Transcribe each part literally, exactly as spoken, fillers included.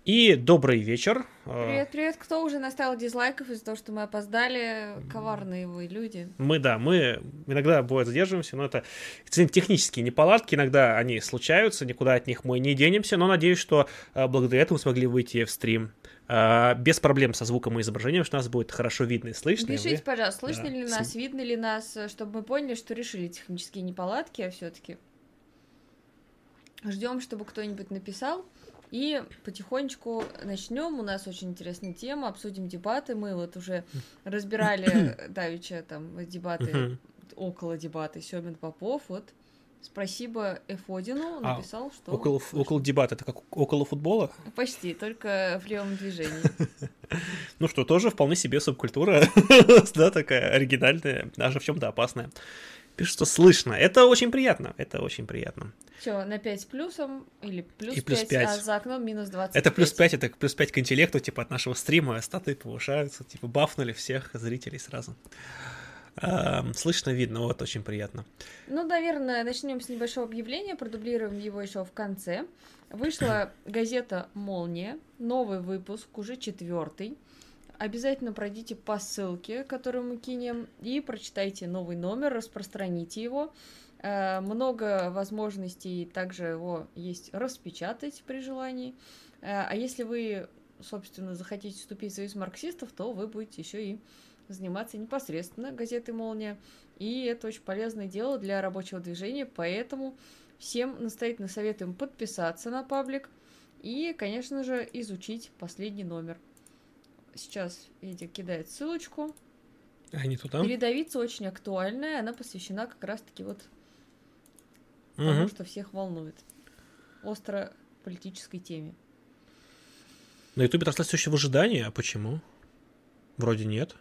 И добрый вечер. Привет, привет. Кто уже наставил дизлайков из-за того, что мы опоздали? Коварные вы люди. Мы, да, мы иногда бывает задерживаемся, но это технические неполадки, иногда они случаются, никуда от них мы не денемся, но надеюсь, что а, благодаря этому смогли выйти в стрим а, без проблем со звуком и изображением, что нас будет хорошо видно и слышно. и Пишите, вы, пожалуйста, слышно да, ли с- нас, видно ли нас, чтобы мы поняли, что решили технические неполадки, а все-таки ждем, чтобы кто-нибудь написал. И потихонечку начнем. У нас очень интересная тема. Обсудим дебаты. Мы вот уже разбирали давеча там дебаты, Мгм. около дебаты Сёмин Попов. Вот спасибо Эфодину, А написал, что около, ф- около слышно. дебата, это как около футбола? Почти, только в левом движении. Ну что, тоже вполне себе субкультура, да, такая оригинальная, даже в чем-то опасная. Пишут, что слышно. Это очень приятно, это очень приятно. Все, на пять с плюсом, или плюс И плюс пять, а пять. за окном минус двадцать Это плюс пять. пять, это плюс пять к интеллекту, типа, от нашего стрима, статы повышаются, типа, бафнули всех зрителей сразу. Эм, слышно, видно, вот, очень приятно. Ну, наверное, начнем с небольшого объявления, продублируем его еще в конце. Вышла газета «Молния», новый выпуск, уже четвертый. Обязательно пройдите по ссылке, которую мы кинем, и прочитайте новый номер, распространите его. Э, Много возможностей также его есть распечатать при желании. Э, А если вы, собственно, захотите вступить в союз марксистов, то вы будете еще и заниматься непосредственно газетой «Молния». И это очень полезное дело для рабочего движения, поэтому всем настоятельно советуем подписаться на паблик и, конечно же, изучить последний номер. Сейчас Эдя кидает ссылочку. А не туда? Передовица очень актуальная, она посвящена как раз-таки вот тому, Угу. что всех волнует. Остро политической теме. На ютубе трансляция еще в ожидании, а почему? Вроде нет.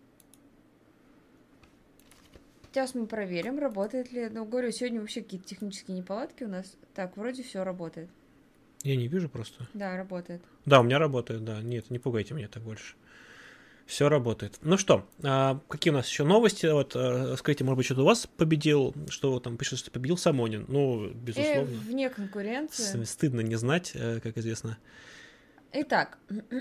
Сейчас мы проверим, работает ли. Ну, говорю, сегодня вообще какие-то технические неполадки у нас. Так, вроде все работает. Я не вижу просто. Да, работает. Да, у меня работает, да. Нет, не пугайте меня так больше. Все работает. Ну что, а, какие у нас еще новости? Вот, а, скажите, может быть, что-то у вас победил? Что там пишет, что победил Самонин? Ну, И безусловно. вне конкуренции. С- Стыдно не знать, э, как известно. Итак,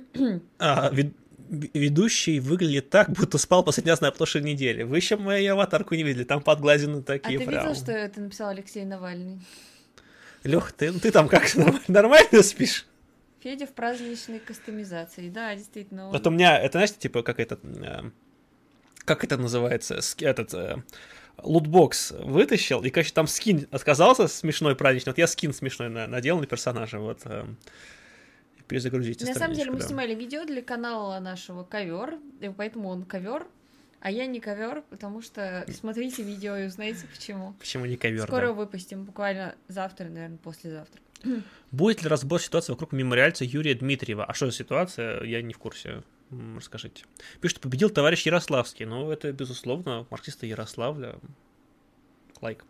А, вед- ведущий выглядит так, будто спал последний раз на прошлой неделе. Вы еще мою аватарку не видели, там подглазины а такие ты прям. видел, что это написал Алексей Навальный? Лех, ты, ты там как, нормально, нормально спишь? Федя в праздничной кастомизации. Да, действительно, Вот у он... меня, это, знаете, типа, как этот, э, как это называется, Ски- этот, э, лутбокс вытащил, и, конечно, там скин отказался смешной праздничный, вот я скин смешной на- надел на персонажа, вот, э, перезагрузите На самом деле страничку, мы да. снимали видео для канала нашего ковер, и поэтому он ковер, а я не ковер, потому что смотрите видео и узнаете почему. Почему не ковер, Скоро да. выпустим, буквально завтра, наверное, послезавтра. Будет ли разбор ситуации вокруг мемориальца Юрия Дмитриева? А что за ситуация? Я не в курсе. М, Расскажите. Пишет, победил товарищ Ярославский. Ну, это, безусловно, марксисты Ярославля. Лайк.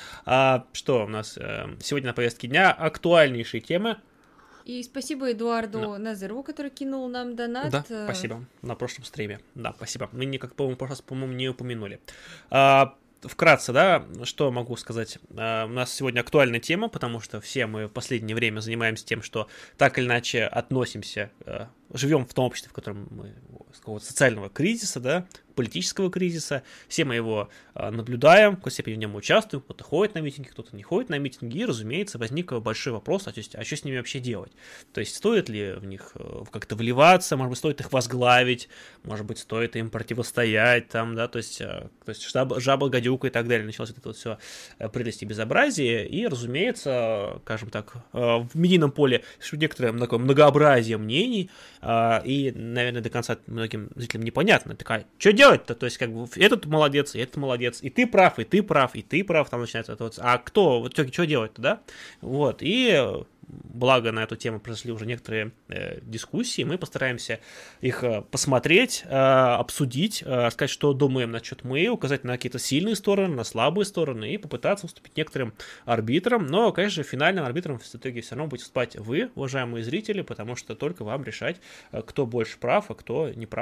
А что у нас э, сегодня на повестке дня? Актуальнейшие темы. И спасибо Эдуарду Да. Назарову, который кинул нам донат. Да, Э, спасибо. На прошлом стриме. Да, спасибо. Мы никак, по-моему, в прошлый раз, по-моему, не упомянули. А, вкратце, да, что могу сказать? А, у нас сегодня актуальная тема, потому что все мы в последнее время занимаемся тем, что так или иначе относимся, а, живем в том обществе, в котором мы с какого-то социального кризиса, да, политического кризиса. Все мы его а, наблюдаем, в какой степени в нем участвуем. Кто-то ходит на митинги, кто-то не ходит на митинги. И, разумеется, возник большой вопрос, а, то есть, а что с ними вообще делать? То есть, стоит ли в них э, как-то вливаться, может быть, стоит их возглавить, может быть, стоит им противостоять, там, да, то есть, э, то есть жаба, жаба, гадюка и так далее. Началось вот это вот все прелесть и безобразие. И, разумеется, скажем так, э, в медийном поле некоторое такое многообразие мнений, э, и, наверное, до конца многим зрителям непонятно. Такая, что делать-то? То есть, как бы, этот молодец, и этот молодец, и ты прав, и ты прав, и ты прав, там начинается это вот, а кто, вот что делать-то, да? Вот, и благо на эту тему произошли уже некоторые э, дискуссии, мы постараемся их э, посмотреть, э, обсудить, э, сказать, что думаем насчет мы, указать на какие-то сильные стороны, на слабые стороны и попытаться уступить некоторым арбитрам, но, конечно, финальным арбитром в итоге все равно будете выступать вы, уважаемые зрители, потому что только вам решать, э, кто больше прав, а кто не прав.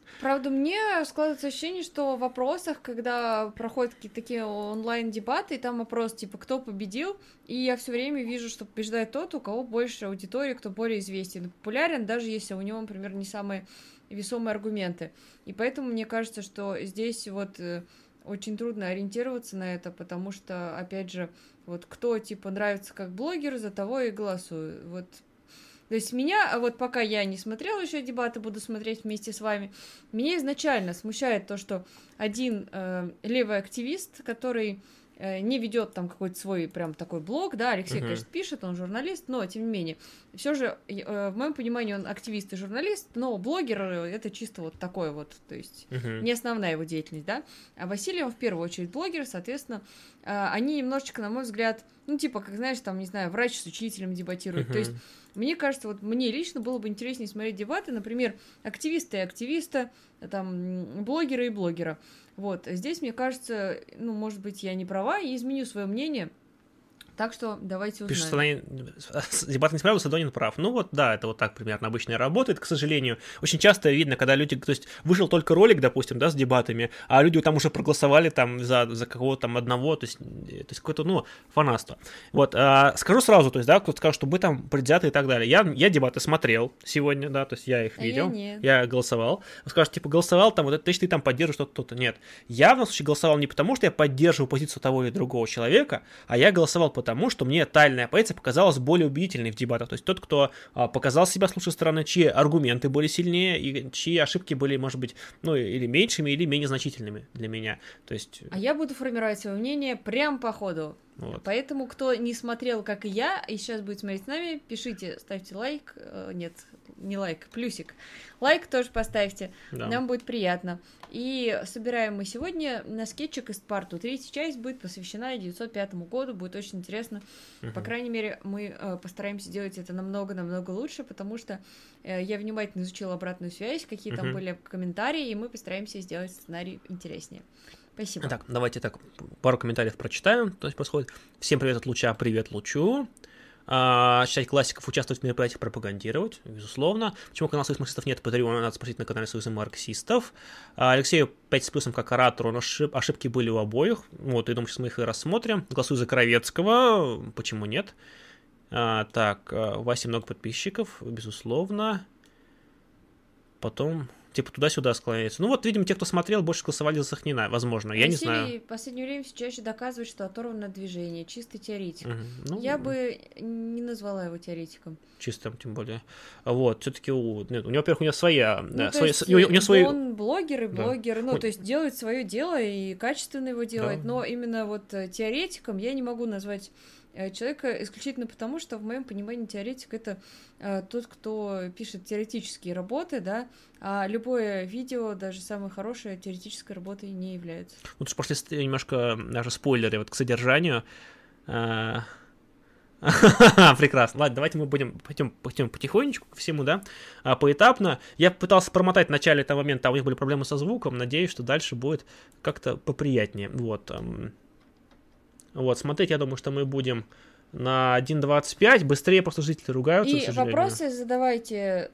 Правда, мне складывается ощущение, что в вопросах, когда проходят какие-то такие онлайн-дебаты, и там вопрос, типа, кто победил, и я все время вижу, что побеждает тот, у кого больше аудитории, кто более известен и популярен, даже если у него, например, не самые весомые аргументы. И поэтому мне кажется, что здесь вот э, очень трудно ориентироваться на это, потому что, опять же, вот кто, типа, нравится как блогер, за того и голосую. Вот. То есть меня, а вот пока я не смотрела еще дебаты, буду смотреть вместе с вами, меня изначально смущает то, что один э, левый активист, который э, не ведет там какой-то свой прям такой блог, да, Алексей, Мгм. конечно, пишет, он журналист, но тем не менее, все же, э, в моем понимании, он активист и журналист, но блогер э, это чисто вот такой вот, то есть Мгм. не основная его деятельность, да, а Василий, он в первую очередь блогер, соответственно, э, они немножечко, на мой взгляд, ну, типа, как, знаешь, там, не знаю, врач с учителем дебатирует, то есть Мгм. мне кажется, вот мне лично было бы интереснее смотреть дебаты, например, активисты и активиста, там, блогера и блогера. Вот, здесь, мне кажется, ну, может быть, я не права и изменю свое мнение, так что давайте Пишет, что узнаем. она дебат не справился, Донин прав. Ну вот, да, это вот так примерно обычно и работает, к сожалению. Очень часто видно, когда люди, то есть вышел только ролик, допустим, да, с дебатами, а люди там уже проголосовали там за, за какого-то там одного, то есть, то есть какое-то, ну, фанатство. Вот, а, скажу сразу, то есть, да, кто-то скажет, что мы там предвзяты и так далее. Я, я дебаты смотрел сегодня, да, то есть я их А я видел, нет. я голосовал. Скажут, типа, голосовал там, вот это, значит, ты там поддерживаешь что-то, кто-то. Нет. Я в данном случае голосовал не потому, что я поддерживаю позицию того или другого человека, а я голосовал потому, что мне тайная позиция показалась более убедительной в дебатах. То есть тот, кто а, показал себя с лучшей стороны, чьи аргументы были сильнее и чьи ошибки были, может быть, ну, или меньшими, или менее значительными для меня. То есть... А я буду формировать свое мнение прям по ходу. Вот. Поэтому, кто не смотрел, как и я, и сейчас будет смотреть с нами, пишите, ставьте лайк. Э, нет, не лайк, плюсик. Лайк тоже поставьте, Да. нам будет приятно. И собираем мы сегодня на скетчик из Спарту. Третья часть будет посвящена девятьсот пятому году, будет очень интересно. Мгм. По крайней мере, мы э, постараемся сделать это намного-намного лучше, потому что э, я внимательно изучила обратную связь, какие там Мгм. были комментарии, и мы постараемся сделать сценарий интереснее. Спасибо. Так, давайте так пару комментариев прочитаем. То есть происходит. Всем привет от Луча, привет Лучу. А, читать классиков, участвовать в мероприятиях, пропагандировать, безусловно. Почему канал Союз марксистов нет, Патреона, надо спросить на канале Союза марксистов. А, Алексею пять с плюсом как оратору, но ошиб- ошибки были у обоих. Вот, я думаю, сейчас мы их и рассмотрим. Голосую за Коровецкого, почему нет? А, так, а, у Васи много подписчиков, безусловно. Потом, типа, туда-сюда склоняется. Ну вот, видимо, те, кто смотрел, больше голосовали за Сахнина, возможно, я не знаю. Василий в последнее время все чаще доказывает, что оторвано от движения, чистый теоретик. Мгм. Ну, Я бы не назвала его теоретиком. чисто, тем более. Вот, все-таки у, нет, у него, во-первых, у него своя, Ну, да, то свои, есть, с- у него- у него свои... он блогер и Да. блогер, ну, Он- то есть делает свое дело и качественно его делает, Да. но именно вот э, теоретиком я не могу назвать э, человека исключительно потому, что в моем понимании теоретик это э, тот, кто пишет теоретические работы, да, а любое видео, даже самое хорошее, теоретической работой не является. Вот уж пошли с- немножко даже спойлеры вот к содержанию. А, Прекрасно. Ладно, давайте мы будем пойдем, пойдем потихонечку ко всему, да, а, поэтапно. Я пытался промотать в начале этого момента, а у них были проблемы со звуком. Надеюсь, что дальше будет как-то поприятнее. Вот. ам. Вот, смотреть, я думаю, что мы будем на один двадцать пять. Быстрее просто жители ругаются, к И сожалению. вопросы задавайте,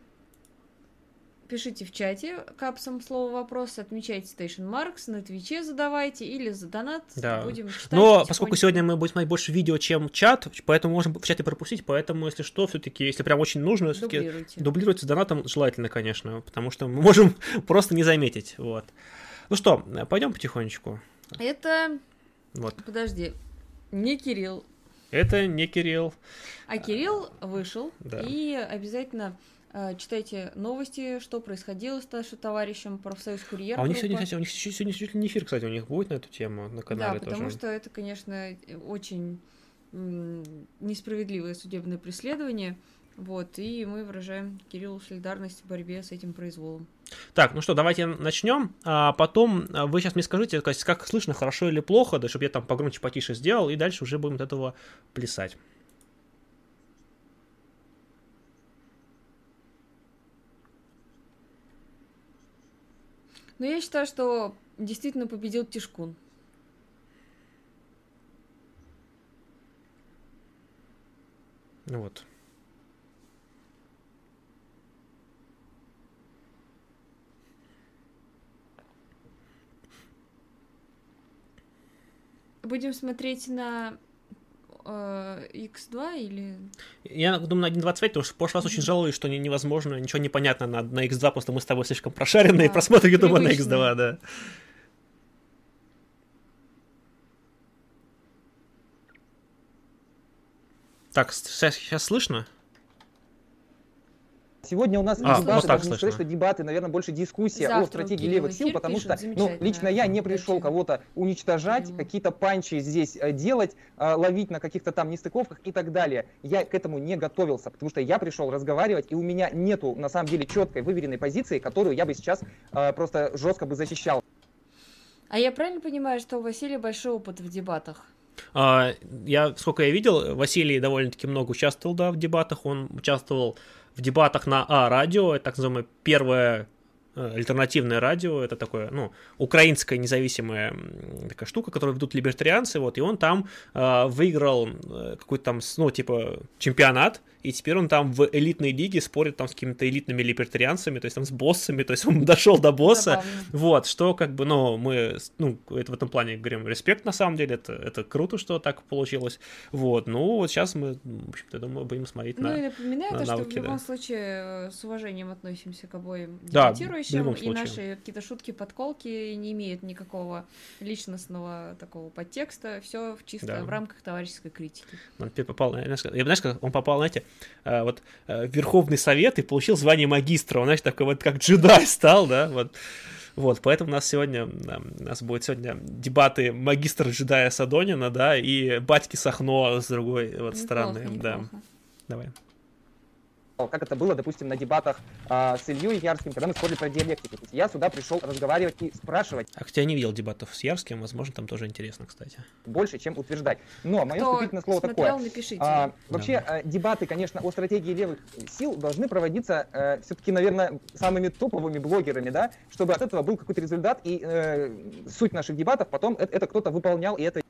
пишите в чате капсом слово вопрос, отмечайте Station Marks, на Твиче задавайте или за донат, Да. будем читать. Но потихонечку. поскольку сегодня мы будем смотреть больше видео, чем чат, поэтому можем в чате пропустить, поэтому, если что, все-таки, если прям очень нужно, все-таки Дублируйте. дублировать с донатом желательно, конечно, потому что мы можем просто не заметить, вот. Ну что, пойдем потихонечку. Это, Вот. подожди, не Кирилл, Это не Кирилл. а Кирилл вышел, Да. и обязательно э, читайте новости, что происходило с нашим товарищем, профсоюз курьер. А у них группа. сегодня, кстати, у них сегодня чуть ли не эфир, кстати, у них будет на эту тему на канале Да, потому тоже. что это, конечно, очень м, несправедливое судебное преследование. Вот, и мы выражаем Кириллу солидарность в борьбе с этим произволом. Так, ну что, давайте начнем. А потом а, вы сейчас мне скажите, то есть, как слышно, хорошо или плохо, да, чтобы я там погромче, потише сделал, и дальше уже будем от этого плясать. Но я считаю, что действительно победил Тишкун. Ну вот. Будем смотреть на э, икс два или... Я думаю, на один двадцать пять, потому что в прошлый раз очень жалуюсь, что не- невозможно, ничего не понятно на, на икс два, потому что мы с тобой слишком прошаренные, Да, просмотр Ютуба на икс привычные. два, да. Так, сейчас, сейчас слышно? Сегодня у нас А, дебаты, вот так даже не слышно. сказать, что дебаты, наверное, больше дискуссия Завтра о стратегии Кирилл левых сил, эфир потому пишет, что, ну, замечательно. лично я не пришел Удачи. кого-то уничтожать, Кириллу. какие-то панчи здесь э, делать, э, ловить на каких-то там нестыковках и так далее. Я к этому не готовился, потому что я пришел разговаривать, и у меня нету, на самом деле, четкой, выверенной позиции, которую я бы сейчас э, просто жестко бы защищал. А я правильно понимаю, что у Василия большой опыт в дебатах? А, я, сколько я видел, Василий довольно-таки много участвовал, да, в дебатах. Он участвовал в дебатах на А-радио, это так называемое первое э, альтернативное радио, это такое, ну, украинская независимая м, такая штука, которую ведут либертарианцы, вот, и он там э, выиграл э, какой-то там, с- ну, типа, чемпионат, и теперь он там в элитной лиге спорит там с какими-то элитными либертарианцами, то есть там с боссами, то есть он дошел до босса, Забавно. вот, что как бы, ну, мы, ну, это в этом плане говорим, респект на самом деле, это, это круто, что так получилось, вот, ну, вот сейчас мы, в общем-то, думаю, будем смотреть Ну на... и напоминаю, на то, что в навыки, любом да. случае э, с уважением относимся к обоим Да, в дебатирующим, любом и случае. наши какие-то шутки, подколки не имеют никакого личностного такого подтекста, все чисто Да. в рамках товарищеской критики. Он теперь попал, знаешь, как- я, знаешь, как он попал, знаете, э, вот э, в Верховный Совет и получил звание магистра, он, знаешь, такой вот как джедай стал, да, вот. Вот, поэтому у нас сегодня, да, у нас будет сегодня дебаты магистра джедая Садонина, да, и батьки Сахно с другой вот Неплохо, стороны, да. неплохо. Давай. Как это было, допустим, на дебатах а, с Ильей Ярским, когда мы спорили про диалектику. То есть я сюда пришел разговаривать и спрашивать А хотя я не видел дебатов с Ярским, возможно, там тоже интересно, кстати. больше, чем утверждать. Но мое Кто вступительное слово смотрел, такое. напишите. А, вообще, э, дебаты, конечно, о стратегии левых сил должны проводиться э, все-таки, наверное, самыми топовыми блогерами, да, чтобы от этого был какой-то результат, и э, суть наших дебатов потом это, это кто-то выполнял, и это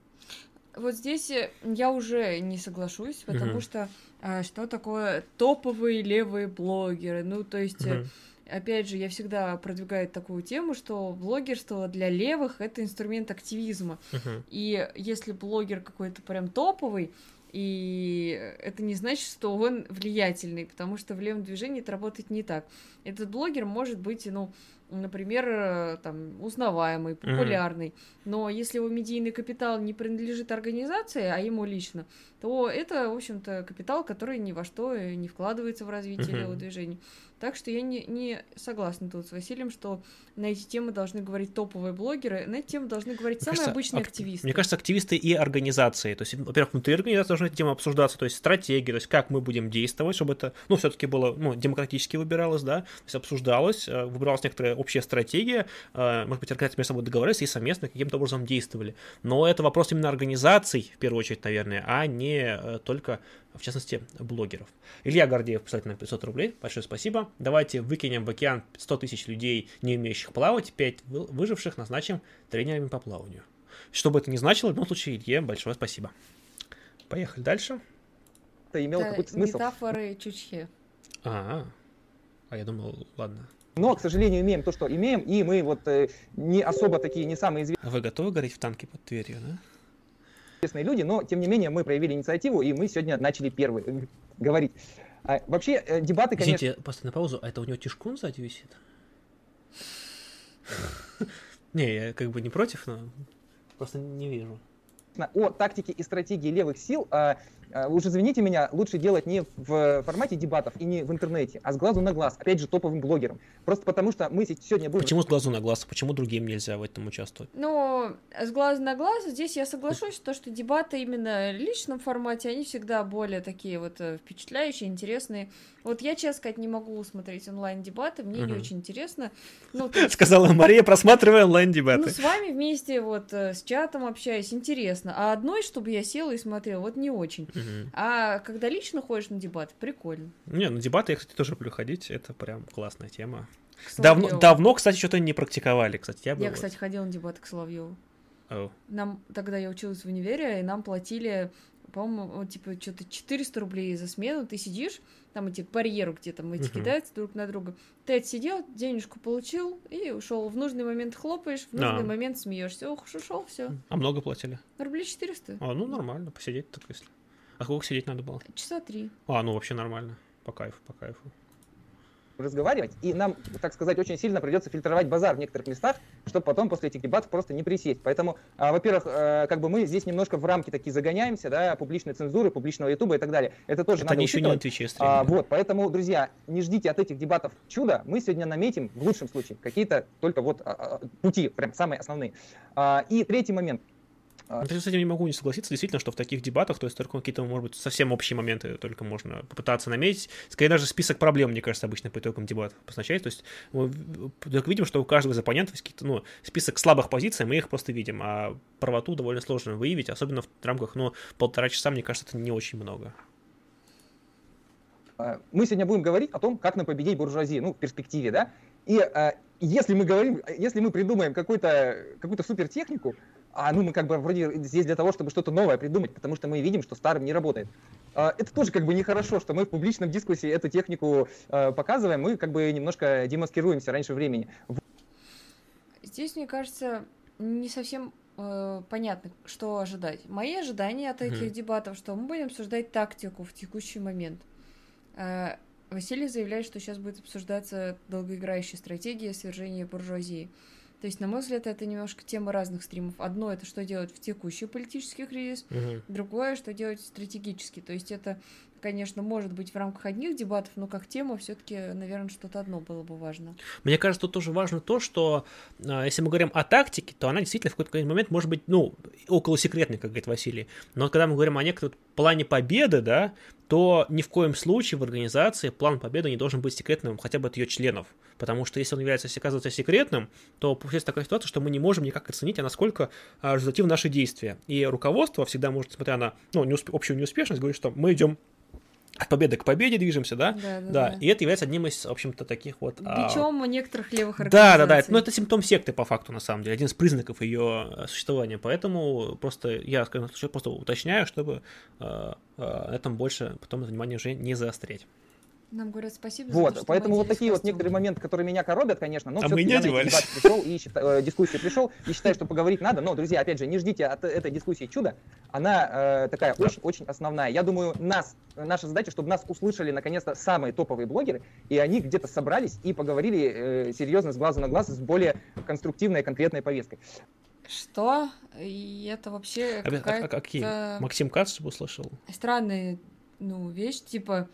Вот здесь э, я уже не соглашусь, потому Мгм. что а, что такое топовые левые блогеры? Ну, то есть, э, Мгм. опять же, я всегда продвигаю такую тему, что блогерство для левых — это инструмент активизма. Мгм. И если блогер какой-то прям топовый, и это не значит, что он влиятельный, потому что в левом движении это работает не так. Этот блогер может быть, ну, например, э, там, узнаваемый, популярный, но если его медийный капитал не принадлежит организации, а ему лично, то это, в общем-то, капитал, который ни во что не вкладывается в развитие Мгм. левого движения. Так что я не, не согласна тут с Василием, что на эти темы должны говорить топовые блогеры, на эти темы должны говорить Мне самые кажется, обычные ак- активисты. Мне кажется, активисты и организации. То есть, во-первых, внутри организации должны эти темы обсуждаться, то есть стратегия, то есть как мы будем действовать, чтобы это, ну, все-таки было, ну, демократически выбиралось, да, то есть обсуждалось, э, выбиралась некоторая общая стратегия, э, может быть, организации между собой договорились и совместно каким-то образом действовали. Но это вопрос именно организаций, в первую очередь, наверное, а не э, только, в частности, блогеров. Илья Гордеев, писатель на пятьсот рублей, большое спасибо. Давайте выкинем в океан сто тысяч людей, не умеющих плавать, пять выживших назначим тренерами по плаванию. Что бы это ни значило, в любом случае, Илье, большое спасибо. Поехали дальше. имело Это какой-то смысл. метафоры Чучхе. А, а я думал, ладно. Но, к сожалению, имеем то, что имеем, и мы вот э, не особо такие, не самые А вы готовы гореть в танке под Тверью, да? известные люди, но, тем не менее, мы проявили инициативу, и мы сегодня начали первые э, говорить. А, вообще, э, дебаты, конечно... Извините, просто на паузу, а это у него тишкун сзади висит? Не, я как бы не против, но просто не вижу. о тактике и стратегии левых сил, а, а, уж извините меня, лучше делать не в формате дебатов и не в интернете, а с глазу на глаз, опять же, топовым блогером. Просто потому что мы сегодня будем... Почему с глазу на глаз? Почему другим нельзя в этом участвовать? Но с глаза на глаз здесь я соглашусь, то, что дебаты именно в личном формате, они всегда более такие вот э, впечатляющие, интересные. Вот я, честно сказать, не могу смотреть онлайн-дебаты, мне не Мгм. очень интересно. Ну, то есть, Сказала Мария, просматривая ну, онлайн-дебаты. с вами вместе вот э, с чатом общаюсь, интересно. А одной, чтобы я села и смотрела, вот не очень. Мгм. А когда лично ходишь на дебаты, прикольно. Не, на дебаты я, кстати, тоже люблю ходить, это прям классная тема. К Давно, Соловьёву. давно, кстати, что-то не практиковали, кстати. Я, бы Я, вот- кстати, ходила на дебаты к Соловьеву. О, Нам тогда я училась в универе, и нам платили по-моему, вот, типа, что-то четыреста рублей за смену, ты сидишь, там эти к барьеру где-то эти Мгм. кидаются друг на друга, ты отсидел, денежку получил и ушел. В нужный момент хлопаешь, в нужный А. момент смеешься. Ох, ушел, все. А много платили? Рублей четыреста. А, ну нормально, посидеть так если. А сколько сидеть надо было? Часа три. А, ну вообще нормально. По кайфу, по кайфу. разговаривать, и нам, так сказать, очень сильно придется фильтровать базар в некоторых местах, чтобы потом после этих дебатов просто не присесть. Поэтому, а, во-первых, а, как бы мы здесь немножко в рамки такие загоняемся, да, публичной цензуры, публичного ютуба и так далее. Это тоже Это надо они еще не на учитывать. Твиче А, стримят. вот, поэтому, друзья, не ждите от этих дебатов чуда. Мы сегодня наметим, в лучшем случае, какие-то только вот а, а, пути, прям самые основные. А, и третий момент. Ну, с этим не могу не согласиться, действительно, что в таких дебатах, то есть только какие-то, может быть, совсем общие моменты только можно попытаться наметить. Скорее, даже список проблем, мне кажется, обычно по итогам дебатов обозначает. То есть мы только видим, что у каждого из оппонентов есть какие-то, ну, список слабых позиций, мы их просто видим, а правоту довольно сложно выявить, особенно в рамках, ну, полтора часа, мне кажется, это не очень много. Мы сегодня будем говорить о том, как нам победить буржуазию, ну, в перспективе, да. И а, если мы говорим, если мы придумаем какую-то какую-то супертехнику, а ну мы как бы вроде здесь для того, чтобы что-то новое придумать, потому что мы видим, что старым не работает. А, это тоже как бы нехорошо, что мы в публичном дискуссии эту технику а, показываем, мы как бы немножко демаскируемся раньше времени. Здесь, мне кажется, не совсем э, понятно, что ожидать. Мои ожидания от этих Мгм. дебатов, что мы будем обсуждать тактику в текущий момент. Э, Василий заявляет, что сейчас будет обсуждаться долгоиграющая стратегия свержения буржуазии. То есть, на мой взгляд, это немножко тема разных стримов. Одно — это что делать в текущий политический кризис, Мгм. другое — что делать стратегически. То есть это, конечно, может быть в рамках одних дебатов, но как тема все-таки, наверное, что-то одно было бы важно. Мне кажется, тут тоже важно то, что а, если мы говорим о тактике, то она действительно в какой-то момент может быть, ну, около секретной, как говорит Василий. Но когда мы говорим о некотором плане победы, да, то ни в коем случае в организации план победы не должен быть секретным хотя бы от ее членов. Потому что если он является, оказывается секретным, то получается такая ситуация, что мы не можем никак оценить, а насколько а, результативны наши действия. И руководство всегда может, несмотря на ну, неусп... общую неуспешность, говорить, что мы идем от победы к победе движемся, да? Да, да, Да, да. и это является одним из, в общем-то, таких вот... а, Бичом некоторых левых Да, организаций. да, да, это, ну, это симптом секты, по факту, на самом деле, один из признаков ее э, существования, поэтому просто я, скажем, просто уточняю, чтобы э, э, на этом больше потом внимание уже не заострять. Нам говорят спасибо за Вот, то, что поэтому мы вот оделись такие в вот костюм. некоторые моменты, которые меня коробят, конечно, но А все-таки мы не я на эти одевались. дебаты пришел и считаю, э, дискуссии пришел и считаю, что поговорить надо. Но, друзья, опять же, не ждите от этой дискуссии чуда. Она э, такая очень-очень основная. Я думаю, нас, наша задача, чтобы нас услышали наконец-то самые топовые блогеры, и они где-то собрались и поговорили э, серьезно, с глазу на глаз, с более конструктивной, конкретной повесткой. Что? И это вообще А, а- а какая-то какие? Максим Кац, чтобы услышал? странная, ну, вещь, типа,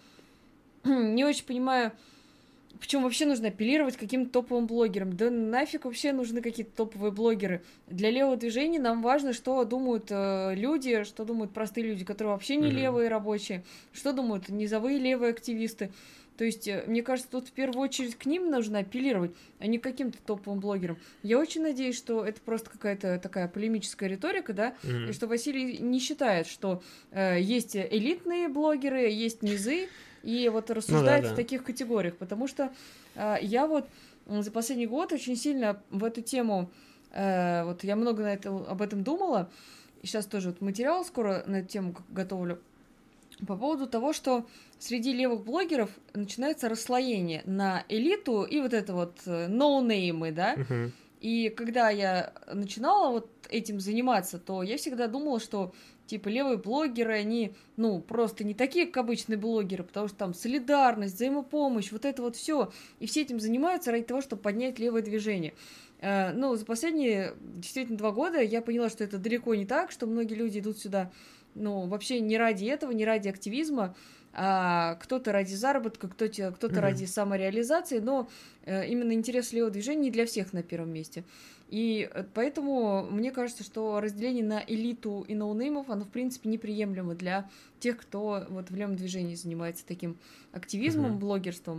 не очень понимаю, почему вообще нужно апеллировать к каким-то топовым блогерам. Да нафиг вообще нужны какие-то топовые блогеры. Для левого движения нам важно, что думают э, люди, что думают простые люди, которые вообще не Мгм. левые рабочие, что думают низовые левые активисты. То есть, э, мне кажется, тут в первую очередь к ним нужно апеллировать, а не к каким-то топовым блогерам. Я очень надеюсь, что это просто какая-то такая полемическая риторика, да, Мгм. и что Василий не считает, что э, есть элитные блогеры, есть низы, и вот рассуждает да, да. в таких категориях, потому что э, я вот м, за последний год очень сильно в эту тему, э, вот я много на это, об этом думала, и сейчас тоже вот материал скоро на эту тему готовлю, по поводу того, что среди левых блогеров начинается расслоение на элиту и вот это вот э, ноунеймы, да, Мгм. и когда я начинала вот этим заниматься, то я всегда думала, что типа левые блогеры, они, ну, просто не такие, как обычные блогеры, потому что там солидарность, взаимопомощь, вот это вот все. И все этим занимаются ради того, чтобы поднять левое движение. Э, Ну, за последние действительно два года я поняла, что это далеко не так, что многие люди идут сюда, ну, вообще не ради этого, не ради активизма, а кто-то ради заработка, кто-то, кто-то Мгм. ради самореализации, но э, именно интерес левого движения не для всех на первом месте. И э, поэтому мне кажется, что разделение на элиту и ноунеймов, оно, в принципе, неприемлемо для тех, кто вот в левом движении занимается таким активизмом, Мгм. блогерством.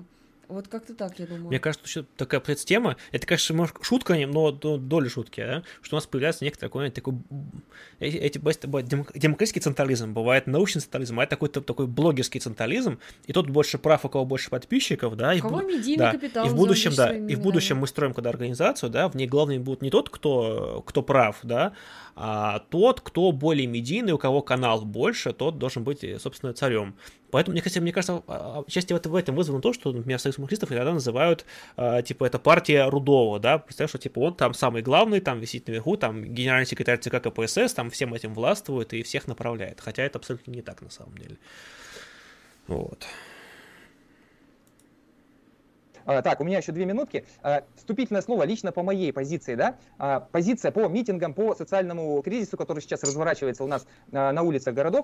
Вот как-то так, я думаю. Мне кажется, что такая тема, это, конечно, может, шутка, но доля шутки, да? Что у нас появляется некоторый такой, такой эти, демократический централизм, бывает научный централизм, бывает такой, такой блогерский централизм, и тут больше прав, у кого больше подписчиков, да, и, кого в, медийный да, капитал, и в будущем, да, и в будущем мы строим когда организацию, да, в ней главным будет не тот, кто, кто прав, да, а тот, кто более медийный, у кого канал больше, тот должен быть, собственно, царем. Поэтому, мне кажется, мне кажется, отчасти в этом вызвано то, что, например, союз марксистов иногда называют, э, типа, это партия Рудова, да, представляешь, что, типа, он там самый главный, там висит наверху, там генеральный секретарь ЦК КПСС, там всем этим властвует и всех направляет, хотя это абсолютно не так на самом деле. Вот. Так, у меня еще две минутки. Вступительное слово лично по моей позиции, да. Позиция по митингам, по социальному кризису, который сейчас разворачивается у нас на улицах городов.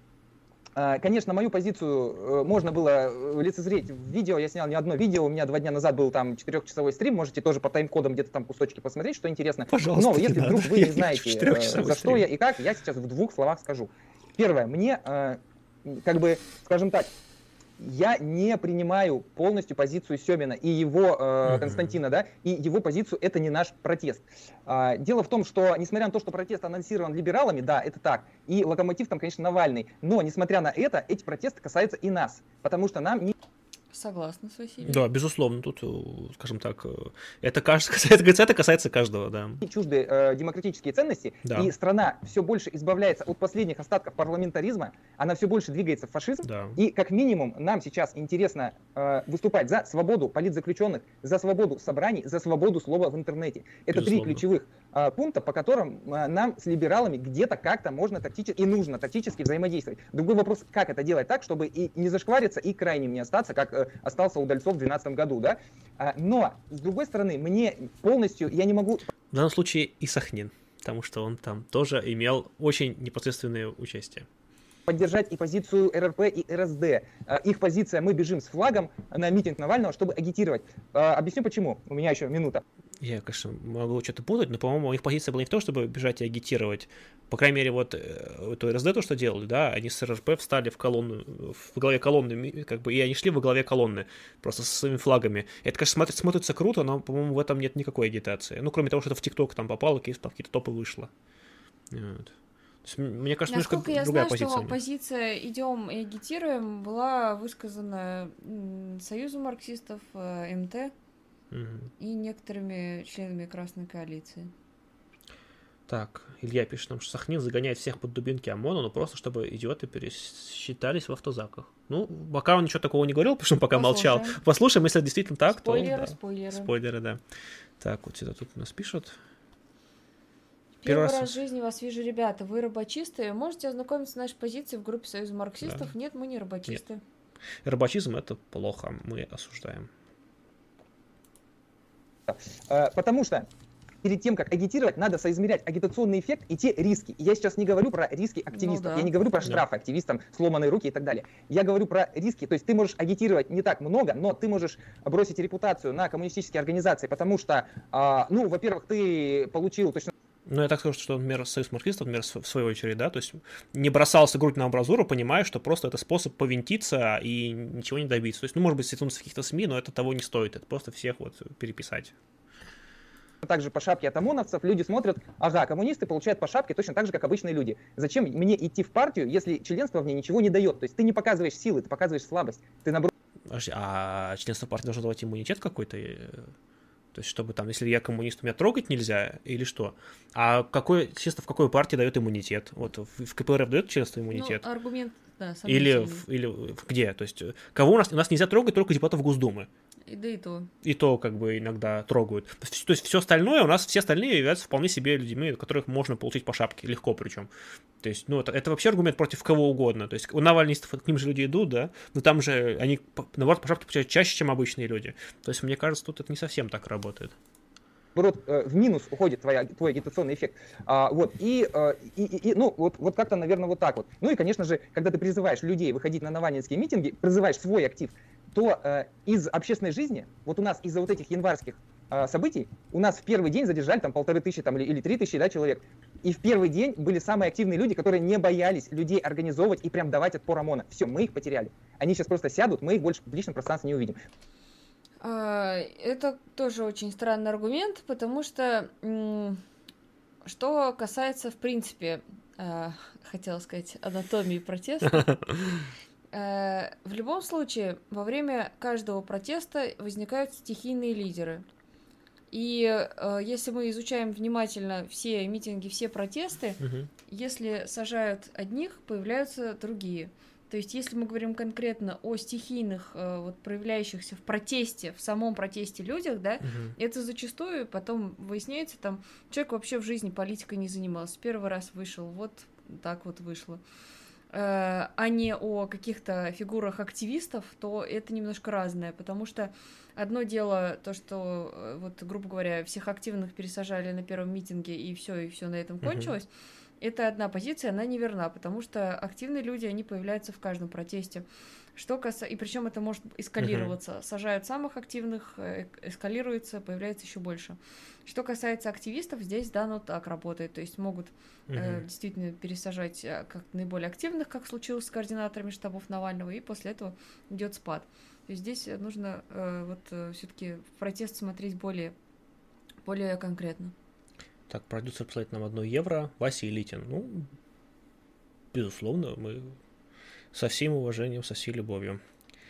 Конечно, мою позицию можно было лицезреть в видео, я снял не одно видео, у меня два дня назад был там четырехчасовой стрим, можете тоже по тайм-кодам где-то там кусочки посмотреть, что интересно. Пожалуйста, но если вдруг надо. вы не знаете, за что стрим. я и как, я сейчас в двух словах скажу. Первое, мне, как бы, скажем так, я не принимаю полностью позицию Семина и его, э, Константина, да, и его позицию, это не наш протест. А, дело в том, что, несмотря на то, что протест анонсирован либералами, да, это так, и локомотив там, конечно, Навальный, но, несмотря на это, эти протесты касаются и нас, потому что нам не... Согласна с Василием. Да, безусловно, тут, скажем так, это, касается, это касается каждого, да. Чужды э, демократические ценности, да. И страна все больше избавляется от последних остатков парламентаризма, она все больше двигается в фашизм, да. И как минимум нам сейчас интересно э, выступать за свободу политзаключенных, за свободу собраний, за свободу слова в интернете. Это Безусловно. Три ключевых э, пункта, по которым э, нам с либералами где-то как-то можно тактически и нужно тактически взаимодействовать. Другой вопрос, как это делать так, чтобы и не зашквариться, и крайним не остаться, как э, остался Удальцов в две тысячи двенадцатом году, да. А, но, с другой стороны, мне полностью, я не могу... В данном случае и Сахнин, потому что он там тоже имел очень непосредственное участие. Поддержать и позицию эр эр пэ и эр эс дэ. Их позиция «мы бежим с флагом» на митинг Навального, чтобы агитировать. Объясню почему. У меня еще минута. Я, конечно, могу что-то путать, но, по-моему, их позиция была не в том, чтобы бежать и агитировать. По крайней мере, вот эту эр эс дэ то, что делали, да, они с эр эр пэ встали в колонну, в главе колонны, как бы, и они шли во главе колонны, просто со своими флагами. Это, конечно, смотрится, смотрится круто, но, по-моему, в этом нет никакой агитации. Ну, кроме того, что это в ТикТок там попало, какие-то топы вышло. Вот. Мне кажется, насколько я другая знаю, позиция. что позиция «идем и агитируем» была высказана Союзом марксистов, эм тэ угу. и некоторыми членами Красной коалиции. Так, Илья пишет нам, что Сахнин загоняет всех под дубинки ОМОНа, но просто чтобы идиоты пересчитались в автозаках. Ну, пока он ничего такого не говорил, потому что он пока Послушаем. молчал. Послушаем, если действительно так, спойлеры, то... Да. Спойлеры, спойлеры. да. Так, вот сюда тут у нас пишут. Первый раз... раз в жизни вас вижу, ребята. Вы рабочисты. Можете ознакомиться с нашей позицией в группе Союза марксистов? Да. Нет, мы не рабочисты. Нет. Рабочизм — это плохо, мы осуждаем. Потому что перед тем, как агитировать, надо соизмерять агитационный эффект и те риски. И я сейчас не говорю про риски активистов, ну, да. я не говорю про штрафы да. активистам, сломанные руки и так далее. Я говорю про риски. То есть ты можешь агитировать не так много, но ты можешь бросить репутацию на коммунистические организации, потому что, ну, во-первых, ты получил точно... Ну, я так скажу, что, например, Союз марксистов, например, в свою очередь, да, то есть не бросался грудь на амбразуру, понимая, что просто это способ повинтиться и ничего не добиться. То есть, ну, может быть, светнуться в каких-то СМИ, но это того не стоит, это просто всех вот переписать. Также по шапке от ОМОНовцев люди смотрят, ага, коммунисты получают по шапке точно так же, как обычные люди. Зачем мне идти в партию, если членство в ней ничего не дает? То есть ты не показываешь силы, ты показываешь слабость. Ты наоборот... А членство партии должно давать иммунитет какой-то? То есть, чтобы там, если я коммунист, меня трогать нельзя или что? А какое членство в какой партии дает иммунитет? Вот в, в ка пэ эр эф дает членство иммунитет? Ну, аргумент, да, или, в, или в, где? То есть, кого у нас, у нас нельзя трогать, только депутатов Госдумы. И, да и то. И то, как бы, иногда трогают. То есть, то есть, все остальное, у нас все остальные являются вполне себе людьми, которых можно получить по шапке, легко причем. То есть, ну, это, это вообще аргумент против кого угодно. То есть, у навальнистов к ним же люди идут, да, но там же они, наоборот, по шапке получают чаще, чем обычные люди. То есть, мне кажется, тут это не совсем так работает. Наоборот, в минус уходит твоя, твой агитационный эффект. А, вот, и, и, и, ну, вот, вот как-то, наверное, вот так вот. Ну и, конечно же, когда ты призываешь людей выходить на навальнинские митинги, призываешь свой актив, то э, из общественной жизни, вот у нас из-за вот этих январских э, событий, у нас в первый день задержали там полторы тысячи там, или, или три тысячи, да, человек. И в первый день были самые активные люди, которые не боялись людей организовывать и прям давать отпор ОМОНа. Все, мы их потеряли. Они сейчас просто сядут, мы их больше в публичном пространстве не увидим. А, Это тоже очень странный аргумент, потому что, м, что касается, в принципе, а, хотела сказать, анатомии протеста, э, в любом случае, во время каждого протеста возникают стихийные лидеры. И э, если мы изучаем внимательно все митинги, все протесты, Мгм. если сажают одних, появляются другие. То есть, если мы говорим конкретно о стихийных, э, вот, проявляющихся в протесте, в самом протесте людях, да, Мгм. это зачастую потом выясняется, там, человек вообще в жизни политикой не занимался, первый раз вышел, вот так вот вышло. Э, а не о каких-то фигурах активистов, то это немножко разное, потому что одно дело то, что, э, вот, грубо говоря, всех активных пересажали на первом митинге, и все, и все на этом Мгм. кончилось. Это одна позиция, она неверна, потому что активные люди, они появляются в каждом протесте. Что каса... И причем это может эскалироваться. Сажают самых активных, э, эскалируется, появляется еще больше. Что касается активистов, здесь, да, ну так работает. То есть могут э, Мгм. действительно пересажать э, как наиболее активных, как случилось с координаторами штабов Навального, и после этого идет спад. То есть здесь нужно э, вот э, все-таки в протест смотреть более, более конкретно. Так, продюсер присылает нам одно евро. Вася Элитин. Ну, безусловно, мы со всем уважением, со всей любовью.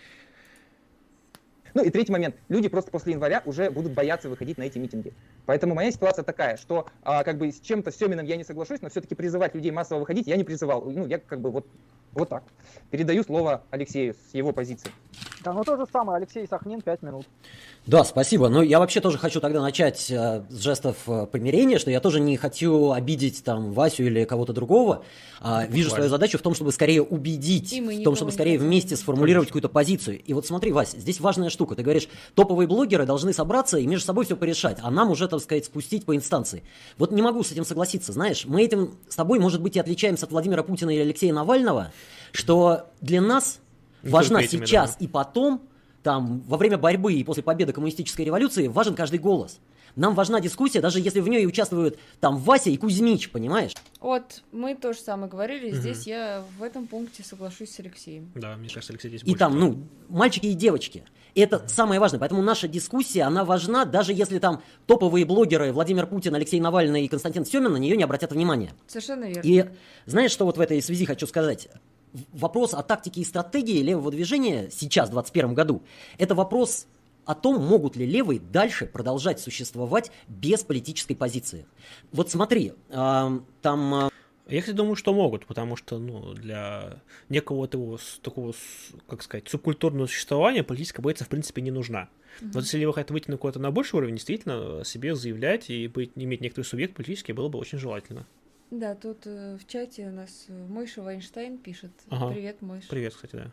Ну и третий момент. Люди просто после января уже будут бояться выходить на эти митинги. Поэтому моя ситуация такая, что а, как бы с чем-то с Семиным я не соглашусь, но все-таки призывать людей массово выходить я не призывал. Ну, я как бы вот, вот так. Передаю слово Алексею с его позиции. Да, ну то же самое, Алексей Сахнин, пять минут. Да, спасибо. Ну, я вообще тоже хочу тогда начать э, с жестов э, примирения, что я тоже не хочу обидеть там Васю или кого-то другого. А, вижу свою задачу в том, чтобы скорее убедить, И мы в никого том, чтобы не скорее хотим. вместе сформулировать какую-то позицию. И вот смотри, Вась, здесь важная штука. Ты говоришь, топовые блогеры должны собраться и между собой все порешать, а нам уже, так сказать, спустить по инстанции. Вот не могу с этим согласиться. Знаешь, мы этим с тобой, может быть, и отличаемся от Владимира Путина или Алексея Навального, что для нас Не важна только этими, сейчас да. и потом, там, во время борьбы и после победы коммунистической революции важен каждый голос. Нам важна дискуссия, даже если в ней участвуют там Вася и Кузьмич, понимаешь? Вот, мы то же самое говорили, Мгм. здесь я в этом пункте соглашусь с Алексеем. Да, мне кажется, Алексей здесь И больше там, прав. ну, мальчики и девочки. Это самое важное. Поэтому наша дискуссия, она важна, даже если там топовые блогеры Владимир Путин, Алексей Навальный и Константин Семин на нее не обратят внимания. Совершенно верно. И знаешь, что вот в этой связи хочу сказать? В- Вопрос о тактике и стратегии левого движения сейчас, в двадцать первом году, это вопрос о том, могут ли левые дальше продолжать существовать без политической позиции. Вот смотри, а, там... а, Я, кстати, думаю, что могут, потому что, ну, для некого того, с- такого, с- как сказать, субкультурного существования политическая позиция, в принципе, не нужна. Вот если вы хотите выйти на какой-то на больший уровень, действительно, себе заявлять и быть, иметь некоторый субъект политический было бы очень желательно. Да, тут э, в чате у нас э, Мойша Вайнштейн пишет. Ага. Привет, Мойша. Привет, кстати, да.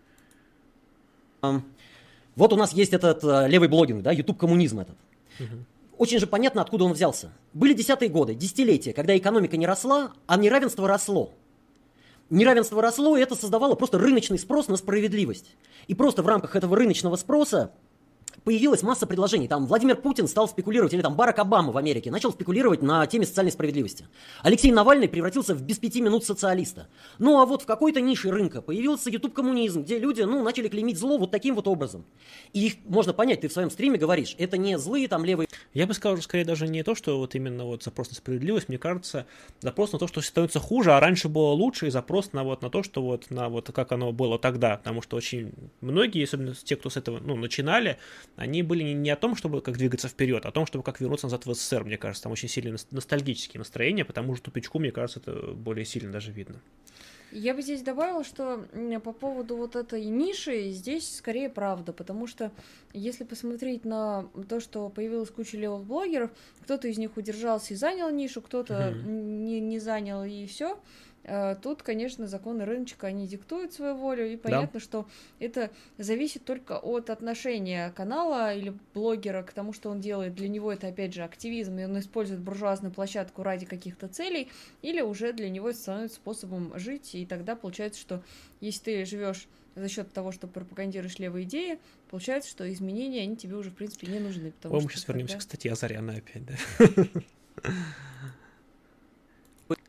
а, вот у нас есть этот а, левый блогинг, да, YouTube-коммунизм этот. Мгм. Очень же понятно, откуда он взялся. Были десятые годы, десятилетия, когда экономика не росла, а неравенство росло. Неравенство росло, и это создавало просто рыночный спрос на справедливость. И просто в рамках этого рыночного спроса появилась масса предложений. Там Владимир Путин стал спекулировать, или там Барак Обама в Америке начал спекулировать на теме социальной справедливости. Алексей Навальный превратился в без пяти минут социалиста. Ну а вот в какой-то нише рынка появился YouTube-коммунизм, где люди, ну, начали клеймить зло вот таким вот образом. И их можно понять, ты в своем стриме говоришь, это не злые там левые... Я бы сказал, что скорее даже не то, что вот именно вот запрос на справедливость, мне кажется, запрос на то, что становится хуже, а раньше было лучше, и запрос на вот на то, что вот на вот как оно было тогда, потому что очень многие, особенно те, кто с этого, ну, начинали, они были не, не о том, чтобы как двигаться вперед, а о том, чтобы как вернуться назад в СССР, мне кажется, там очень сильные ност- ностальгические настроения, потому что тупичку, мне кажется, это более сильно даже видно. Я бы здесь добавила, что м, по поводу вот этой ниши здесь скорее правда, потому что если посмотреть на то, что появилась куча левых блогеров, кто-то из них удержался и занял нишу, кто-то Мгм. не, не занял и все. Тут, конечно, законы рыночка, они диктуют свою волю, и понятно, что это зависит только от отношения канала или блогера к тому, что он делает. Для него это, опять же, активизм, и он использует буржуазную площадку ради каких-то целей, или уже для него это становится способом жить, и тогда получается, что если ты живешь за счет того, что пропагандируешь левые идеи, получается, что изменения, они тебе уже, в принципе, не нужны. Потому Ой, что мы сейчас вернемся тогда... к статье Азаряна опять, да?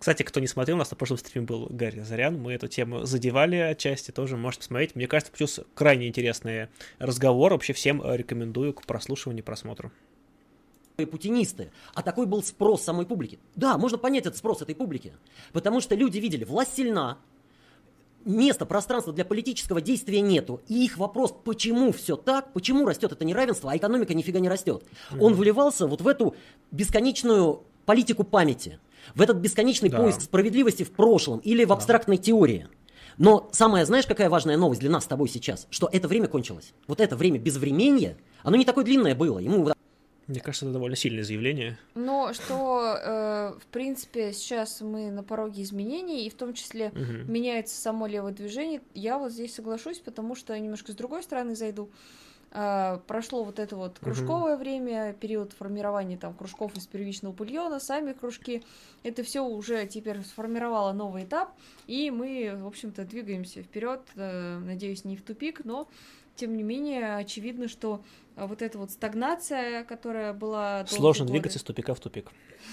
Кстати, кто не смотрел, у нас на прошлом стриме был Гарри Зарян, мы эту тему задевали отчасти, тоже можете посмотреть. Мне кажется, плюс крайне интересный разговор, вообще всем рекомендую к прослушиванию и просмотру. Путинисты, а такой был спрос самой публики. Да, можно понять этот спрос этой публики, потому что люди видели, власть сильна, места, пространства для политического действия нету, и их вопрос, почему все так, почему растет это неравенство, а экономика нифига не растет, mm-hmm. он выливался вот в эту бесконечную политику памяти, в этот бесконечный да. поиск справедливости в прошлом или в абстрактной да. теории. Но самое, знаешь, какая важная новость для нас с тобой сейчас, что это время кончилось. Вот это время безвременья, оно не такое длинное было, ему... Мне кажется, это довольно сильное заявление. Но что, э, в принципе, сейчас мы на пороге изменений, и в том числе угу. меняется само левое движение, я вот здесь соглашусь, потому что немножко с другой стороны зайду. Э, прошло вот это вот кружковое угу. время, период формирования там кружков из первичного бульона, сами кружки, это все уже теперь сформировало новый этап, и мы, в общем-то, двигаемся вперед, э, надеюсь, не в тупик, но... Тем не менее, очевидно, что вот эта вот стагнация, которая была... Сложно двигаться с тупика в тупик.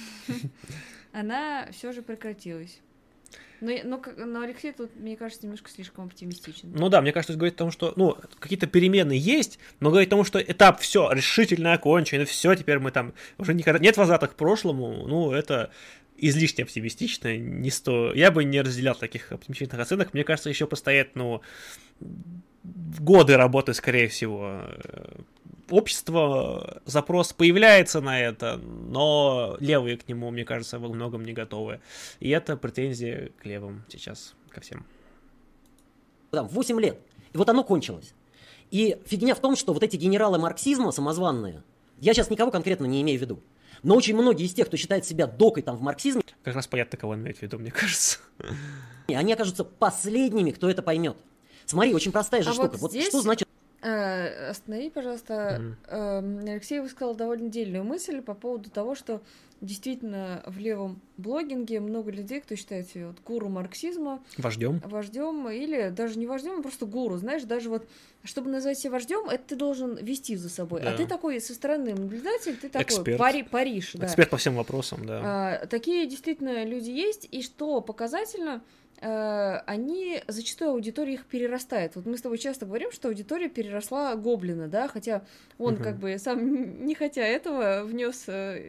Она все же прекратилась. Но, но, но Алексей тут, мне кажется, немножко слишком оптимистичен. Ну да, мне кажется, говорит о том, что ну, какие-то перемены есть, но говорит о том, что этап все решительно окончен, все, теперь мы там уже никогда... Нет возврата к прошлому, ну это... излишне оптимистично, не сто... я бы не разделял таких оптимистичных оценок, мне кажется, еще постоят, ну, годы работы, скорее всего. Общество, запрос появляется на это, но левые к нему, мне кажется, во многом не готовы. И это претензии к левым сейчас, ко всем. Там, восемь лет. И вот оно кончилось. И фигня в том, что вот эти генералы марксизма самозванные, я сейчас никого конкретно не имею в виду, но очень многие из тех, кто считает себя докой там в марксизме, как раз понятно, кого он имеет в виду, мне кажется. Они окажутся последними, кто это поймет. Смотри, очень простая же а штука. Вот, вот здесь, что значит... Э, останови, пожалуйста. Mm-hmm. Э, Алексей высказал довольно дельную мысль по поводу того, что действительно в левом блогинге много людей, кто считает себя вот гуру марксизма. Вождем. Вождем, или даже не вождем, а просто гуру. Знаешь, даже вот, чтобы назвать себя вождем, это ты должен вести за собой. Да. А ты такой со стороны наблюдатель, ты такой Пари, Париж. Да. Эксперт по всем вопросам, да. А, такие действительно люди есть, и что показательно, они зачастую аудитория их перерастает. Вот мы с тобой часто говорим, что аудитория переросла Гоблина, да, хотя он угу. как бы сам, не хотя этого, внес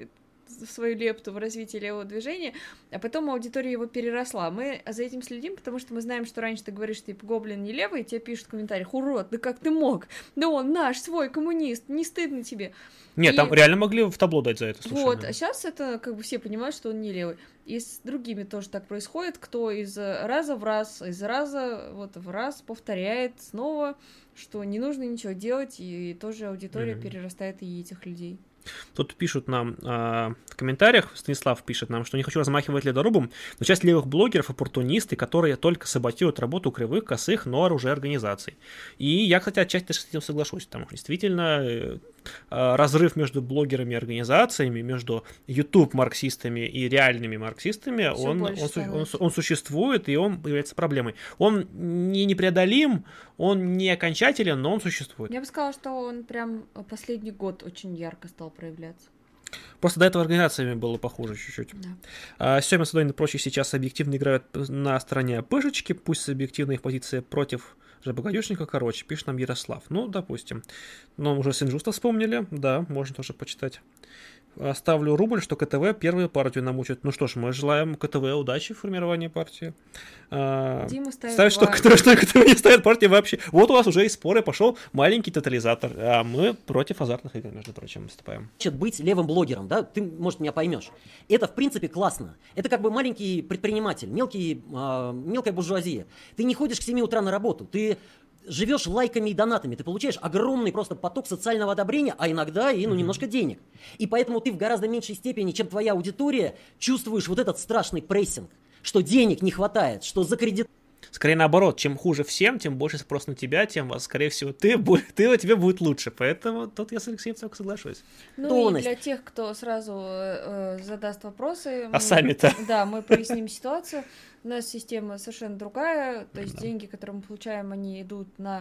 свою лепту в развитие левого движения, а потом аудитория его переросла. Мы за этим следим, потому что мы знаем, что раньше ты говоришь, типа, Гоблин не левый, и тебе пишут в комментариях: урод, да как ты мог? Да он наш, свой, коммунист, не стыдно тебе. Нет, и... там реально могли в табло дать за это. Слушай, вот, да. А сейчас это как бы все понимают, что он не левый. И с другими тоже так происходит, кто из раза в раз, из раза вот в раз повторяет снова, что не нужно ничего делать, и тоже аудитория mm-hmm. перерастает и этих людей. Тут пишут нам э, в комментариях, Станислав пишет нам, что не хочу размахивать ледорубом, но часть левых блогеров — оппортунисты, которые только саботируют работу кривых, косых, но оружия организаций. И я, кстати, отчасти с этим соглашусь, потому что действительно э, разрыв между блогерами и организациями, между YouTube-марксистами и реальными марксистами, он, он, он, он существует, и он является проблемой. Он не непреодолим, он не окончателен, но он существует. Я бы сказала, что он прям последний год очень ярко стал проявляться. Просто до этого организациями было похуже чуть-чуть. Да. А, Сёма, Судонин и прочие сейчас объективно играют на стороне АПшечки, пусть объективная их позиция против Жабогадюшника, короче, пишет нам Ярослав. Ну, допустим. Но уже Синжуста вспомнили, да, можно тоже почитать. Ставлю рубль, что КТВ первую партию намучат. Ну что ж, мы желаем КТВ удачи в формировании партии. Дима ставит, ставит что, КТВ, что КТВ не ставит партии вообще. Вот у вас уже из споры пошел маленький тотализатор. А мы против азартных игр, между прочим, выступаем. Значит, быть левым блогером, да, ты, может, меня поймешь. Это, в принципе, классно. Это как бы маленький предприниматель, мелкий, э, мелкая буржуазия. Ты не ходишь к семи утра на работу, ты живешь лайками и донатами, ты получаешь огромный просто поток социального одобрения, а иногда и ну, немножко денег. И поэтому ты в гораздо меньшей степени, чем твоя аудитория, чувствуешь вот этот страшный прессинг, что денег не хватает, что за кредит... Скорее наоборот, чем хуже всем, тем больше спрос на тебя, тем, скорее всего, ты, ты, тебе будет лучше. Поэтому тут я с Алексеем только соглашусь. Ну Тонность. И для тех, кто сразу э, задаст вопросы... А мы, сами-то? Да, мы проясним ситуацию. У нас система совершенно другая, то есть да. деньги, которые мы получаем, они идут на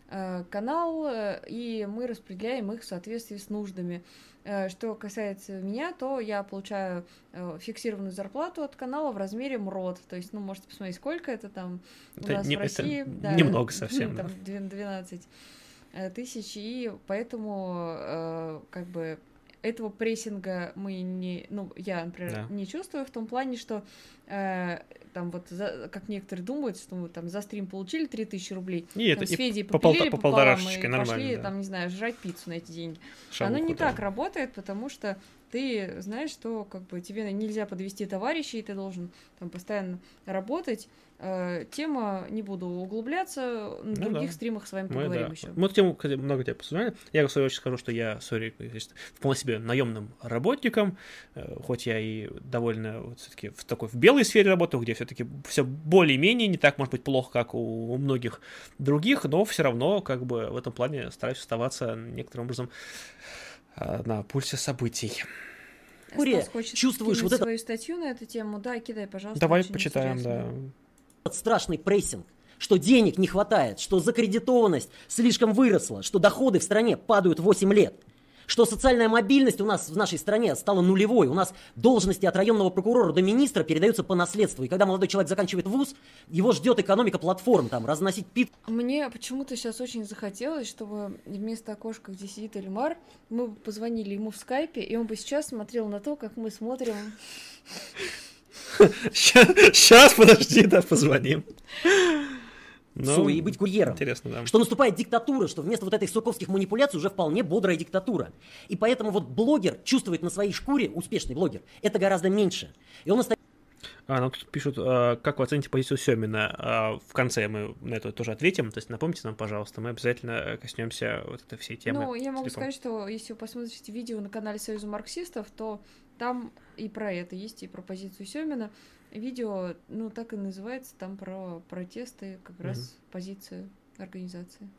э, канал, э, и мы распределяем их в соответствии с нуждами. Э, что касается меня, то я получаю э, фиксированную зарплату от канала в размере МРОТ. То есть, ну, можете посмотреть, сколько это там у Это нас не- в России. это Да, немного совсем, там да. двенадцать тысяч, и поэтому э, как бы этого прессинга мы не, ну, я, например, Да. не чувствую в том плане, что э, там вот, за, как некоторые думают, что мы там за стрим получили три тысячи рублей, И там, это с Федей по попилили полта- по пополам полторашечке, и нормально, пошли, да. там, не знаю, жрать пиццу на эти деньги. Шавуху, Оно не да. так работает, потому что ты знаешь, что как бы тебе нельзя подвести товарищей, ты должен там постоянно работать. Э, тема, не буду углубляться, на Ну других да. стримах с вами Мы, поговорим да. еще. Мы эту тему, кстати, много тебя посмотрели. Я, в свою очередь, скажу, что я, сори, вполне себе наемным работником, э, хоть я и довольно вот, все-таки в такой в белой сфере работаю, где все-таки все более-менее не так, может быть, плохо, как у, у многих других, но все равно, как бы, в этом плане стараюсь оставаться некоторым образом э, на пульсе событий. Курия, Стас хочет чувствуешь кинуть вот это- свою статью на эту тему? Да, кидай, пожалуйста. Давай очень почитаем, интересно. да. этот страшный прессинг, что денег не хватает, что закредитованность слишком выросла, что доходы в стране падают восемь лет, что социальная мобильность у нас в нашей стране стала нулевой, у нас должности от районного прокурора до министра передаются по наследству, и когда молодой человек заканчивает вуз, его ждет экономика платформ, там, разносить пиццу. Мне почему-то сейчас очень захотелось, чтобы вместо окошка, где сидит Эльмар, мы бы позвонили ему в скайпе, и он бы сейчас смотрел на то, как мы смотрим. Сейчас, подожди, да, позвоним. Ну, и быть курьером. Интересно, да. Что наступает диктатура, что вместо вот этих сурковских манипуляций уже вполне бодрая диктатура. И поэтому вот блогер чувствует на своей шкуре, успешный блогер, это гораздо меньше. И он остается... А, нам тут пишут, а, как вы оцените позицию Семина. А, в конце мы на это тоже ответим. То есть напомните нам, пожалуйста, мы обязательно коснемся вот этой всей темы. Ну, я могу целиком. сказать, что если вы посмотрите видео на канале Союза марксистов, то там и про это есть, и про позицию Семина. Видео, ну, так и называется, там про протесты, как Мгм. раз позиция организации.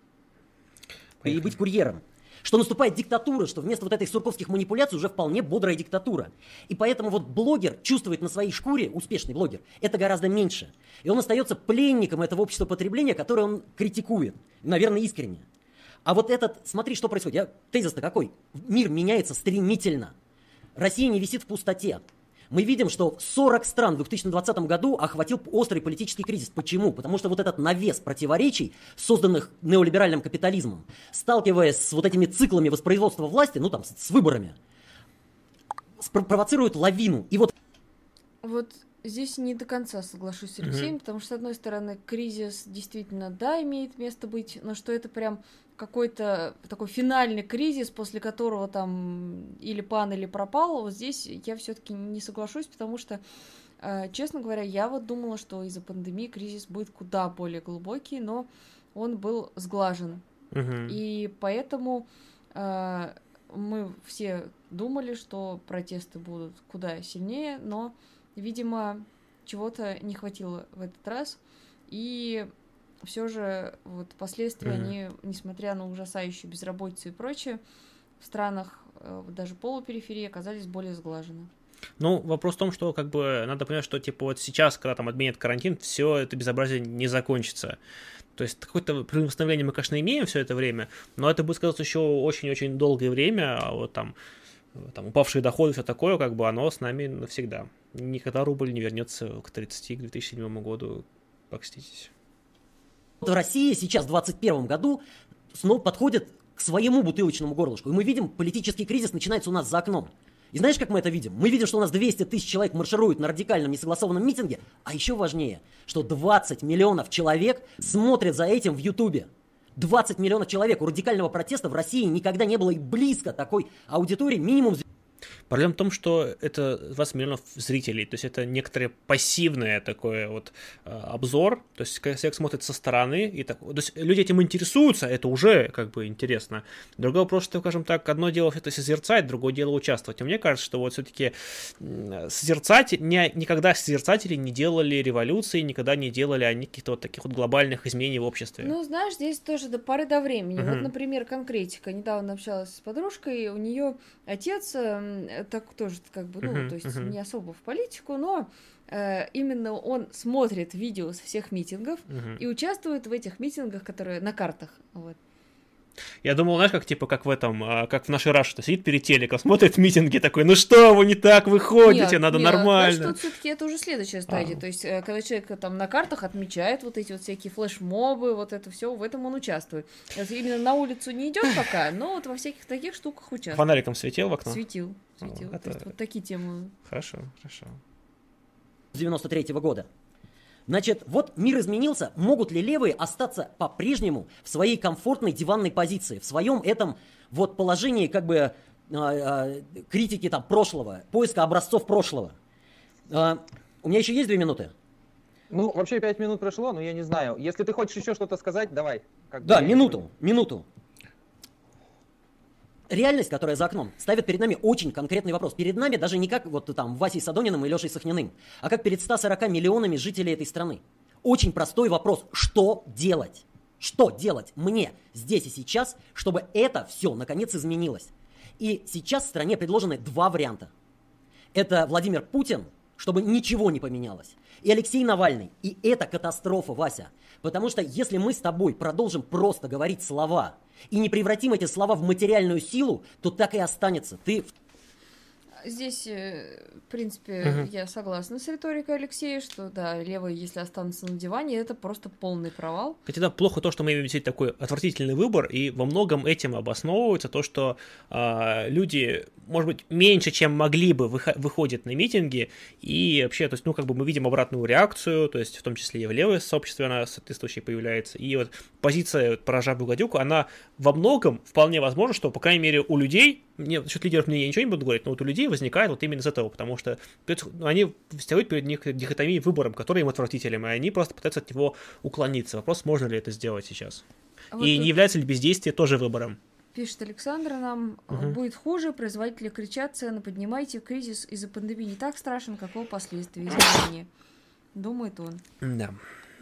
и быть курьером. Что наступает диктатура, что вместо вот этих сурковских манипуляций уже вполне бодрая диктатура. И поэтому вот блогер чувствует на своей шкуре, успешный блогер, это гораздо меньше. И он остается пленником этого общества потребления, которое он критикует. Наверное, искренне. А вот этот, смотри, что происходит. Я, тезис-то какой? Мир меняется стремительно. Россия не висит в пустоте. Мы видим, что сорок стран в две тысячи двадцатом году охватил острый политический кризис. Почему? Потому что вот этот навес противоречий, созданных неолиберальным капитализмом, сталкиваясь с вот этими циклами воспроизводства власти, ну там, с, с выборами, спро- провоцирует лавину. И вот Вот здесь не до конца соглашусь с Алексеем, Мгм. потому что, с одной стороны, кризис действительно, да, имеет место быть, но что это прям какой-то такой финальный кризис, после которого там или пан, или пропал, вот здесь я все-таки не соглашусь, потому что, э, честно говоря, я вот думала, что из-за пандемии кризис будет куда более глубокий, но он был сглажен. Мгм. И поэтому э, мы все думали, что протесты будут куда сильнее, но, видимо, чего-то не хватило в этот раз. И все же вот последствия, Мгм. они, несмотря на ужасающую безработицу и прочее, в странах э, даже полупериферии оказались более сглажены. Ну, вопрос в том, что как бы надо понимать, что типа вот сейчас, когда там отменят карантин, все это безобразие не закончится. То есть какое-то восстановление мы, конечно, имеем все это время, но это будет сказаться еще очень-очень долгое время, а вот там, там упавшие доходы, все такое, как бы оно с нами навсегда. Никогда рубль не вернется к тридцати, к две тысячи седьмому году, покститесь. в России сейчас, в двадцать первом году, снова подходит к своему бутылочному горлышку. И мы видим, политический кризис начинается у нас за окном. И знаешь, как мы это видим? Мы видим, что у нас двести тысяч человек маршируют на радикальном несогласованном митинге, а еще важнее, что двадцать миллионов человек смотрят за этим в Ютубе. двадцать миллионов человек. У радикального протеста в России никогда не было и близко такой аудитории, минимум. Проблема в том, что это двадцать миллионов зрителей, то есть это некоторое пассивное такое вот э, обзор, то есть когда человек смотрит со стороны, и так, то есть люди этим интересуются, это уже как бы интересно. Другой вопрос, что, скажем так, одно дело это созерцать, другое дело участвовать. И мне кажется, что вот все-таки созерцать, не, никогда созерцатели не делали революции, никогда не делали они каких-то вот таких вот глобальных изменений в обществе. Ну, знаешь, здесь тоже до поры до времени. Мгм. Вот, например, конкретика. Недавно общалась с подружкой, у нее отец так тоже как бы, ну, Мгм, то есть мгм. не особо в политику, но э, именно он смотрит видео со всех митингов Мгм. и участвует в этих митингах, которые на картах. Вот. Я думал, знаешь, как типа, как в этом, а, как в нашей Раше, сидит перед телеком, смотрит митинги такой, ну что вы не так выходите, Нет, надо нет, нормально. знаешь, тут все-таки это уже следующая стадия. А. То есть, э, когда человек э, там на картах отмечает вот эти вот всякие флешмобы, вот это все, в этом он участвует. Вот именно на улицу не идет пока, но вот во всяких таких штуках участвует. Фонариком светил в окно? Светил, светил. О, это- То есть вот такие темы. Хорошо, хорошо. С девяносто третьего года. Значит, вот мир изменился, могут ли левые остаться по-прежнему в своей комфортной диванной позиции, в своем этом вот положении как бы э, э, критики там прошлого, поиска образцов прошлого. Э, у меня еще есть две минуты? Ну, вообще пять минут прошло, но я не знаю. Если ты хочешь еще что-то сказать, давай. Как бы Да, я не минуту, минуту. Реальность, которая за окном, ставит перед нами очень конкретный вопрос. Перед нами даже не как вот там Васей Садониным и Лешей Сахниным, а как перед ста сорока миллионами жителей этой страны. Очень простой вопрос. Что делать? Что делать мне здесь и сейчас, чтобы это все наконец изменилось? И сейчас в стране предложены два варианта. Это Владимир Путин, чтобы ничего не поменялось, и Алексей Навальный. И это катастрофа, Вася. Потому что если мы с тобой продолжим просто говорить слова и не превратим эти слова в материальную силу, то так и останется. Ты Здесь, э, в принципе, Мгм. я согласна с риторикой Алексея, что, да, левые, если останутся на диване, это просто полный провал. Хотя да, плохо то, что мы имеем здесь такой отвратительный выбор, и во многом этим обосновывается то, что а, люди, может быть, меньше, чем могли бы, выхо- выходят на митинги, и вообще, то есть, ну, как бы мы видим обратную реакцию, то есть, в том числе и в левое сообществе она соответствующей появляется, и вот позиция вот, про жабу гадюку, она во многом вполне возможно, что, по крайней мере, у людей, мне, насчет лидеров мне ничего не буду говорить, но вот у людей возникает вот именно из этого, потому что они встают перед них дихотомией выбором, который им отвратителен, и они просто пытаются от него уклониться. Вопрос, можно ли это сделать сейчас. Вот И тут не является ли бездействие тоже выбором? пишет Александр нам, Мгм. будет хуже, производители кричат, цены поднимайте, кризис из-за пандемии не так страшен, как его последствия изменения. Думает он. Да.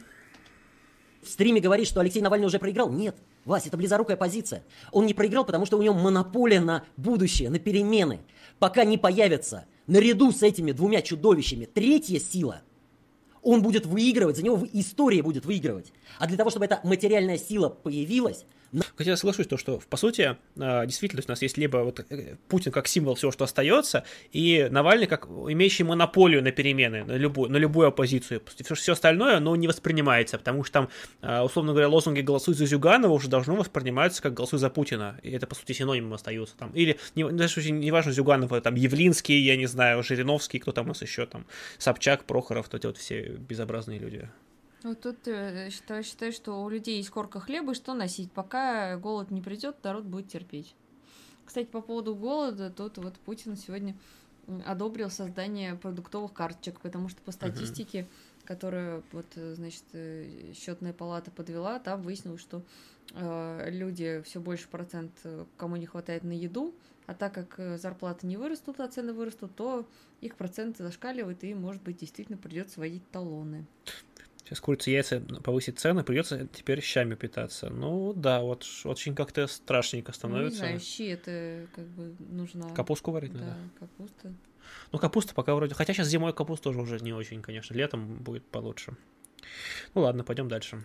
в стриме говорит, что Алексей Навальный уже проиграл. Нет, Вась, это близорукая позиция. Он не проиграл, потому что у него монополия на будущее, на перемены. Пока не появится наряду с этими двумя чудовищами третья сила, он будет выигрывать, за него история будет выигрывать. А для того, чтобы эта материальная сила появилась... Хотя я соглашусь, то, что в, по сути, а, действительно, у нас есть либо вот э, Путин как символ всего, что остается, и Навальный как имеющий монополию на перемены, на любую, на любую оппозицию. Все, все остальное, оно не воспринимается, потому что там, а, условно говоря, лозунги «голосуй за Зюганова» уже должно восприниматься как «голосуй за Путина». И это, по сути, синонимы остаются. Там. Или, не, даже очень неважно, Зюганова, там, Явлинский, я не знаю, Жириновский, кто там у нас еще, там, Собчак, Прохоров, вот эти вот все безобразные люди. Вот тут э, считаю, считаю, что у людей есть корка хлеба, и что носить. Пока голод не придет, народ будет терпеть. Кстати, по поводу голода, тут вот Путин сегодня м, одобрил создание продуктовых карточек, потому что по статистике, которую вот, э, значит, э, счетная палата подвела, там выяснилось, что э, люди все больше процент, э, кому не хватает на еду, а так как э, зарплаты не вырастут, а цены вырастут, то их проценты зашкаливают, и, может быть, действительно придется вводить талоны. Сейчас курица, яйца повысит цены, придется теперь щами питаться. Ну да, вот очень как-то страшненько Ну, не становится. знаю, щи это как бы нужно... Капустку варить Да, надо. капуста. Ну, капуста пока вроде... Хотя сейчас зимой капуста тоже уже не очень, конечно. Летом будет получше. Ну ладно, пойдем дальше.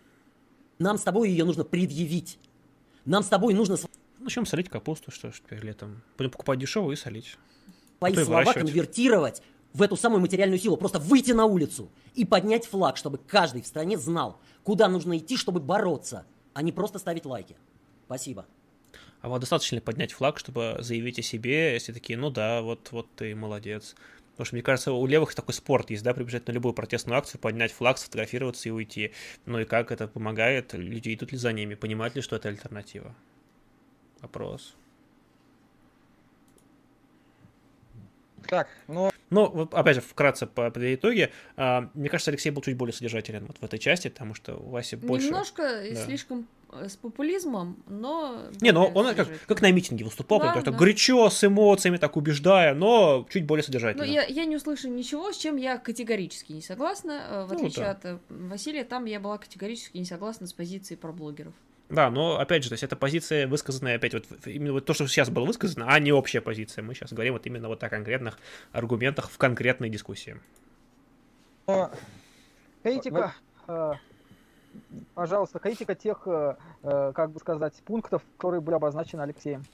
Нам с тобой ее нужно предъявить. Нам с тобой нужно Начнем солить капусту, что ж теперь летом. Будем покупать дешевую и солить. свои то и слова выращивать. конвертировать в эту самую материальную силу. Просто выйти на улицу и поднять флаг, чтобы каждый в стране знал, куда нужно идти, чтобы бороться, а не просто ставить лайки. Спасибо. А вот достаточно ли поднять флаг, чтобы заявить о себе, если такие, ну да, вот, вот ты молодец. Потому что, мне кажется, у левых такой спорт есть, да, прибежать на любую протестную акцию, поднять флаг, сфотографироваться и уйти. Ну и как это помогает? Люди идут ли за ними? Понимают ли, что это альтернатива? Вопрос. Так, ну, Ну, вот, опять же, вкратце по, по итоге, а, мне кажется, Алексей был чуть более содержателен вот в этой части, потому что у Васи больше... Немножко да. слишком э, с популизмом, но... Не, ну более он как, содержательно. как на митинге выступал, Да, прям так, так да. горячо, с эмоциями, так убеждая, но чуть более Ну, содержательно. я, я не услышу ничего, с чем я категорически не согласна. э, В Ну, отличие да. от э, Василия, там я была категорически не согласна с позицией про блогеров. Да, но опять же, то есть это позиция, высказанная опять вот именно вот то, что сейчас было высказано, а не общая позиция. Мы сейчас говорим вот именно вот о конкретных аргументах в конкретной дискуссии. Но Критика, э, пожалуйста, критика тех, э, э, как бы сказать, пунктов, которые были обозначены Алексеем.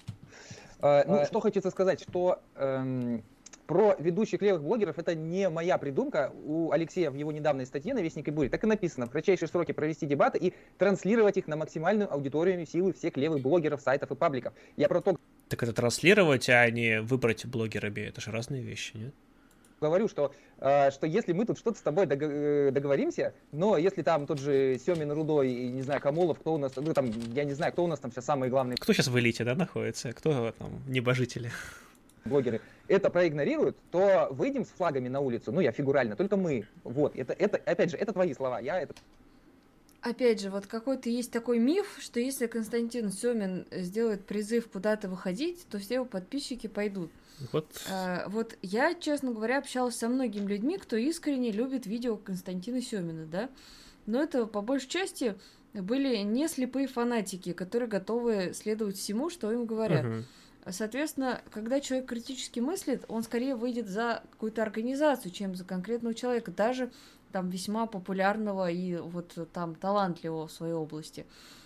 Э, ну, что хочется сказать, что эм, про ведущих левых блогеров это не моя придумка. У Алексея в его недавней статье на Вестнике Бури так и написано: в кратчайшие сроки провести дебаты и транслировать их на максимальную аудиторию силы всех левых блогеров, сайтов и пабликов. Я про то Так это транслировать, а не выбрать блогерами, это же разные вещи, нет? говорю, что, э, что если мы тут что-то с тобой дог- договоримся, но если там тот же Семин, Рудой и, не знаю, Камолов, кто у нас, ну там, я не знаю, кто у нас там сейчас самые главные Кто сейчас в элите, да, находится? Кто там небожители? блогеры, это проигнорируют, то выйдем с флагами на улицу, ну я фигурально, только мы, вот, это, это опять же, это твои слова, я это... Опять же, вот какой-то есть такой миф, что если Константин Семин сделает призыв куда-то выходить, то все его подписчики пойдут. Вот. А, вот я, честно говоря, общалась со многими людьми, кто искренне любит видео Константина Семина, да, но это по большей части были не слепые фанатики, которые готовы следовать всему, что им говорят. Мгм. Соответственно, когда человек критически мыслит, он скорее выйдет за какую-то организацию, чем за конкретного человека, даже там весьма популярного и вот там талантливого в своей области.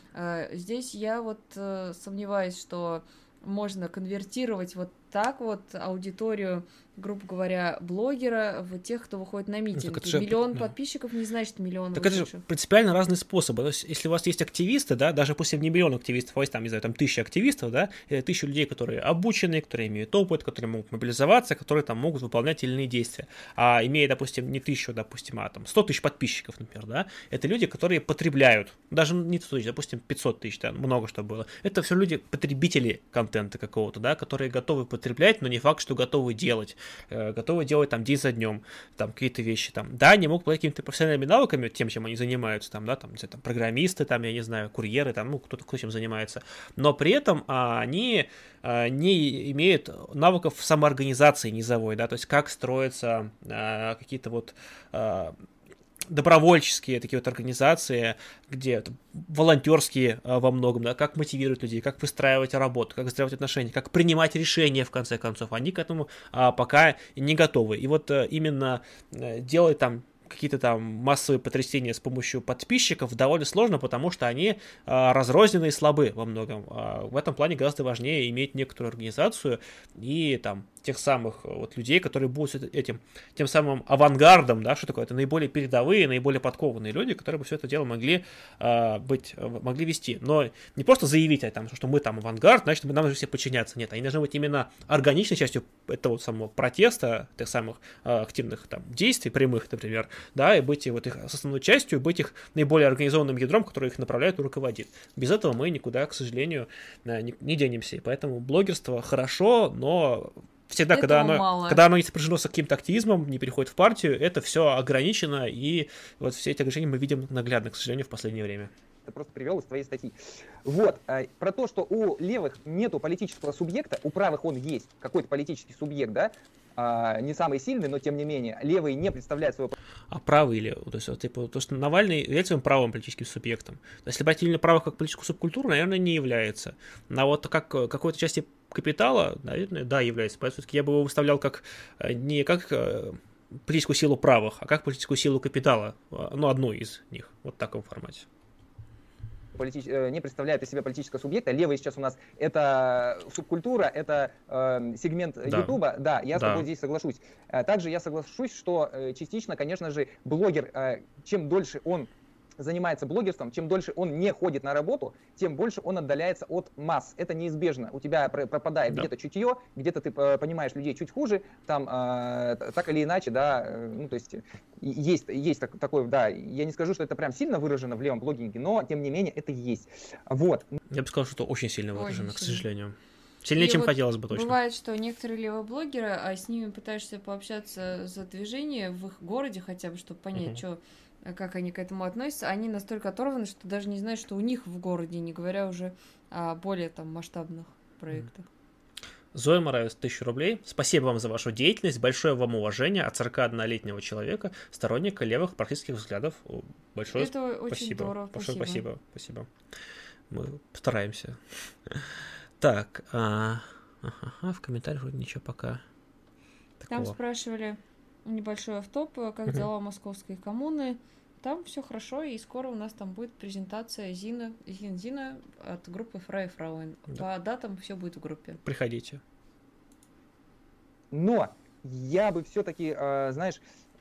Э, Здесь я вот э, сомневаюсь, что можно конвертировать вот так вот аудиторию, грубо говоря, блогера в тех, кто выходит на митинги. это же- Миллион да. подписчиков не значит миллион Так это же вышедших. принципиально разные способы. То есть, если у вас есть активисты, да, даже пусть не миллион активистов, а есть там, не знаю, там тысяча активистов, да, или тысяча людей, которые обучены, которые имеют опыт, которые могут мобилизоваться, которые там могут выполнять или иные действия. А имея, допустим, не тысячу, допустим, а там сто тысяч подписчиков, например, да, это люди, которые потребляют, даже не сто тысяч, допустим, пятьсот тысяч, да, много что было. Это все люди, потребители контента какого-то, да, которые готовы потреблять, но не факт, что готовы делать, э, готовы делать там день за днем, там какие-то вещи там. Да, они могут быть какими-то профессиональными навыками, тем, чем они занимаются, там, да, там, не знаю, там программисты, там, я не знаю, курьеры, там, ну, кто-то кто чем занимается, но при этом а, они а, не имеют навыков самоорганизации низовой, да, то есть как строятся а, какие-то вот а, добровольческие такие вот организации, где это волонтерские а, во многом, да, как мотивировать людей, как выстраивать работу, как выстраивать отношения, как принимать решения, в конце концов. Они к этому а, пока не готовы. И вот а, именно а, делать там какие-то там массовые потрясения с помощью подписчиков довольно сложно, потому что они а, разрознены и слабы во многом. А, в этом плане гораздо важнее иметь некоторую организацию и там тех самых вот людей, которые будут этим, тем самым авангардом, да, что такое, это наиболее передовые, наиболее подкованные люди, которые бы все это дело могли а, быть, могли вести. Но не просто заявить, а, там, что мы там авангард, значит, мы нам должны все подчиняться. Нет, они должны быть именно органичной частью этого самого протеста, тех самых а, активных там действий, прямых, например, да, и быть вот их основной частью, быть их наиболее организованным ядром, который их направляет и руководит. Без этого мы никуда, к сожалению, не, не денемся. И поэтому блогерство хорошо, но всегда, когда оно, когда оно не сопряжено с каким-то активизмом, не переходит в партию, это все ограничено, и вот все эти ограничения мы видим наглядно, к сожалению, в последнее время. Ты просто привел из твоей статьи. Вот, а, про то, что у левых нету политического субъекта, у правых он есть, какой-то политический субъект, да, а, не самый сильный, но тем не менее, левые не представляют своего... А правый или, то есть, типа, то, что Навальный является своим правым политическим субъектом. Если брать именно правых как политическую субкультуру, наверное, не является. Но вот как какой-то части капитала, наверное, да, является. Поэтому все-таки я бы его выставлял как не как политическую силу правых, а как политическую силу капитала, ну, одну из них, вот в таком формате. Политич... не представляет из себя политического субъекта. Левые сейчас у нас это субкультура, это э, сегмент Ютуба. Да. да, я да. с тобой здесь соглашусь. Также я соглашусь, что э, частично, конечно же, блогер, э, чем дольше он занимается блогерством, чем дольше он не ходит на работу, тем больше он отдаляется от масс. Это неизбежно. У тебя пропадает да. где-то чутье, где-то ты понимаешь людей чуть хуже, там э, так или иначе, да, э, ну то есть есть, есть так, такое, да, я не скажу, что это прям сильно выражено в левом блогинге, но тем не менее это есть. Вот. Я бы сказал, что это очень сильно выражено, очень к сожалению. Сильнее, и чем вот хотелось бы точно. Бывает, что некоторые левые блогеры, а с ними пытаешься пообщаться за движение в их городе хотя бы, чтобы понять, uh-huh. что как они к этому относятся, они настолько оторваны, что даже не знают, что у них в городе, не говоря уже о более там масштабных проектах. Зоя Мораевец, тысяча рублей. Спасибо вам за вашу деятельность, большое вам уважение от сорокаоднолетнего человека, сторонника левых марксистских взглядов. Большое Это спасибо. очень здорово, большое спасибо. спасибо. Спасибо. Мы постараемся. Так, а, ага, в комментариях вроде ничего пока. Там такого. спрашивали небольшой автоп, как Мгм. дела Московской коммуны. Там все хорошо, и скоро у нас там будет презентация Зина, Зин Зина от группы Фрай Фрауен. Да. По датам все будет в группе. Приходите. Но я бы все-таки, э, знаешь,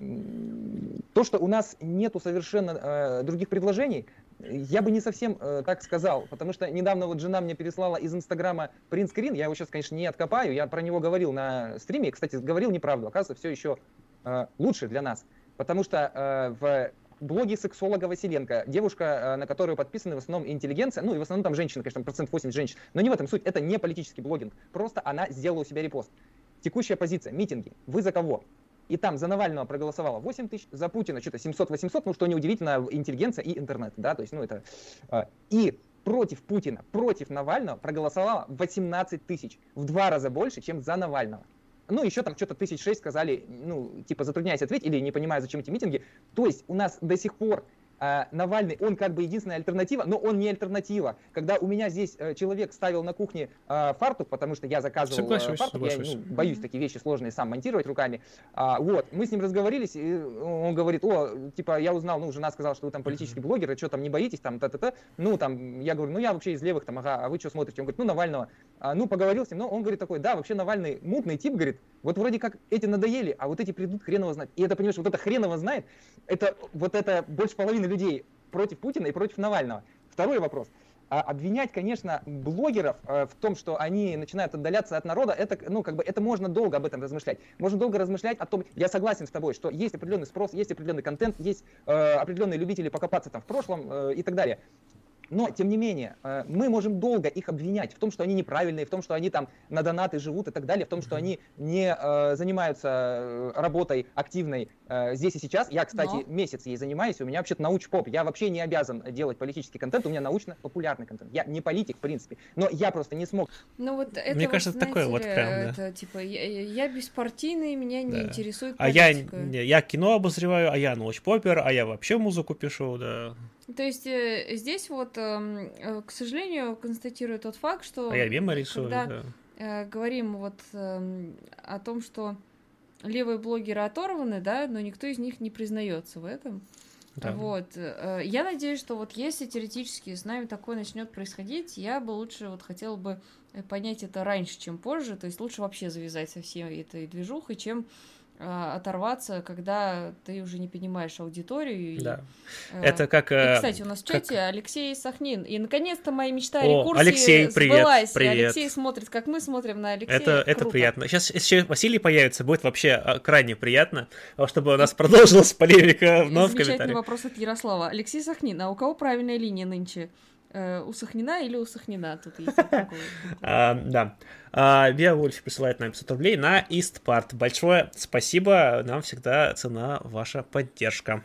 м, то, что у нас нету совершенно э, других предложений, я бы не совсем э, так сказал, потому что недавно вот жена мне переслала из Инстаграма принтскрин, я его сейчас, конечно, не откопаю, я про него говорил на стриме, кстати, говорил неправду, оказывается, все еще э, лучше для нас, потому что э, в блоге сексолога Василенко, девушка, э, на которую подписаны в основном интеллигенция, ну и в основном там женщины, конечно, там процент восемьдесят женщин, но не в этом суть, это не политический блогинг, просто она сделала у себя репост. Текущая позиция, митинги, вы за кого? И там за Навального проголосовало восемь тысяч, за Путина что-то семьсот-восемьсот, ну что неудивительно, интеллигенция и интернет, да, то есть, ну это... Э, и против Путина, против Навального проголосовало восемнадцать тысяч, в два раза больше, чем за Навального. Ну, еще там что-то тысяч шесть сказали, ну, типа, затрудняясь ответить или не понимая, зачем эти митинги. То есть у нас до сих пор э, Навальный, он как бы единственная альтернатива, но он не альтернатива. Когда у меня здесь э, человек ставил на кухне э, фартук, потому что я заказывал Соглашусь, э, фартук, соглашусь. я ну, боюсь такие вещи сложные сам монтировать руками. А, вот, мы с ним разговорились, и он говорит, о, типа, я узнал, ну, жена сказала, что вы там политический блогер, и что там, не боитесь, там, та-та-та. Ну, там, я говорю, ну, я вообще из левых, там, ага, а вы что смотрите? Он говорит, ну, Навального. А, ну, поговорил с ним, но он говорит такой, да, вообще Навальный мутный тип, говорит, вот вроде как эти надоели, а вот эти придут, хрен его знает. И это, понимаешь, вот это хрен его знает, это вот это больше половины людей против Путина и против Навального. Второй вопрос. А обвинять, конечно, блогеров э, в том, что они начинают отдаляться от народа, это, ну, как бы, это можно долго об этом размышлять. Можно долго размышлять о том, я согласен с тобой, что есть определенный спрос, есть определенный контент, есть э, определенные любители покопаться там в прошлом э, и так далее. Но, тем не менее, э, мы можем долго их обвинять в том, что они неправильные, в том, что они там на донаты живут и так далее, в том, что они не э, занимаются э, работой активной э, здесь и сейчас. Я, кстати, Но. месяц ей занимаюсь, у меня вообще-то научпоп. Я вообще не обязан делать политический контент, у меня научно-популярный контент. Я не политик, в принципе, но я просто не смог. Ну вот это Мне вот, кажется, знаете такое вот ли, прям, да. это типа я, я беспартийный, меня не Да. интересует А я, политика. не, я кино обозреваю, а я научпопер, а я вообще музыку пишу, да. То есть э, здесь вот, эм, э, к сожалению, констатирую тот факт, что А я мемы рисую, когда да. э, говорим вот эм, о том, что левые блогеры оторваны, да, но никто из них не признается в этом. Да. Вот. э, Я надеюсь, что вот если теоретически с нами такое начнет происходить, я бы лучше вот хотела бы понять это раньше, чем позже. То есть лучше вообще завязать со всей этой движухой, чем э, оторваться, когда ты уже не понимаешь аудиторию. И, Да. э, Это как... и, э, кстати, у нас в как- чате Алексей Сахнин. И, наконец-то, моя мечта о О, рекурсии Алексей, привет, сбылась. И привет. Алексей смотрит, как мы смотрим на Алексея. Это, это Круто. приятно. Сейчас еще Василий появится, будет вообще а, крайне приятно, а, чтобы у нас продолжилась полемика вновь в Замечательный комментариях. вопрос от Ярослава. Алексей Сахнин, а у кого правильная линия нынче? Э, у Сахнина или у Сахнина? Тут есть такой. А, да. А, Виавульф присылает нам пятьсот рублей на Истпарт. Большое спасибо. Нам всегда цена ваша поддержка.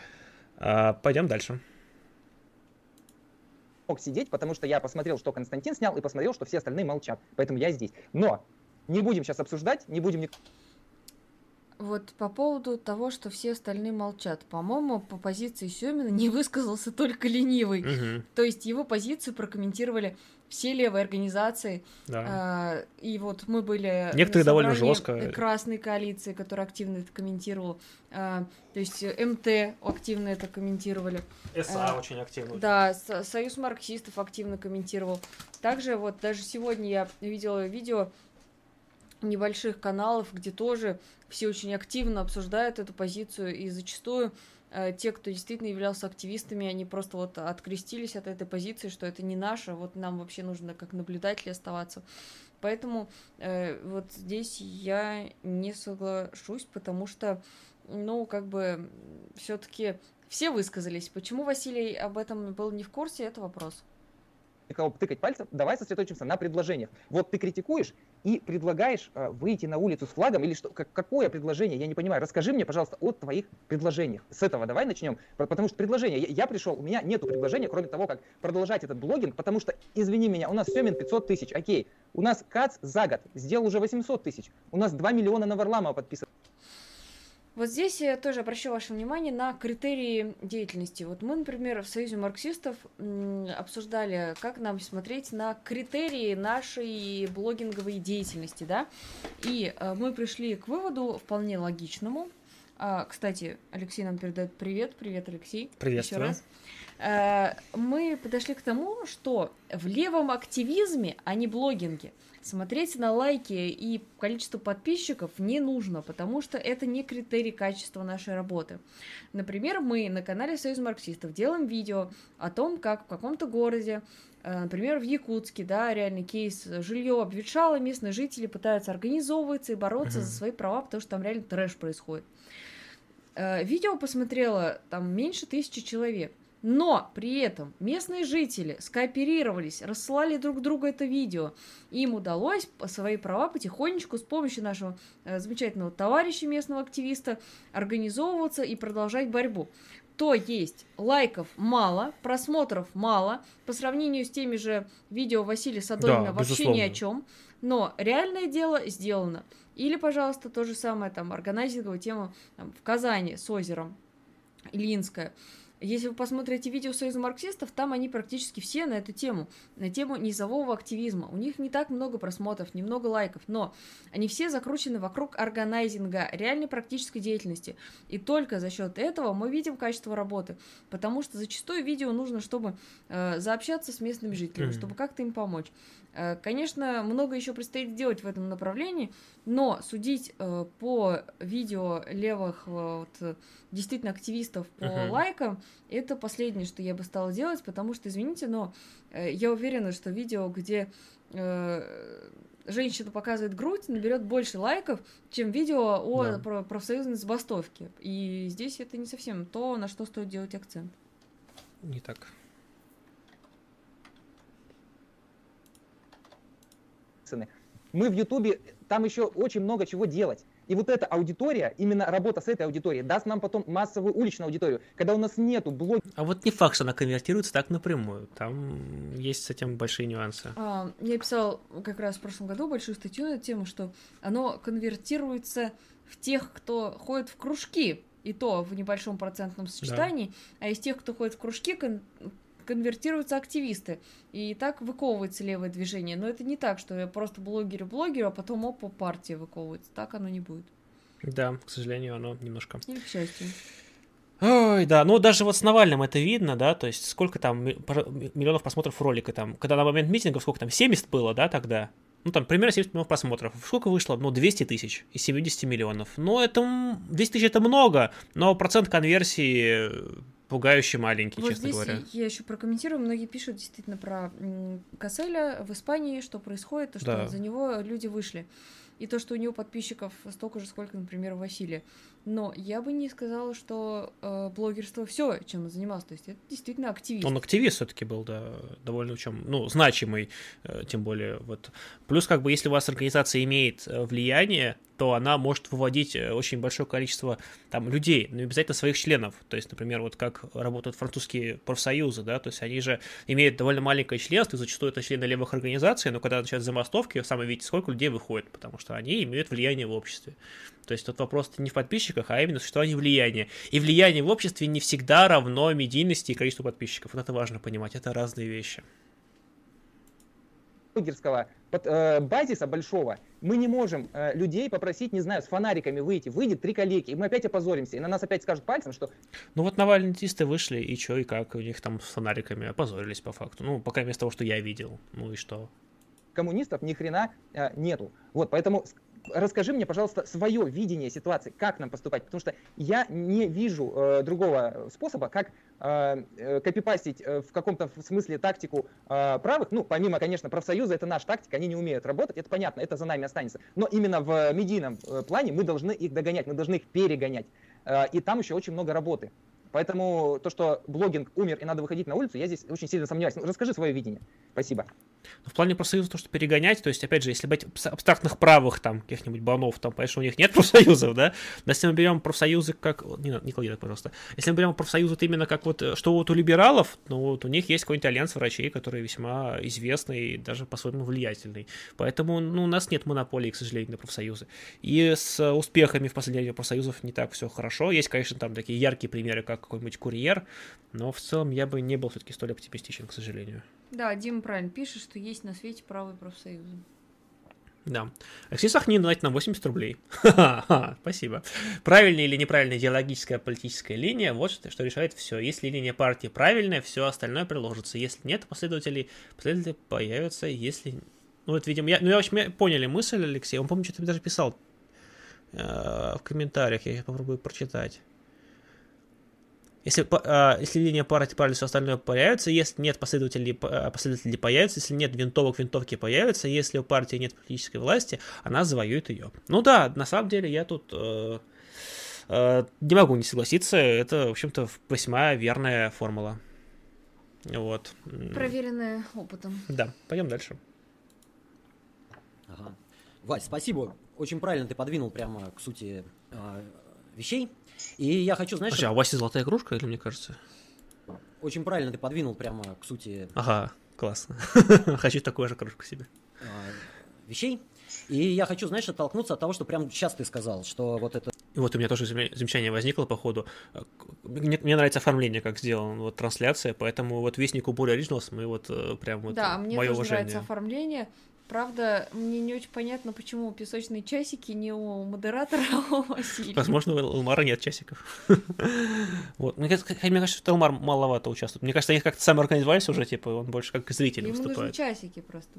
А, пойдем дальше. мог сидеть, потому что я посмотрел, что Константин снял, и посмотрел, что все остальные молчат. Поэтому я здесь. Но не будем сейчас обсуждать, не будем... Вот по поводу того, что все остальные молчат. По-моему, по позиции Сёмина не высказался только ленивый. Мгм. То есть его позицию прокомментировали все левые организации. Да. А, и вот мы были Некоторые на довольно собрании жестко. Красной коалиции, которая активно это комментировала. А, то есть МТ активно это комментировали. СА э, очень активно. Да, Со- Союз марксистов активно комментировал. Также вот даже сегодня я видела видео небольших каналов, где тоже все очень активно обсуждают эту позицию, и зачастую э, те, кто действительно являлся активистами, они просто вот открестились от этой позиции, что это не наше, вот нам вообще нужно как наблюдатели оставаться. Поэтому э, вот здесь я не соглашусь, потому что, ну, как бы, все-таки все высказались. Почему Василий об этом был не в курсе, это вопрос. Кого тыкать пальцем, давай сосредоточимся на предложениях. Вот ты критикуешь и предлагаешь э, выйти на улицу с флагом или что? Как, какое предложение? Я не понимаю. Расскажи мне, пожалуйста, о твоих предложениях. С этого давай начнем. Потому что предложение, я, я пришел, у меня нету предложения, кроме того, как продолжать этот блогинг, потому что, извини меня, у нас Сёмин пятьсот тысяч, окей. У нас Кац за год сделал уже восемьсот тысяч. У нас два миллиона на Варламова подписано. Вот здесь я тоже обращу ваше внимание на критерии деятельности. Вот мы, например, в Союзе марксистов м, обсуждали, как нам смотреть на критерии нашей блогинговой деятельности, да, и э, мы пришли к выводу вполне логичному. А, кстати, Алексей нам передает привет. Привет, Алексей. Приветствую. Еще раз. Э, мы подошли к тому, что в левом активизме, а не блогинге, смотреть на лайки и количество подписчиков не нужно, потому что это не критерий качества нашей работы. Например, мы на канале Союз марксистов делаем видео о том, как в каком-то городе, например, в Якутске, да, реальный кейс, жилье обветшало, местные жители пытаются организовываться и бороться uh-huh. за свои права, потому что там реально трэш происходит. Видео посмотрело там меньше тысячи человек. Но при этом местные жители скооперировались, рассылали друг другу это видео. Им удалось свои права потихонечку с помощью нашего э, замечательного товарища местного активиста организовываться и продолжать борьбу. То есть лайков мало, просмотров мало, по сравнению с теми же видео Василия Садонина да, вообще безусловно. Ни о чем. Но реальное дело сделано. Или, пожалуйста, то же самое, там, органайзинговая тема там, в Казани с озером, Ильинская. Если вы посмотрите видео Союза марксистов, там они практически все на эту тему, на тему низового активизма. У них не так много просмотров, немного лайков, но они все закручены вокруг органайзинга, реальной практической деятельности. И только за счет этого мы видим качество работы, потому что зачастую видео нужно, чтобы э, заобщаться с местными жителями, mm-hmm. чтобы как-то им помочь. Э, конечно, много еще предстоит сделать в этом направлении, но судить э, по видео левых э, вот, действительно активистов по uh-huh. лайкам, это последнее, что я бы стала делать, потому что, извините, но э, я уверена, что видео, где э, женщина показывает грудь, наберет больше лайков, чем видео о да. про профсоюзной забастовке. И здесь это не совсем то, на что стоит делать акцент. Не так. Мы в Ютубе, там еще очень много чего делать. И вот эта аудитория, именно работа с этой аудиторией, даст нам потом массовую уличную аудиторию, когда у нас нету блогеров. А вот не факт, что она конвертируется так напрямую. Там есть с этим большие нюансы. А, я писала как раз в прошлом году большую статью на эту тему, что оно конвертируется в тех, кто ходит в кружки, и то в небольшом процентном сочетании, да. А из тех, кто ходит в кружки, кон- конвертируются активисты. И так выковывается левое движение. Но это не так, что я просто блогерю-блогеру, а потом опа, партия выковывается. Так оно не будет. Да, к сожалению, оно немножко... Или к счастью. Ой, да, ну даже вот с Навальным это видно, да, то есть сколько там миллионов просмотров ролика там, когда на момент митингов сколько там, семьдесят было, да, тогда? Ну, там, примерно семьдесят миллионов просмотров. Сколько вышло? Ну, двести тысяч из семидесяти миллионов. Ну, это... двести тысяч это много, но процент конверсии пугающе маленький, вот честно здесь говоря. Я еще прокомментирую. Многие пишут действительно про Касселя в Испании, что происходит, то, что да. за него люди вышли. И то, что у него подписчиков столько же, сколько, например, у Василия. Но я бы не сказала, что э, блогерство все, чем он занимался. То есть это действительно активист. Он активист все-таки был, да, довольно чем, ну, значимый, э, тем более. Вот. Плюс, как бы, если у вас организация имеет влияние, то она может выводить очень большое количество там людей, но не обязательно своих членов. То есть, например, вот как работают французские профсоюзы, да, то есть они же имеют довольно маленькое членство, и зачастую это члены левых организаций, но когда начинают забастовки, сами видите, сколько людей выходит, потому что они имеют влияние в обществе. То есть тут вопрос не в подписчиках, а именно в существовании влияния. И влияние в обществе не всегда равно медийности и количеству подписчиков. Вот это важно понимать, это разные вещи. Блогерского э, базиса большого мы не можем э, людей попросить, не знаю, с фонариками выйти. Выйдет три коллеги, и мы опять опозоримся. И на нас опять скажут пальцем, что... Ну вот навальнисты вышли, и что, и как? У них там с фонариками опозорились по факту. Ну, пока вместо того, что я видел. Ну и что? Коммунистов ни хрена э, нету. Вот, поэтому... Расскажи мне, пожалуйста, свое видение ситуации, как нам поступать, потому что я не вижу э, другого способа, как э, э, копипастить э, в каком-то смысле тактику э, правых, ну, помимо, конечно, профсоюза, это наша тактика, они не умеют работать, это понятно, это за нами останется, но именно в медийном э, плане мы должны их догонять, мы должны их перегонять, э, и там еще очень много работы. Поэтому то, что блогинг умер и надо выходить на улицу, я здесь очень сильно сомневаюсь. Ну, расскажи свое видение. Спасибо. Но в плане профсоюза то, что перегонять, то есть, опять же, если брать абстрактных правых, там, каких-нибудь банов, там, понятно, что у них нет профсоюзов, да, но если мы берем профсоюзы как... Не, не клади, пожалуйста. Если мы берем профсоюзы вот именно как вот, что вот у либералов, ну, вот у них есть какой-нибудь альянс врачей, который весьма известный и даже по-своему влиятельный. Поэтому, ну, у нас нет монополии, к сожалению, на профсоюзы. И с успехами в последнее время профсоюзов не так все хорошо. Есть, конечно, там такие яркие примеры, как какой-нибудь Курьер, но в целом я бы не был все-таки столь оптимистичен, к сожалению. Да, Дима правильно пишет, что есть на свете правые профсоюзы. Да. Алексей Сахнин донатит нам восемьдесят рублей. Ха-ха, спасибо. Правильная или неправильная идеологическая политическая линия, вот что, что решает все. Если линия партии правильная, все остальное приложится. Если нет, последователей, последователи появятся, если... Ну, вот, видимо, я, ну, я, в общем, поняли мысль, Алексей. Он, помню, что-то даже писал э, в комментариях, я попробую прочитать. Если, э, если линия партии правильно, все остальное появится, если нет последователей, последователей появится, если нет винтовок, винтовки появятся, если у партии нет политической власти, она завоюет ее. Ну да, на самом деле я тут э, э, не могу не согласиться, это, в общем-то, весьма верная формула. Вот. Проверенная опытом. Да, пойдем дальше. Ага. Вась, спасибо. Очень правильно ты подвинул прямо к сути э, вещей. И я хочу, знаешь... Слушай, а у Васи золотая кружка, или мне кажется? Очень правильно ты подвинул прямо к сути... Ага, классно. Хочу такую же кружку себе. Э, вещей. И я хочу, знаешь, оттолкнуться от того, что прямо сейчас ты сказал, что вот это... И вот у меня тоже замечание возникло по ходу. Мне, мне нравится оформление, как сделано, вот трансляция, поэтому вот Вестнику Буря Originals мы вот прям вот... Да, мне мое тоже уважение. нравится оформление. Правда, мне не очень понятно, почему песочные часики не у модератора, а у Василия. Возможно, у Элмара нет часиков. Вот. Мне кажется, что Элмар маловато участвует. Мне кажется, они как-то сами организовались уже, типа, он больше как зритель Ему нужны выступает. часики просто.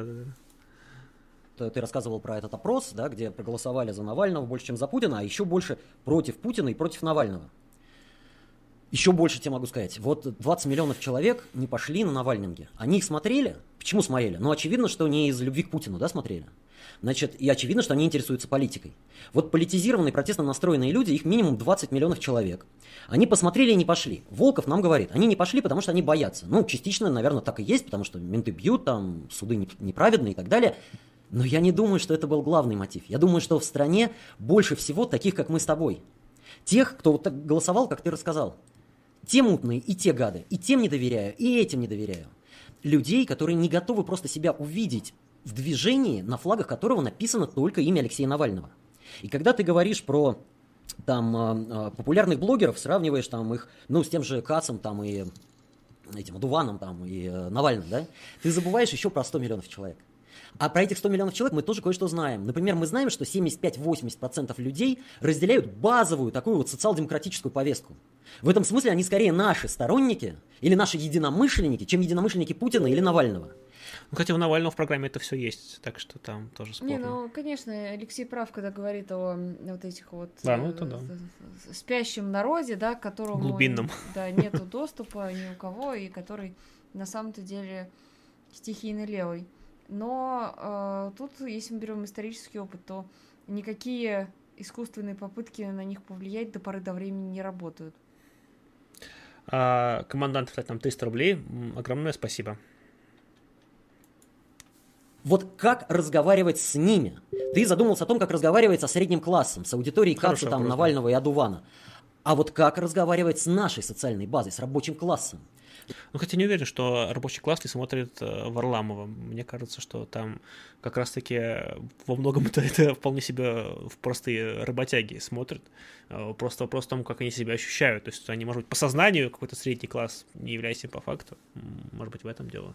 Да-да-да. Ты рассказывал про этот опрос, да, где проголосовали за Навального больше, чем за Путина, а еще больше против Путина и против Навального. Еще больше тебе могу сказать. Вот двадцать миллионов человек не пошли на Навальнинги. Они их смотрели. Почему смотрели? Ну, очевидно, что не из любви к Путину, да, смотрели. Значит, и очевидно, что они интересуются политикой. Вот политизированные, протестно настроенные люди, их минимум двадцать миллионов человек. Они посмотрели и не пошли. Волков нам говорит, они не пошли, потому что они боятся. Ну, частично, наверное, так и есть, потому что менты бьют, там, суды неправедные и так далее. Но я не думаю, что это был главный мотив. Я думаю, что в стране больше всего таких, как мы с тобой. Тех, кто вот так голосовал, как ты рассказал. Те мутные и те гады. И тем не доверяю, и этим не доверяю. Людей, которые не готовы просто себя увидеть в движении, на флагах которого написано только имя Алексея Навального. И когда ты говоришь про там, популярных блогеров, сравниваешь там, их ну, с тем же Кацем там, и этим Адуваном там, и Навальным, да, ты забываешь еще про сто миллионов человек. А про этих сто миллионов человек мы тоже кое-что знаем. Например, мы знаем, что семьдесят пять - восемьдесят процентов людей разделяют базовую такую вот социал-демократическую повестку. В этом смысле они скорее наши сторонники или наши единомышленники, чем единомышленники Путина или Навального. Ну, кстати, у Навального в программе это все есть, так что там тоже спорно. Не, ну, конечно, Алексей прав, когда говорит о вот этих вот да, ну, это да. спящем народе, да, к которому глубинном. Да, нету доступа ни у кого, и который на самом-то деле стихийно левый. Но э, тут, если мы берем исторический опыт, то никакие искусственные попытки на них повлиять до поры до времени не работают. А, командант, кстати, нам триста рублей. Огромное спасибо. Вот как разговаривать с ними? Ты задумался о том, как разговаривать со средним классом, с аудиторией Каца, там, Навального и Адувана. А вот как разговаривать с нашей социальной базой, с рабочим классом? Ну, хотя не уверен, что рабочий класс не смотрит Варламова. Мне кажется, что там как раз-таки во многом это, это вполне себе в простые работяги смотрят. Просто вопрос в том, как они себя ощущают. То есть они, может быть, по сознанию какой-то средний класс не являются по факту. Может быть, в этом дело.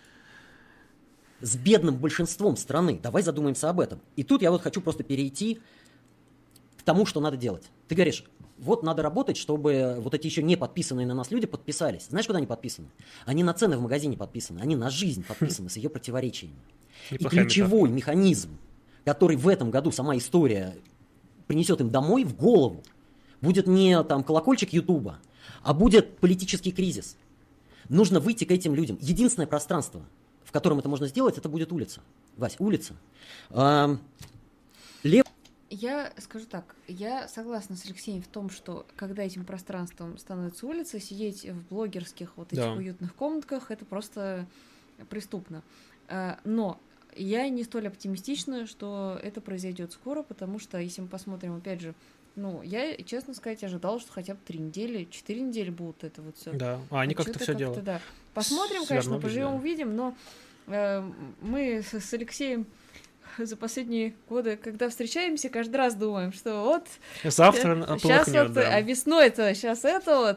С бедным большинством страны. Давай задумаемся об этом. И тут я вот хочу просто перейти к тому, что надо делать. Ты говоришь, вот надо работать, чтобы вот эти еще не подписанные на нас люди подписались. Знаешь, куда они подписаны? Они на цены в магазине подписаны, они на жизнь подписаны с ее противоречиями. И ключевой механизм, который в этом году сама история принесет им домой в голову, будет не там колокольчик Ютуба, а будет политический кризис. Нужно выйти к этим людям. Единственное пространство, в котором это можно сделать, это будет улица. Вась, улица. А, лев... Я скажу так, я согласна с Алексеем в том, что когда этим пространством становится улица, сидеть в блогерских вот этих да. уютных комнатках, это просто преступно. А, Но я не столь оптимистична, что это произойдет скоро, потому что, если мы посмотрим, опять же, ну, я, честно сказать, ожидала, что хотя бы три недели, четыре недели будут это вот все. Да, а они как-то все делают. Да. Посмотрим, конечно, поживем, увидим, но э, мы с, с Алексеем за последние годы, когда встречаемся, каждый раз думаем, что вот... Завтра сейчас полыхнет, вот, да. а весной-то сейчас это вот...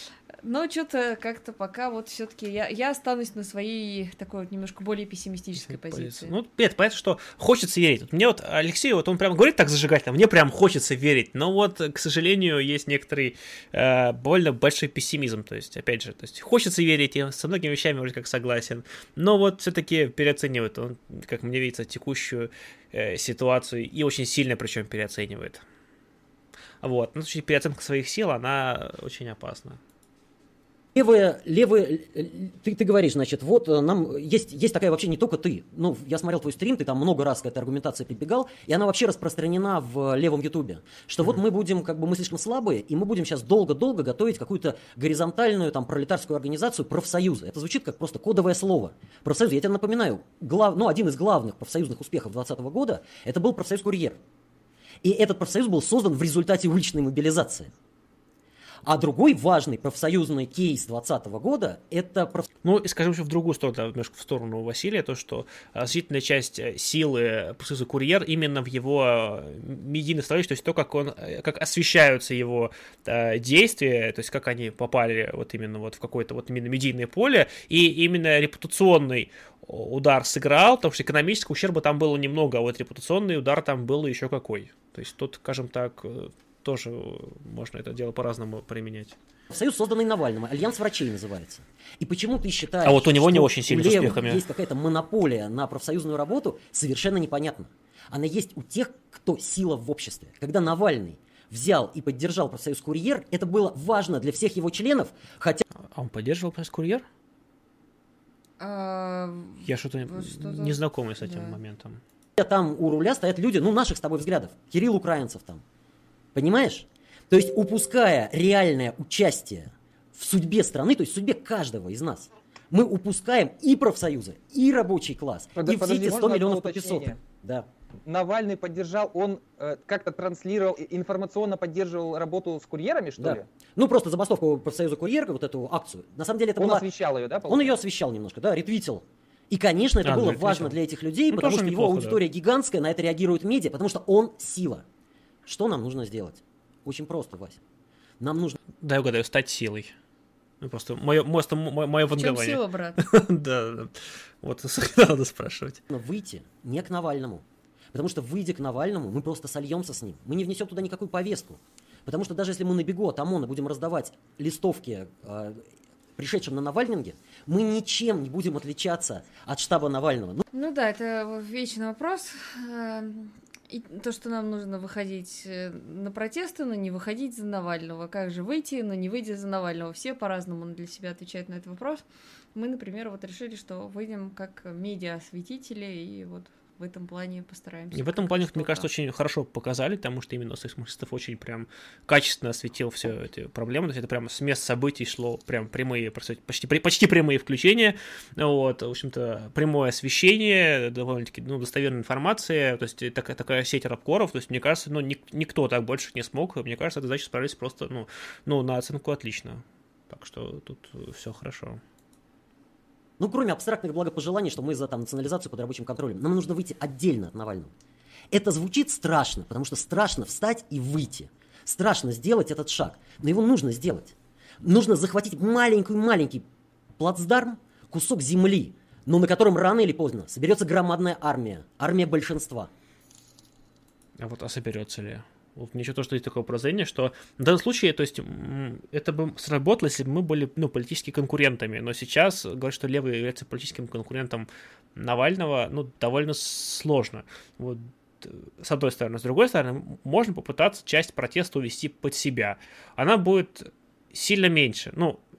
Но что-то как-то пока вот все-таки я, я останусь на своей такой вот немножко более пессимистической позиции. Ну, это понятно, что хочется верить. Вот мне вот Алексей, вот он прям говорит так зажигательно, мне прям хочется верить, но вот, к сожалению, есть некоторый э, довольно большой пессимизм, то есть, опять же, то есть хочется верить, и со многими вещами вроде как согласен, но вот все-таки переоценивает он, как мне видится, текущую э, ситуацию, и очень сильно причем переоценивает. Вот, ну, переоценка своих сил, она очень опасна. Левые, левые, ты, ты говоришь, значит, вот нам есть, есть такая вообще не только ты. Ну, я смотрел твой стрим, ты там много раз к этой аргументации прибегал, и она вообще распространена в левом ютубе. Что mm-hmm. вот мы будем, как бы, мы слишком слабые, и мы будем сейчас долго-долго готовить какую-то горизонтальную, там, пролетарскую организацию профсоюза. Это звучит как просто кодовое слово. Профсоюз, я тебе напоминаю, глав, ну, один из главных профсоюзных успехов двадцатого года, это был профсоюз «Курьер». И этот профсоюз был создан в результате уличной мобилизации. А другой важный профсоюзный кейс двадцатого года – это… Проф... Ну, и скажем еще в другую сторону, да, немножко в сторону Василия, то, что значительная часть силы профсоюза «Курьер» именно в его медийной составляющей, то есть то, как, он, как освещаются его э, действия, то есть как они попали вот именно вот в какое-то вот именно медийное поле, и именно репутационный удар сыграл, потому что экономического ущерба там было немного, а вот репутационный удар там был еще какой. То есть тут, скажем так… тоже можно это дело по-разному применять. Союз, созданный Навальным, Альянс врачей называется. И почему ты считаешь, а вот у него что не очень сильно с успехами. Есть какая-то монополия на профсоюзную работу, совершенно непонятно. Она есть у тех, кто сила в обществе. Когда Навальный взял и поддержал профсоюз «Курьер», это было важно для всех его членов, хотя… А он поддерживал профсоюз «Курьер»? А... Я что-то, что-то не знакомый с этим да. моментом. Там у руля стоят люди, ну, наших с тобой взглядов. Кирилл Украинцев там. Понимаешь? То есть упуская реальное участие в судьбе страны, то есть в судьбе каждого из нас, мы упускаем и профсоюзы, и рабочий класс, Под, и все эти сто миллионов подписок. Да. Навальный поддержал, он э, как-то транслировал, информационно поддерживал работу с курьерами, что да. ли? Ну, просто забастовку профсоюза «Курьер», вот эту акцию. На самом деле это Он была... освещал ее, да? Получается? Он ее освещал немножко, да, ретвитил. И, конечно, это а, было важно для этих людей, ну, потому что неплохо, его аудитория да. гигантская, на это реагирует медиа, потому что он сила. Что нам нужно сделать? Очень просто, Вася. Нам нужно... Дай угадаю, стать силой. Ну, просто мое, мое, мое вангование. В чем сила, брат? Да, да. Вот надо спрашивать. Выйти не к Навальному. Потому что, выйдя к Навальному, мы просто сольемся с ним. Мы не внесем туда никакую повестку. Потому что даже если мы на бегу от ОМОНа будем раздавать листовки э, пришедшим на Навальнинге, мы ничем не будем отличаться от штаба Навального. Ну, ну да, это вечный вопрос. И то, что нам нужно выходить на протесты, но не выходить за Навального. Как же выйти, но не выйти за Навального? Все по-разному для себя отвечают на этот вопрос. Мы, например, вот решили, что выйдем как медиа-осветители, и вот в этом плане постараемся. И в этом плане, мне кажется, очень хорошо показали, потому что именно Союз марксистов очень прям качественно осветил все эти проблемы. То есть это прям с мест событий шло прям прямые, почти, почти прямые включения. Вот, в общем-то, прямое освещение, довольно-таки ну, достоверная информация. То есть такая, такая сеть рабкоров. То есть, мне кажется, ну, ник- никто так больше не смог. Мне кажется, эта задача справились просто ну, ну, на оценку отлично. Так что тут все хорошо. Ну, кроме абстрактных благопожеланий, что мы за там, национализацию под рабочим контролем, нам нужно выйти отдельно от Навального. Это звучит страшно, потому что страшно встать и выйти. Страшно сделать этот шаг, но его нужно сделать. Нужно захватить маленький-маленький плацдарм, кусок земли, но на котором рано или поздно соберется громадная армия, армия большинства. А вот а соберется ли? Вот мне еще тоже есть такое прозрение, что в данном случае, то есть, это бы сработало, если бы мы были, ну, политическими конкурентами, но сейчас говорят, что левый является политическим конкурентом Навального, ну, довольно сложно. Вот, с одной стороны. С другой стороны, можно попытаться часть протеста увести под себя. Она будет сильно меньше, ну,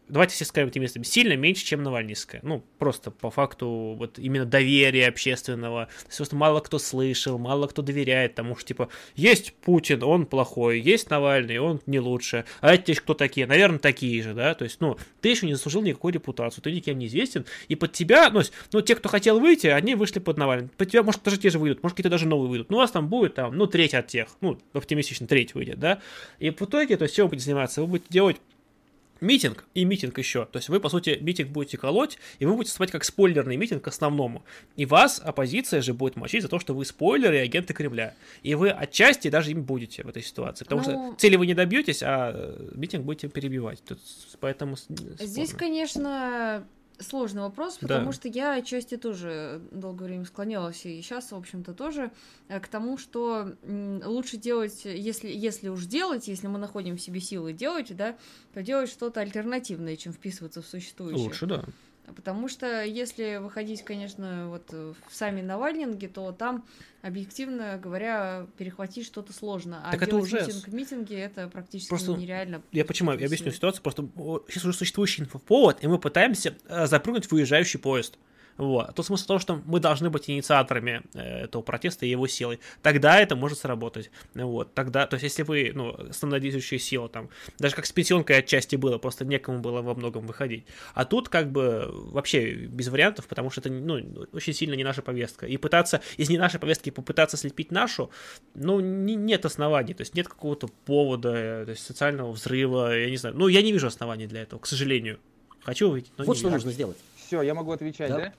давайте все скажем этими местами, сильно меньше, чем Навальнистская. Ну, просто по факту вот именно доверия общественного. То есть просто мало кто слышал, мало кто доверяет тому, что, типа, есть Путин, он плохой, есть Навальный, он не лучше. А эти кто такие? Наверное, такие же, да? То есть, ну, ты еще не заслужил никакой репутацию, ты никем не известен, и под тебя, ну, ну, те, кто хотел выйти, они вышли под Навальным. Под тебя, может, даже те же выйдут, может, какие-то даже новые выйдут. Ну, у вас там будет, там, ну, треть от тех, ну, оптимистично, треть выйдет, да? И в итоге, то есть, чем вы будете заниматься? Вы будете делать митинг и митинг еще. То есть вы, по сути, митинг будете колоть, и вы будете выступать как спойлерный митинг к основному. И вас оппозиция же будет мочить за то, что вы спойлеры и агенты Кремля. И вы отчасти даже им будете в этой ситуации. Потому ну, что цели вы не добьетесь, а митинг будете перебивать. Тут, поэтому здесь, спорно. Конечно, сложный вопрос, потому да. что я отчасти тоже долгое время склонялась, и сейчас, в общем-то, тоже к тому, что лучше делать, если, если уж делать, если мы находим в себе силы делать, да, то делать что-то альтернативное, чем вписываться в существующее. Лучше, да. Потому что если выходить, конечно, вот в сами Навальнинги, то там, объективно говоря, перехватить что-то сложно. А так делать это уже... митинг в митинге это практически просто нереально. Я почему? Я объясню ситуацию. Просто сейчас уже существующий инфоповод, и мы пытаемся запрыгнуть в выезжающий поезд. Вот. То смысл того, что мы должны быть инициаторами этого протеста и его силой. Тогда это может сработать. Вот. Тогда, то есть, если вы, ну, основная действующая сила, там, даже как с пенсионкой отчасти было, просто некому было во многом выходить. А тут как бы вообще без вариантов, потому что это, ну, очень сильно не наша повестка. И пытаться из не нашей повестки попытаться слепить нашу, ну, не, нет оснований. То есть, нет какого-то повода, то есть, социального взрыва, я не знаю. Ну, я не вижу оснований для этого, к сожалению. Хочу увидеть, но вот не что вижу. нужно сделать. Все, я могу отвечать, да? да?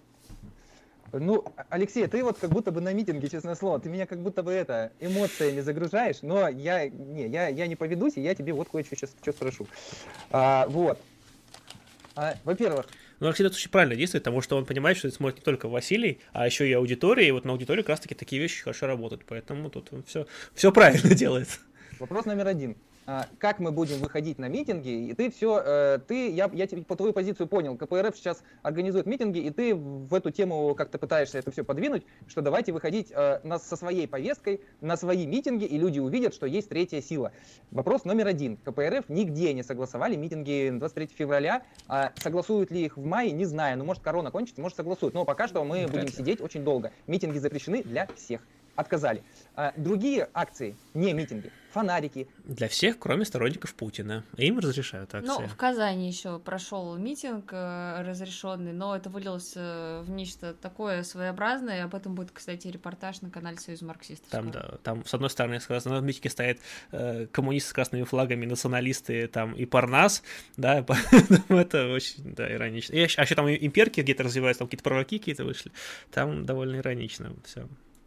Ну, Алексей, ты вот как будто бы на митинге, честное слово, ты меня как будто бы это, эмоциями загружаешь, но я не, я, я не поведусь, и я тебе вот кое-что сейчас что спрошу. А, вот. А, во-первых... Ну, Алексей тут очень правильно действует, потому что он понимает, что это смотрит не только Василий, а еще и аудитория, и вот на аудитории как раз-таки такие вещи хорошо работают, поэтому тут он все, все правильно делает. Вопрос номер один. Как мы будем выходить на митинги, и ты все, ты, я, я по твою позицию понял, КПРФ сейчас организует митинги, и ты в эту тему как-то пытаешься это все подвинуть, что давайте выходить на, со своей повесткой на свои митинги, и люди увидят, что есть третья сила. Вопрос номер один. КПРФ нигде не согласовали митинги двадцать третьего февраля, а согласуют ли их в мае, не знаю, ну может корона кончится, может согласуют, но пока что мы будем сидеть очень долго. Митинги запрещены для всех. Отказали. А другие акции, не митинги, фонарики. Для всех, кроме сторонников Путина. Им разрешают акции. Ну, в Казани еще прошел митинг э, разрешенный, но это вылилось э, в нечто такое своеобразное, и об этом будет, кстати, репортаж на канале Союз марксистов. Там, да, там, с одной стороны, на митинге стоят э, коммунисты с красными флагами, националисты там и Парнас, да, это очень, да, иронично. И, а еще там имперки где-то развиваются, там какие-то пророки какие-то вышли, там довольно иронично все.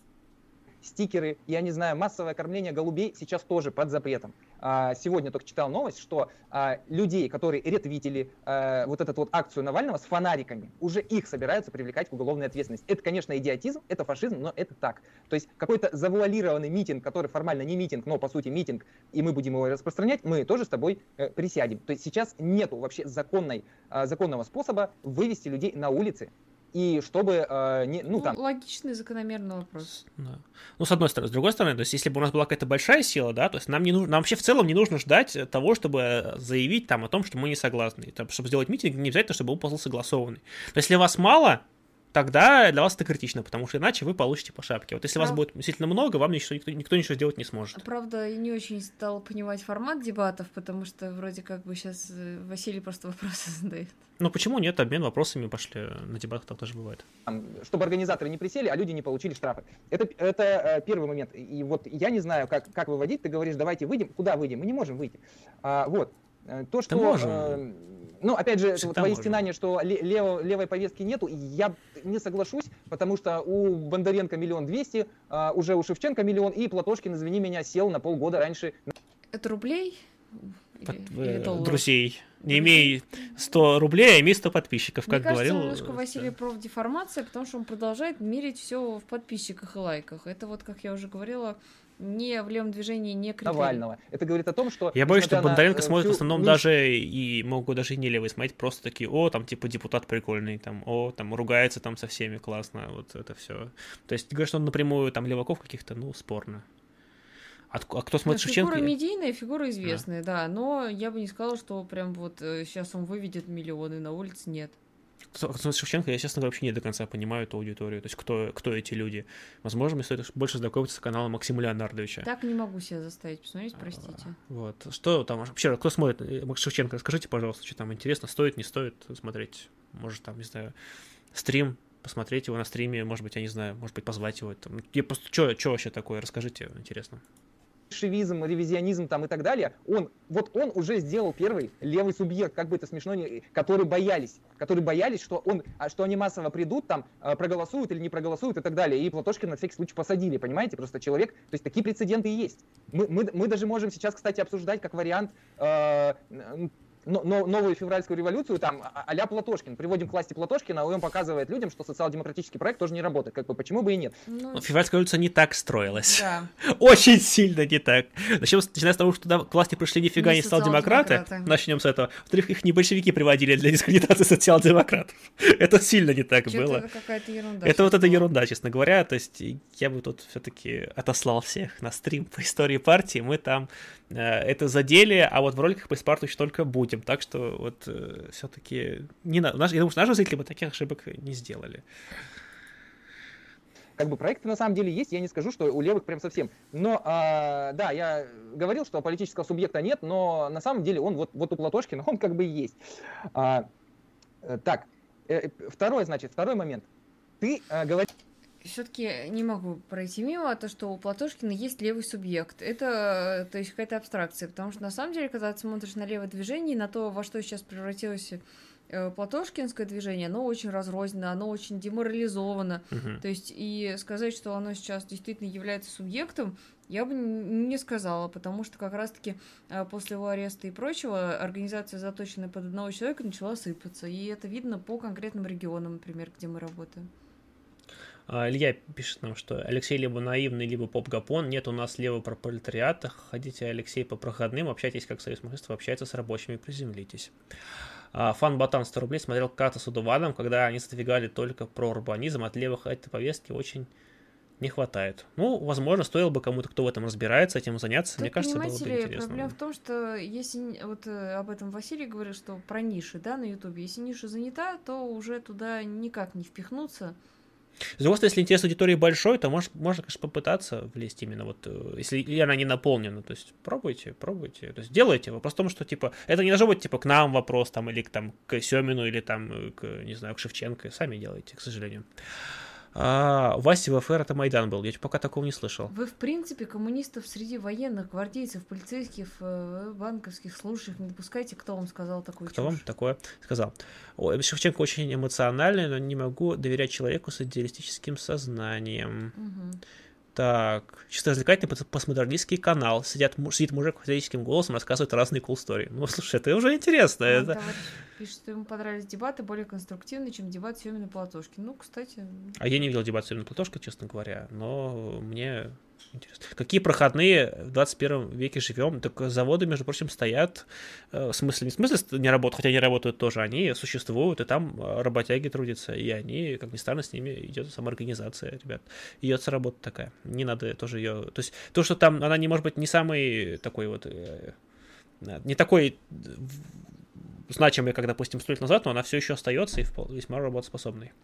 Стикеры, я не знаю, массовое кормление голубей сейчас тоже под запретом. Сегодня только читал новость, что людей, которые ретвитили вот эту вот акцию Навального с фонариками, уже их собираются привлекать к уголовной ответственности. Это, конечно, идиотизм, это фашизм, но это так. То есть какой-то завуалированный митинг, который формально не митинг, но по сути митинг, и мы будем его распространять, мы тоже с тобой присядем. То есть сейчас нету вообще законной, законного способа вывести людей на улицы. И чтобы, э, не, ну, ну там... Логичный, закономерный вопрос. Да. Ну, с одной стороны. С другой стороны, то есть, если бы у нас была какая-то большая сила, да, то есть нам, не нужно, нам вообще в целом не нужно ждать того, чтобы заявить там о том, что мы не согласны. Там, чтобы сделать митинг, не обязательно, чтобы он был согласованный. Но если вас мало, тогда для вас это критично, потому что иначе вы получите по шапке. Вот если Прав... вас будет действительно много, вам ничего, никто, никто ничего сделать не сможет. Правда, я не очень стал понимать формат дебатов, потому что вроде как бы сейчас Василий просто вопросы задает. Ну почему нет? Обмен вопросами пошли на дебатах, так тоже бывает. Чтобы организаторы не присели, а люди не получили штрафы. Это, это первый момент. И вот я не знаю, как, как выводить. Ты говоришь, давайте выйдем. Куда выйдем? Мы не можем выйти. А, вот. То, что... можем. Э, ну, опять же, Всегда твои можем. стенания, что лево, левой повестки нету, я не соглашусь, потому что у Бондаренко миллион двести, а, уже у Шевченко миллион, и Платошкин, извини меня, сел на полгода раньше. Это рублей? Под, или, или э, друзей. Не имей сто рублей, а имей сто подписчиков, Мне как кажется, говорил. немножко Василий профдеформация, потому что он продолжает мерить все в подписчиках и лайках. Это вот, как я уже говорила, не в левом движении, не критерий. Навального. Это говорит о том, что... Я боюсь, что Бондаренко на, смотрит всю... в основном даже и могут даже и не левые смотреть, просто такие, о, там типа депутат прикольный, там, о, там ругается там со всеми, классно, вот это все. То есть, говорят, что он напрямую там леваков каких-то, ну, спорно. А, а кто смотрит Шевченко? Фигура медийная, фигура известная, а. да, но я бы не сказала, что прям вот сейчас он выведет миллионы, на улице нет. Кто, кто смотрит Шевченко, я, честно говоря, вообще не до конца понимаю эту аудиторию, то есть кто, кто эти люди. Возможно, мне стоит больше знакомиться с каналом Максима Леонардовича. Так не могу себя заставить посмотреть, простите. А, вот, что там вообще, кто смотрит Шевченко, расскажите, пожалуйста, что там интересно, стоит, не стоит смотреть, может там, не знаю, стрим, посмотреть его на стриме, может быть, я не знаю, может быть, позвать его. Там. Я просто, что вообще такое, расскажите, интересно. Большевизм, ревизионизм там и так далее, он, вот он уже сделал первый левый субъект, как бы это смешно, которые боялись, которые боялись, что, он, что они массово придут, там, проголосуют или не проголосуют и так далее, и Платошкина на всякий случай посадили, понимаете, просто человек, то есть такие прецеденты и есть. Мы, мы, мы даже можем сейчас, кстати, обсуждать как вариант э, но, но, новую февральскую революцию, там, а-ля Платошкин, приводим к власти Платошкина, и он показывает людям, что социал-демократический проект тоже не работает, как бы, почему бы и нет. Ну, февральская революция не так строилась. Да. Очень сильно не так. Начнем, начиная с того, что туда к власти пришли нифига не, не социал-демократы, начнем с этого. Во-вторых, их не большевики приводили для дискредитации социал-демократов. Это сильно не так Что-то было. Это какая-то ерунда. Это вот эта ерунда, честно говоря. То есть я бы тут все-таки отослал всех на стрим по истории партии. Мы там э, это задели, а вот в роликах по спарту еще только будем. Так что вот э, все-таки не на... я думаю, что наши зрители бы таких ошибок не сделали. Как бы проекты на самом деле есть, я не скажу, что у левых прям совсем. Но, а, да, я говорил, что политического субъекта нет, но на самом деле он вот, вот у Платошкина, он как бы и есть. А, так, э, второй, значит, второй момент. Ты а, говоришь... Все-таки не могу пройти мимо то, что у Платошкина есть левый субъект. Это, то есть, какая-то абстракция, потому что на самом деле, когда ты смотришь на левое движение, на то, во что сейчас превратилось э, платошкинское движение, оно очень разрознено, оно очень деморализовано. Uh-huh. То есть, и сказать, что оно сейчас действительно является субъектом, я бы не сказала, потому что как раз-таки э, после его ареста и прочего организация, заточенная под одного человека, начала сыпаться. И это видно по конкретным регионам, например, где мы работаем. Илья пишет нам, что Алексей либо наивный, либо поп-гапон. Нет у нас левого пролетариата. Ходите, Алексей, по проходным, общайтесь, как союз марксистов общается с рабочими, приземлитесь. Фан Ботан сто рублей смотрел Ката с Удуваном, когда они задвигали только про урбанизм. От левых этой повестки очень не хватает. Ну, возможно, стоило бы кому-то, кто в этом разбирается, этим заняться. Тут, мне кажется, было бы интересно. Проблема в том, что если вот об этом Василий говорил, что про ниши, да, на Ютубе, если ниша занята, то уже туда никак не впихнуться. С другой стороны, если интерес аудитории большой, то может, можно, конечно, попытаться влезть именно вот, если она не наполнена, то есть пробуйте, пробуйте, то есть делайте. Вопрос в том, что, типа, это не должно быть, типа, к нам вопрос, там, или к, там, к Семину, или, там, к, не знаю, к Шевченко, сами делайте, к сожалению. А, Вася в ФР это Майдан был, я пока такого не слышал. Вы, в принципе, коммунистов среди военных, гвардейцев, полицейских, банковских служащих не допускайте. Кто вам сказал такую Кто чушь? вам такое сказал? Ой, Шевченко очень эмоциональный, но не могу доверять человеку с идеалистическим сознанием. Угу. Так, чисто развлекательный постмодернистский канал. Сидят, сидит мужик физическим голосом, рассказывает разные cool story. Ну, слушай, это уже интересно. Он это... пишет, что ему понравились дебаты, более конструктивные, чем дебат Семина Платошкина. Ну, кстати... А я не видел дебат Семина Платошкина, честно говоря, но мне интересно. Какие проходные в двадцать первом веке живем? Так заводы, между прочим, стоят, в смысле, не в смысле не работают, хотя они работают тоже, они существуют, и там работяги трудятся, и они, как ни странно, с ними идет самоорганизация, ребят. Идет работа такая. Не надо тоже ее... То есть то, что там она не может быть не самый такой вот... Не такой значимый, как, допустим, сто лет назад, но она все еще остается и весьма работоспособной.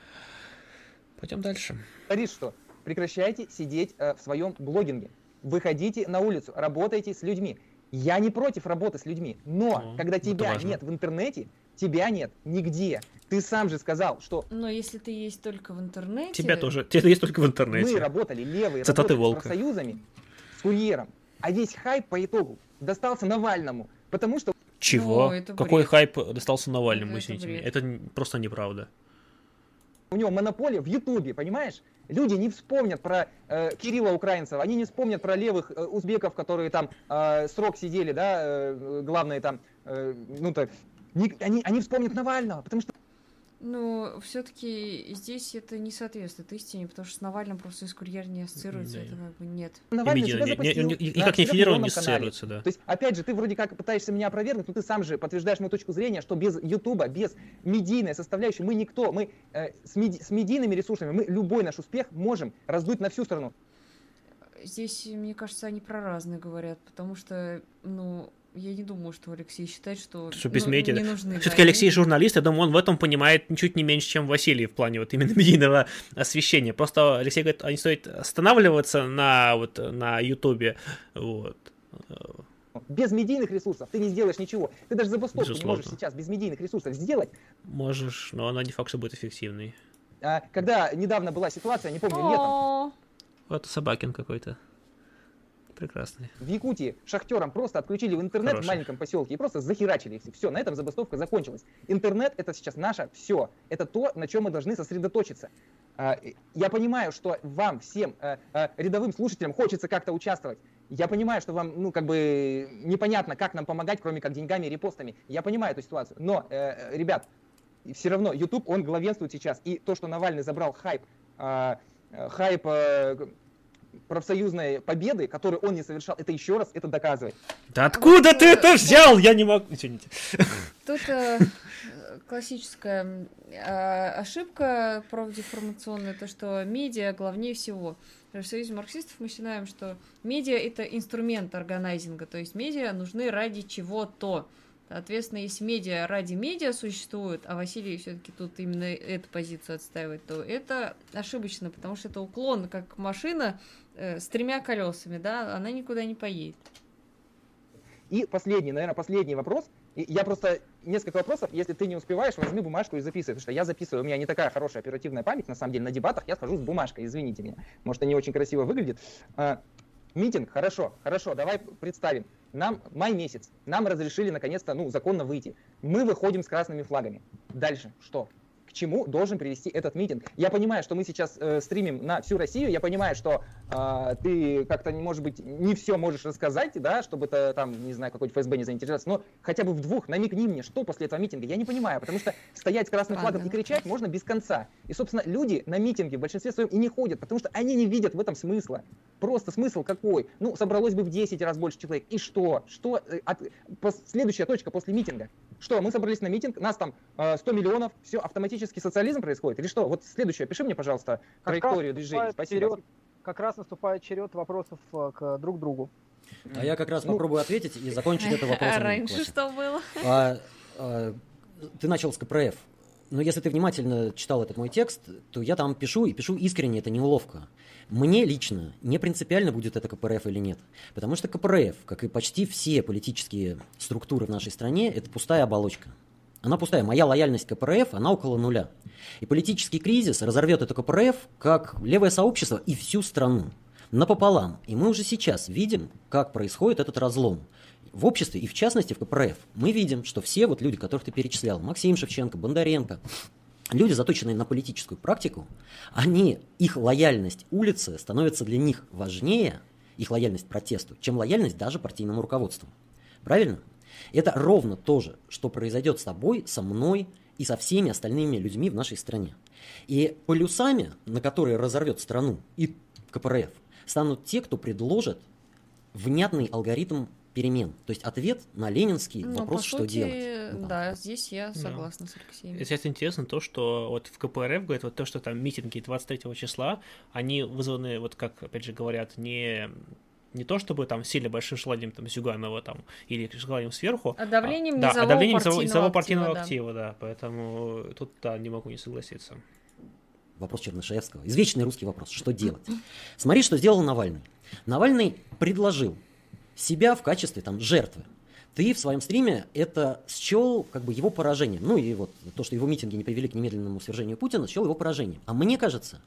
Пойдем дальше. Говорит, что прекращайте сидеть э, в своем блогинге. Выходите на улицу, работайте с людьми. Я не против работы с людьми, но О, когда тебя нет в интернете, тебя нет нигде. Ты сам же сказал, что... Но если ты есть только в интернете... Тебя тоже. Тебя есть только в интернете. Мы работали, левые, Цитаты работали Волка. с профсоюзами, с курьером. А весь хайп по итогу достался Навальному, потому что... Чего? Ну, Какой бред. хайп достался Навальному, Это извините бред. меня? Это просто неправда. У него монополия в Ютубе, понимаешь? Люди не вспомнят про э, Кирилла Украинцева, они не вспомнят про левых э, узбеков, которые там э, срок сидели, да, э, главное там, э, ну так, не, они, они вспомнят Навального, потому что... Ну, все-таки здесь это не соответствует истине, потому что с Навальным просто из курьера не ассоциируется, Да. это как бы нет. Навальный Медиа- себя не- запустил не- не- на никак не аффилирован, не трехмиллионном канале. ассоциируется, да. То есть, опять же, ты вроде как пытаешься меня опровергнуть, но ты сам же подтверждаешь мою точку зрения, что без Ютуба, без медийной составляющей мы никто, мы э, с, меди- с медийными ресурсами мы любой наш успех можем раздуть на всю страну. здесь, мне кажется, они про разные говорят, потому что, ну, я не думаю, что Алексей считает, что, Что без ну, медиа. не нужны. Все-таки да, Алексей журналист, я думаю, он в этом понимает ничуть не меньше, чем Василий в плане вот именно медийного освещения. Просто Алексей говорит, а не стоит останавливаться на вот на Ютубе. Вот. Без медийных ресурсов ты не сделаешь ничего. Ты даже забастовку не Безусловно. можешь сейчас без медийных ресурсов сделать. Можешь, но она не факт, что будет эффективной. А, когда недавно была ситуация, не помню, летом, О, Вот Собакин какой-то. Прекрасный. в Якутии шахтерам просто отключили в интернет Хороший. в маленьком поселке и просто захерачили их. Все, на этом забастовка закончилась. Интернет — это сейчас наше все. Это то, на чем мы должны сосредоточиться. А, Я понимаю, что вам всем, э, э, рядовым слушателям, хочется как-то участвовать. Я понимаю, что вам, ну, как бы непонятно, как нам помогать, кроме как деньгами и репостами. Я понимаю эту ситуацию. Но, э, ребят, все равно YouTube, он главенствует сейчас. И то, что Навальный забрал хайп, э, э, хайп э, профсоюзной победы, которую он не совершал, это еще раз это доказывает. Да откуда ты это взял? Я не могу. Извините. тут э, классическая э, ошибка профдеформационная, то, что медиа главнее всего. В Союзе марксистов мы считаем, что медиа — это инструмент органайзинга, то есть медиа нужны ради чего-то. Соответственно, если медиа ради медиа существует, а Василий все-таки тут именно эту позицию отстаивает, то это ошибочно, потому что это уклон, как машина э, с тремя колесами, да, она никуда не поедет. И последний, наверное, последний вопрос. И я просто несколько вопросов, если ты не успеваешь, возьми бумажку и записывай, потому что я записываю, у меня не такая хорошая оперативная память, на самом деле, на дебатах я схожу с бумажкой, извините меня, может, это не очень красиво выглядит. А, митинг, хорошо, хорошо, давай представим. Нам май месяц, нам разрешили наконец-то, ну, законно выйти. Мы выходим с красными флагами. Дальше что? К чему должен привести этот митинг? Я понимаю, что мы сейчас э, стримим на всю Россию, я понимаю, что э, ты как-то, может быть, не все можешь рассказать, да, чтобы это там, не знаю, какой-то эф эс бэ не заинтересовался, но хотя бы в двух намекни мне, что после этого митинга, я не понимаю, потому что стоять с красным флагом и кричать можно без конца. И, собственно, люди на митинге в большинстве своем и не ходят, потому что они не видят в этом смысла. Просто смысл какой? Ну, собралось бы в десять раз больше человек. И что? Что? Э, от, по, следующая точка после митинга. Что, мы собрались на митинг, нас там э, сто миллионов, все, автоматически социализм происходит? Или что? Вот следующее, пиши мне, пожалуйста, траекторию движения. Спасибо. Черед, как раз наступает черед вопросов э, к друг другу. А я как раз Ну, попробую ответить и закончить это вопросом. А раньше Классе. что было? А, а, ты начал с ка пэ эр эф. Но если ты внимательно читал этот мой текст, то я там пишу, и пишу искренне, это не уловка. Мне лично не принципиально, будет это ка пэ эр эф или нет. Потому что ка пэ эр эф, как и почти все политические структуры в нашей стране, это пустая оболочка. Она пустая. Моя лояльность к ка пэ эр эф, она около нуля. И политический кризис разорвет это ка пэ эр эф как левое сообщество и всю страну. Напополам. И мы уже сейчас видим, как происходит этот разлом. В обществе и в частности в ка пэ эр эф мы видим, что все вот люди, которых ты перечислял, Максим Шевченко, Бондаренко, люди, заточенные на политическую практику, они, их лояльность улицы становится для них важнее, их лояльность протесту, чем лояльность даже партийному руководству. Правильно? Это ровно то же, что произойдет с тобой, со мной и со всеми остальными людьми в нашей стране. И полюсами, на которые разорвет страну и ка пэ эр эф, станут те, кто предложит внятный алгоритм перемен. То есть ответ на ленинский Ну, вопрос, по что сути, делать. Да, здесь я согласна с Алексеем. Сейчас интересно то, что вот в ка пэ эр эф говорят, вот то, что там митинги двадцать третьего числа, они вызваны, вот как, опять же, говорят, не... Не то, чтобы там сильно большим желанием там Зюганова там или желанием сверху. А давлением а, да, низового а давлением партийного низового партийного актива, актива, да. Поэтому тут, да, не могу не согласиться. Вопрос Чернышевского. Извечный русский вопрос. Что делать? Смотри, что сделал Навальный. Навальный предложил себя в качестве там жертвы. Ты в своем стриме это счел как бы его поражением. Ну и вот то, что его митинги не привели к немедленному свержению Путина, счел его поражением. А мне кажется,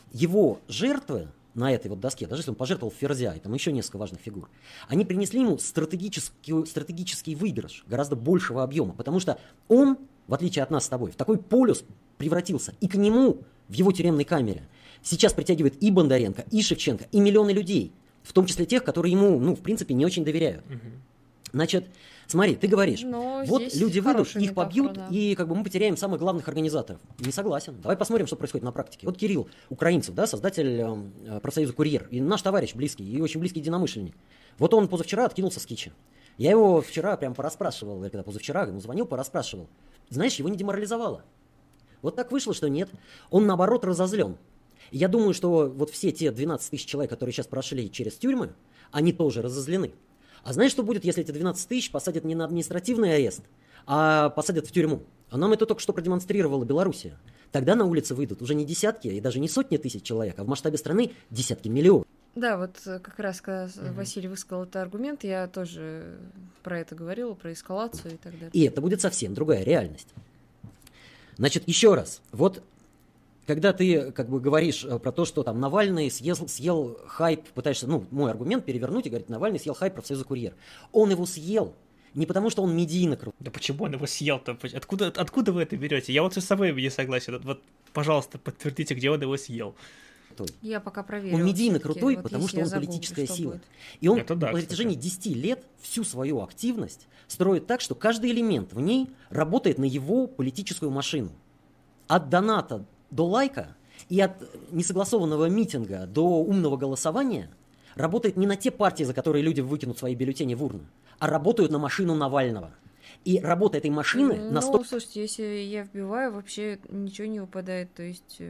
его жертвы на этой вот доске, даже если он пожертвовал Ферзя и там еще несколько важных фигур, они принесли ему стратегический, стратегический выигрыш гораздо большего объема, потому что он, в отличие от нас с тобой, в такой полюс превратился, и к нему в его тюремной камере сейчас притягивает и Бондаренко, и Шевченко, и миллионы людей, в том числе тех, которые ему, ну, в принципе, не очень доверяют. Значит, смотри, ты говоришь, Но вот здесь люди выйдут, хорошая их метафора, побьют, да. и как бы мы потеряем самых главных организаторов. Не согласен. Давай посмотрим, что происходит на практике. Вот Кирилл Украинцев, да, создатель э, профсоюза «Курьер», и наш товарищ близкий, и очень близкий единомышленник. Вот он позавчера откинулся с кичи. Я его вчера прям порасспрашивал, я когда позавчера ему звонил, порасспрашивал. Знаешь, его не деморализовало. Вот так вышло, что нет. Он, наоборот, разозлен. Я думаю, что вот все те двенадцать тысяч человек, которые сейчас прошли через тюрьмы, они тоже разозлены. А знаешь, что будет, если эти двенадцать тысяч посадят не на административный арест, а посадят в тюрьму? А нам это только что продемонстрировала Белоруссия. Тогда на улицы выйдут уже не десятки и даже не сотни тысяч человек, а в масштабе страны десятки миллионов. Да, вот как раз, когда угу. Василий высказал этот аргумент, я тоже про это говорила, про эскалацию и так далее. И это будет совсем другая реальность. Значит, еще раз, вот когда ты как бы говоришь про то, что там Навальный съел, съел хайп, пытаешься, ну, мой аргумент перевернуть и говорить, Навальный съел хайп профсоюза «Курьер». Он его съел не потому, что он медийно крутой. Да почему он его съел-то? Откуда, откуда вы это берете? Я вот с собой не согласен. Вот, вот, пожалуйста, подтвердите, где он его съел. Я пока проверю. Он медийно крутой, вот потому что он загуглю, политическая сила. Будет. И он это да, на протяжении десяти лет всю свою активность строит так, что каждый элемент в ней работает на его политическую машину. От доната до лайка и от несогласованного митинга до умного голосования работает не на те партии, за которые люди выкинут свои бюллетени в урну, а работают на машину Навального. И работа этой машины... Ну, настолько... слушайте, если я вбиваю, вообще ничего не выпадает, то есть...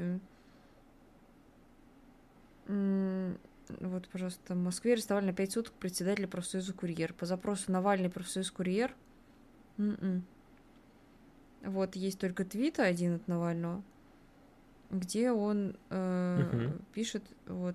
Вот, пожалуйста, в Москве арестовали на пять суток председателя профсоюза «Курьер». По запросу Навальный профсоюз «Курьер». М-м. Вот, есть только твит один от Навального, где он э, угу. пишет, вот,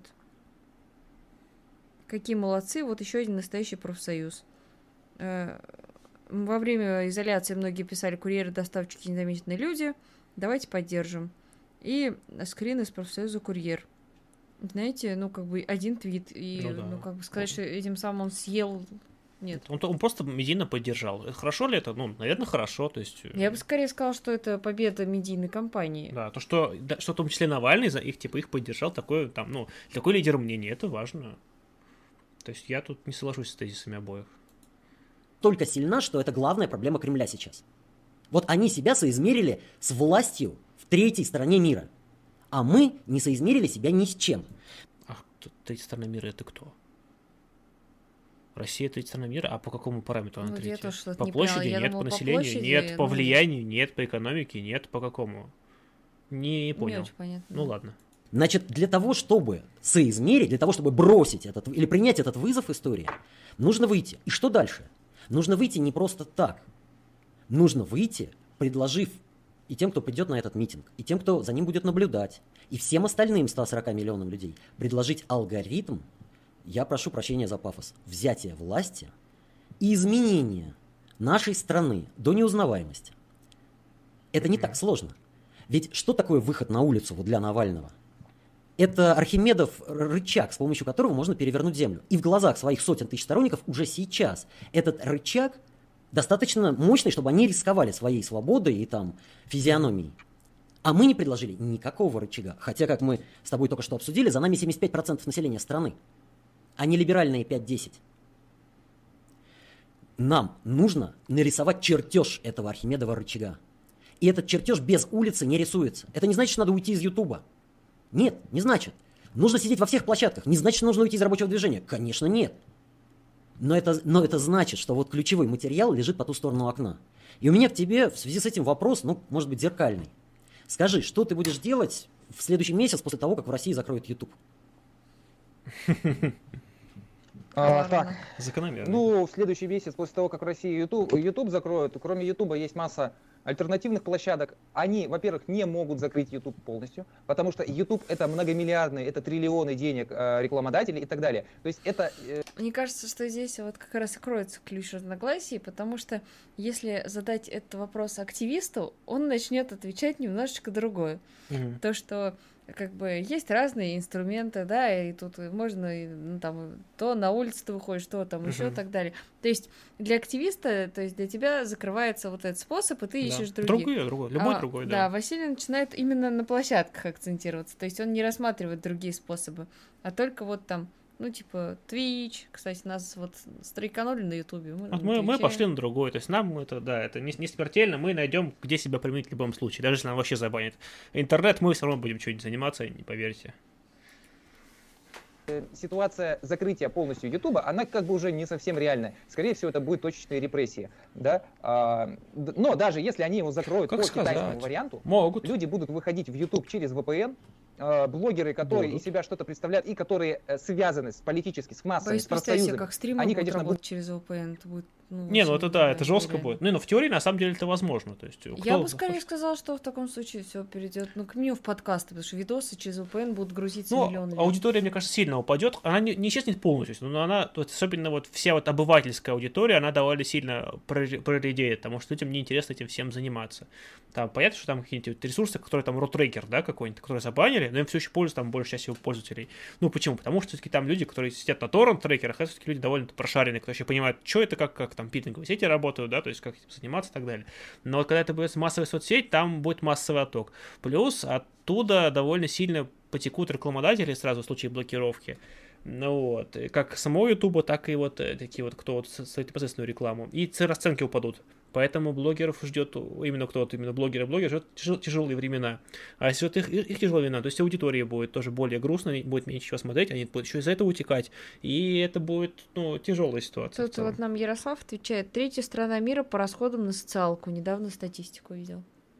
какие молодцы, вот еще один настоящий профсоюз. Э, во время изоляции многие писали: курьеры, доставщики, незаметные люди, давайте поддержим. И скрин из профсоюза «Курьер». Знаете, ну, как бы один твит, и, ну, да. ну как бы сказать, что этим самым он съел... Нет. Он, он просто медийно поддержал. Хорошо ли это? Ну, наверное, хорошо. То есть... Я бы скорее сказала, что это победа медийной кампании. Да, то, что, да, что в том числе Навальный за их, типа, их поддержал, такой, там, ну, такой лидер мнения, это важно. То есть я тут не соглашусь с тезисами обоих. Только сильна, что это главная проблема Кремля сейчас. Вот они себя соизмерили с властью в третьей стороне мира. А мы не соизмерили себя ни с чем. А третья сторона мира — это кто? Россия — третья страна мира, а по какому параметру она вот третья? По не площади поняла. нет, думала, по населению по площади, нет, по ну... влиянию нет, по экономике нет, по какому? Не понял. Не очень понятно. Ну ладно. Значит, для того, чтобы соизмерить, для того, чтобы бросить этот или принять этот вызов истории, нужно выйти. И что дальше? Нужно выйти не просто так. Нужно выйти, предложив и тем, кто придет на этот митинг, и тем, кто за ним будет наблюдать, и всем остальным ста сорока миллионам людей предложить алгоритм, я прошу прощения за пафос, взятия власти и изменения нашей страны до неузнаваемости. Это не так сложно. Ведь что такое выход на улицу вот для Навального? Это Архимедов рычаг, с помощью которого можно перевернуть землю. И в глазах своих сотен тысяч сторонников уже сейчас этот рычаг достаточно мощный, чтобы они рисковали своей свободой и там физиономией. А мы не предложили никакого рычага. Хотя, как мы с тобой только что обсудили, за нами семьдесят пять процентов населения страны, а не либеральные пять-десять. Нам нужно нарисовать чертеж этого Архимедова рычага. И этот чертеж без улицы не рисуется. Это не значит, что надо уйти из Ютуба. Нет, не значит. Нужно сидеть во всех площадках. Не значит, что нужно уйти из рабочего движения. Конечно, нет. Но это, но это значит, что вот ключевой материал лежит по ту сторону окна. И у меня к тебе в связи с этим вопрос, ну, может быть, зеркальный. Скажи, что ты будешь делать в следующий месяц после того, как в России закроют YouTube? А, так, закономерно. Ну, в следующий месяц после того, как в России YouTube, YouTube закроют, кроме YouTube есть масса альтернативных площадок. Они, во-первых, не могут закрыть YouTube полностью, потому что YouTube это многомиллиардные, это триллионы денег э, рекламодателей и так далее. То есть это... Э... Мне кажется, что здесь вот как раз и кроется ключ разногласий, потому что если задать этот вопрос активисту, он начнет отвечать немножечко другое. Mm-hmm. То, что как бы есть разные инструменты, да, и тут можно, ну, там, то на улицу ты выходишь, то там uh-huh. еще и так далее. То есть для активиста, то есть для тебя закрывается вот этот способ, и ты да. ищешь другие. Другой, другой, любой а, другой, да. Да, Василий начинает именно на площадках акцентироваться, то есть он не рассматривает другие способы, а только вот там, ну, типа, Twitch, кстати, нас вот стрейканули на Ютубе. Мы, вот мы, мы пошли на другой, то есть нам это, да, это не, не смертельно, мы найдем, где себя применить в любом случае, даже если нам вообще забанят. Интернет, мы все равно будем что-нибудь заниматься, не поверьте. Ситуация закрытия полностью Ютуба, она как бы уже не совсем реальная. Скорее всего, это будет точечные репрессии, да. А, но даже если они его закроют как по сказать? китайскому варианту, могут. Люди будут выходить в YouTube через ви пи эн, э, блогеры, которые Будут. из себя что-то представляют и которые э, связаны с политически, с массами, Боюсь с представить себе, профсоюзами, как стримы они, будут конечно, работать будут... через ви пи эн. Это будет, ну, Не, ну очень, это да, это да, жестко нереально. будет. Ну, но в теории, на самом деле, это возможно. То есть, Я кто бы скорее хочет- сказала, что в таком случае все перейдет, ну, к меню в подкасты, потому что видосы через ви пи эн будут грузиться Ну, миллионами. аудитория, мне кажется, сильно упадет. Она не, не исчезнет полностью, но она, вот, особенно вот вся вот обывательская аудитория, она довольно сильно прори- проредеет, потому что людям неинтересно этим всем заниматься. Там понятно, что там какие-нибудь ресурсы, которые там роутрекер, да, какой-нибудь, которые забанили, но им все еще пользуются там большая часть его пользователей. Ну, почему? Потому что все-таки там люди, которые сидят на торрент-трекерах, это все-таки люди довольно прошаренные, кто вообще понимает, что это, как, как там питинговые сети работают, да, то есть как этим заниматься и так далее. Но вот когда это будет массовая соцсеть, там будет массовый отток. Плюс оттуда довольно сильно потекут рекламодатели сразу в случае блокировки. Ну вот, и как самого Ютуба, так и вот э, такие вот, кто вот создает непосредственную рекламу. И ц- расценки упадут. Поэтому блогеров ждет, именно кто вот именно блогеры, блогеры ждет тяжел- тяжелые времена. А если вот их, их, их тяжелые времена, то есть аудитория будет тоже более грустной, будет меньше чего смотреть, они будут еще из-за этого утекать. И это будет, ну, тяжелая ситуация. в Тут целом. вот нам Ярослав отвечает: третья страна мира по расходам на социалку. Недавно статистику видел.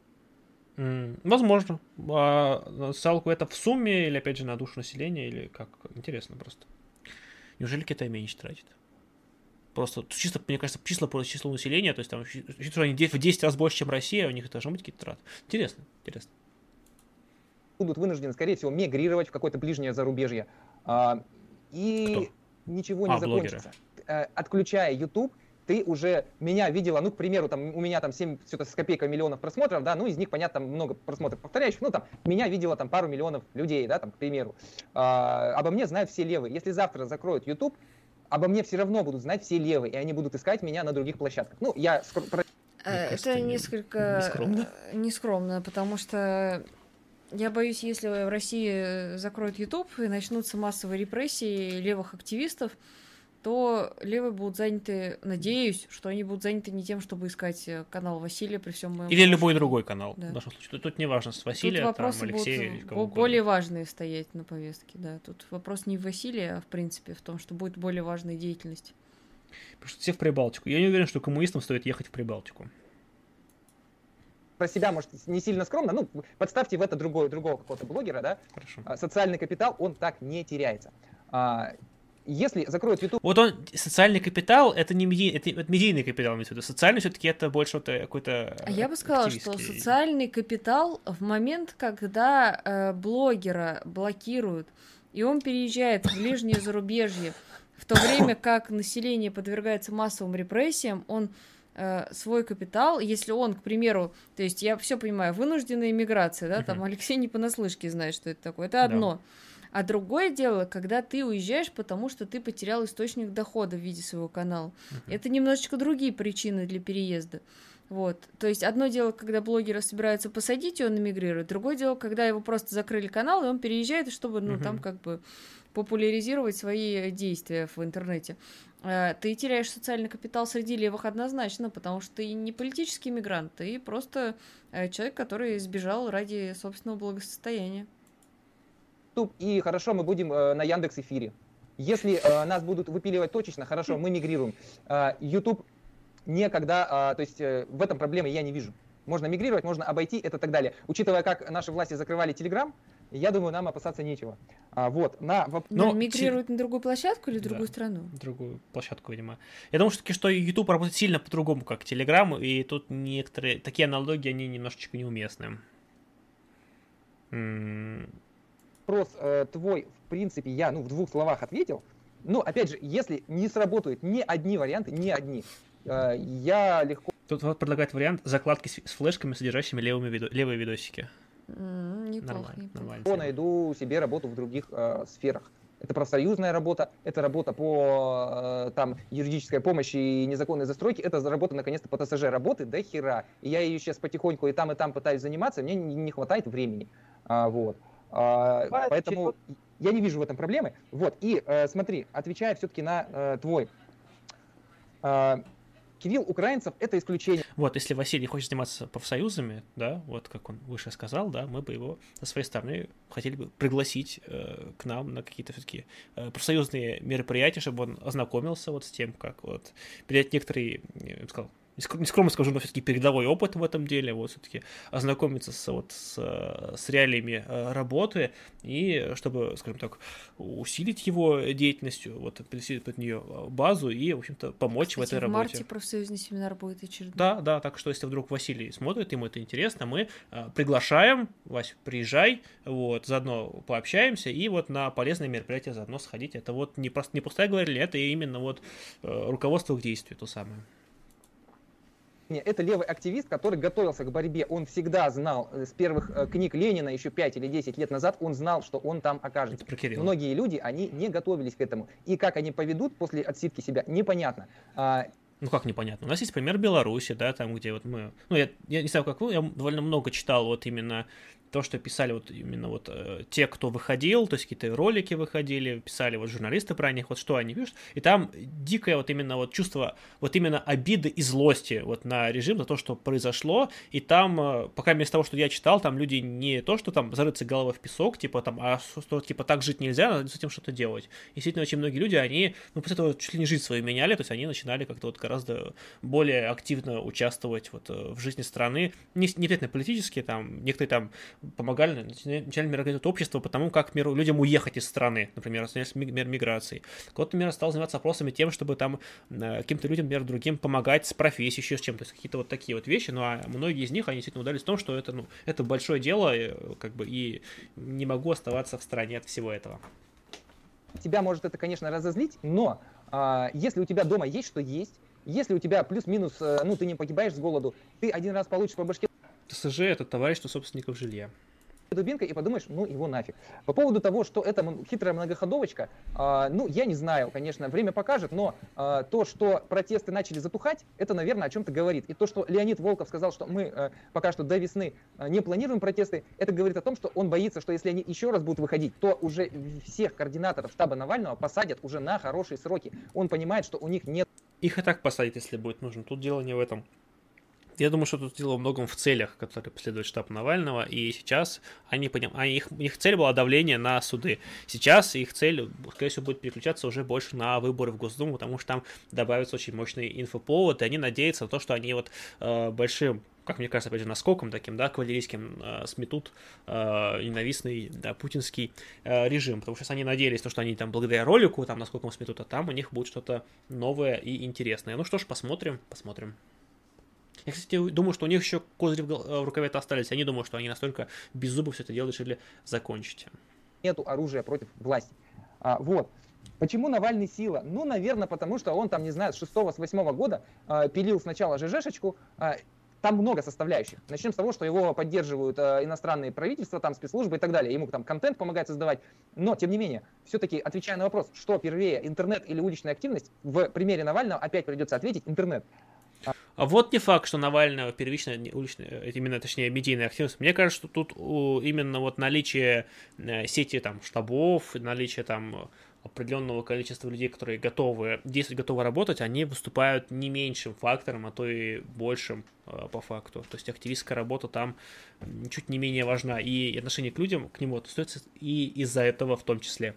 М, Возможно. А на социалку это в сумме или, опять же, на душу населения, или как? Интересно просто. Неужели Китай меньше тратит? Просто чисто, мне кажется, числа по числу населения, то есть там, считаю, что они де- в десять раз больше, чем Россия, у них должны быть какие-то траты. Интересно, интересно. будут вынуждены, скорее всего, мигрировать в какое-то ближнее зарубежье. А, и Кто? ничего не А, блогеры. закончится. Э, Отключая YouTube, ты уже меня видела, ну, к примеру, там у меня там семь что-то с копейкой миллионов просмотров, да, ну, из них, понятно, там много просмотров повторяющих, ну, там, меня видела там пару миллионов людей, да, там, к примеру. А, обо мне знают все левые. Если завтра закроют YouTube, обо мне все равно будут знать все левые, и они будут искать меня на других площадках. Ну, я... скоро- про- Э, кажется, Это не- несколько нескромно. э, нескромно, потому что я боюсь, если в России закроют YouTube и начнутся массовые репрессии левых активистов, то левые будут заняты, надеюсь, что они будут заняты не тем, чтобы искать э, канал Василия при всем моем Или любой уважении. другой канал, Да. в нашем случае. Тут, тут не важно, с Тут Василия, там, вопросы Алексея или будут кого бо- угодно. более важные стоять на повестке, да. Тут вопрос не в Василии, а в принципе в том, что будет более важная деятельность. Потому что все в Прибалтику. Я не уверен, что коммунистам стоит ехать в Прибалтику. про себя, может, не сильно скромно, ну, подставьте в это другого, другого какого-то блогера, да, Хорошо. А, социальный капитал, он так не теряется. А, Если закроют YouTube, Вот он, социальный капитал, это не медий, это, это медийный капитал, имеется в виду. Социальный все-таки это больше вот какой-то А я бы сказала, что активистский. социальный капитал в момент, когда э, блогера блокируют, и он переезжает в ближнее зарубежье, в то время как население подвергается массовым репрессиям, он э, свой капитал, если он, к примеру, то есть я все понимаю, вынужденная иммиграция, да, там Мгм. Алексей не понаслышке знает, что это такое, это Да. одно. А другое дело, когда ты уезжаешь, потому что ты потерял источник дохода в виде своего канала. Мгм. Это немножечко другие причины для переезда. Вот. То есть одно дело, когда блогера собираются посадить, и он эмигрирует. Другое дело, когда его просто закрыли канал, и он переезжает, чтобы, ну, Мгм. там как бы популяризировать свои действия в интернете. Э, Ты теряешь социальный капитал среди левых однозначно, потому что ты не политический мигрант, ты просто э, человек, который сбежал ради собственного благосостояния. и хорошо, мы будем э, на Яндекс эфире. Если э, нас будут выпиливать точечно, хорошо, мы мигрируем. Э, YouTube некогда, э, то есть э, в этом проблемы я не вижу. Можно мигрировать, можно обойти это и так далее. Учитывая, как наши власти закрывали Telegram, я думаю, нам опасаться нечего. А, вот, на воп- Но Но мигрируют на другую площадку или в Да. другую страну? Другую площадку, видимо. Я думаю, что, что YouTube работает сильно по-другому, как Telegram, и тут некоторые такие аналогии, они немножечко неуместны. М, вопрос э, твой, в принципе, я ну, в двух словах ответил. Но, опять же, если не сработают ни одни варианты, ни одни, э, я легко Тут вот предлагает вариант закладки с, с флешками, содержащими левыми видо- левые видосики. М, Неплохо, Нормально, неплохо. нормально. по найду себе работу в других э, сферах. Это профсоюзная работа, это работа по э, там, юридической помощи и незаконной застройке, это работа, наконец-то, по ТСЖ. Работы до хера. И я ее сейчас потихоньку и там, и там пытаюсь заниматься, мне не, не хватает времени. А, вот. А, Бывает, поэтому я не вижу в этом проблемы. Вот. И э, смотри, отвечая все-таки на э, твой... Э, Кирилл украинцев — это исключение. Вот, если Василий хочет заниматься профсоюзами, да, вот как он выше сказал, да, мы бы его со своей стороны хотели бы пригласить э, к нам на какие-то все-таки э, профсоюзные мероприятия, чтобы он ознакомился вот с тем, как вот принять некоторые, я бы сказал, нескромно скажу, но все-таки передовой опыт в этом деле, вот все-таки ознакомиться с, вот, с, с реалиями работы и чтобы, скажем так, усилить его деятельность, вот, присоединить под нее базу и, в общем-то, помочь Кстати, в этой в работе. В марте профсоюзный семинар будет очередной. Да, да, так что если вдруг Василий смотрит, ему это интересно, мы э, приглашаем, Вась, приезжай, вот, заодно пообщаемся и вот на полезное мероприятие заодно сходить. Это вот не, просто, не пустая говорили, это именно вот э, руководство к действию, то самое. Это левый активист, который готовился к борьбе. Он всегда знал, с первых книг Ленина, еще пять или десять лет назад, он знал, что он там окажется. Многие люди, они не готовились к этому. И как они поведут после отсидки себя, непонятно. Ну как непонятно? У нас есть пример Беларуси, да, там, где вот мы... Ну, я, я не знаю, как вы, я довольно много читал вот именно то, что писали вот именно вот э, те, кто выходил, то есть какие-то ролики выходили, писали вот журналисты про них, вот что они пишут, и там дикое вот именно вот чувство вот именно обиды и злости вот на режим за то, что произошло, и там, э, пока вместо того, что я читал, там люди не то, что там зарыться головой в песок, типа там, а что, типа так жить нельзя, надо с этим что-то делать. И действительно, очень многие люди, они, ну, после этого чуть ли не жизнь свою меняли, то есть они начинали как-то вот гораздо более активно участвовать вот в жизни страны, не, не обязательно политически, там, некоторые там помогали, начали организовать общество по тому, как миру, людям уехать из страны, например, заняться миграцией. Кто-то, например, стал заниматься вопросами тем, чтобы там э, каким-то людям, например, другим помогать с профессией, еще с чем-то, то есть какие-то вот такие вот вещи, ну, а многие из них, они действительно удались в том, что это, ну, это большое дело, и, как бы, и не могу оставаться в стороне от всего этого. Тебя может это, конечно, разозлить, но э, если у тебя дома есть что есть, если у тебя плюс-минус, э, ну, ты не погибаешь с голоду, ты один раз получишь по башке... ТСЖ — это товарищество собственников жилья. Дубинка и подумаешь, ну его нафиг. По поводу того, что это хитрая многоходовочка, э, ну я не знаю, конечно, время покажет, но э, то, что протесты начали затухать, это, наверное, о чем-то говорит. И то, что Леонид Волков сказал, что мы э, пока что до весны э, не планируем протесты, это говорит о том, что он боится, что если они еще раз будут выходить, то уже всех координаторов штаба Навального посадят уже на хорошие сроки. Он понимает, что у них нет... Их и так посадят, если будет нужно. Тут дело не в этом. Я думаю, что тут дело во многом в целях, которые преследует штаб Навального, и сейчас они понимают, их, их цель была давление на суды. Сейчас их цель, скорее всего, будет переключаться уже больше на выборы в Госдуму, потому что там добавится очень мощный инфоповод, и они надеются на то, что они вот э, большим, как мне кажется, опять же, наскоком таким, да, кавалерийским э, сметут э, ненавистный, да, путинский э, режим, потому что если они надеялись, то, что они там благодаря ролику, там, наскоком сметут, а там у них будет что-то новое и интересное. Ну что ж, посмотрим, посмотрим. Я, кстати, думаю, что у них еще козыри в, в рукаве-то остались. Я не думаю, что они настолько без зубов все это дело решили закончить. Нету оружия против власти. А, вот. Почему Навальный сила? Ну, наверное, потому что он там, не знаю, с шестого, с восьмого года а, пилил сначала ЖЖшечку. А, там много составляющих. Начнем с того, что его поддерживают а, иностранные правительства, там спецслужбы и так далее. Ему там контент помогает создавать. Но, тем не менее, все-таки, отвечая на вопрос, что первее, интернет или уличная активность, в примере Навального опять придется ответить интернет. А вот не факт, что Навального первичная уличная, именно, точнее, медийная активность. Мне кажется, что тут именно вот наличие сети там штабов, наличие там определенного количества людей, которые готовы действовать, готовы работать, они выступают не меньшим фактором, а то и большим по факту. То есть активистская работа там чуть не менее важна. И отношение к людям, к нему остается и из-за этого в том числе.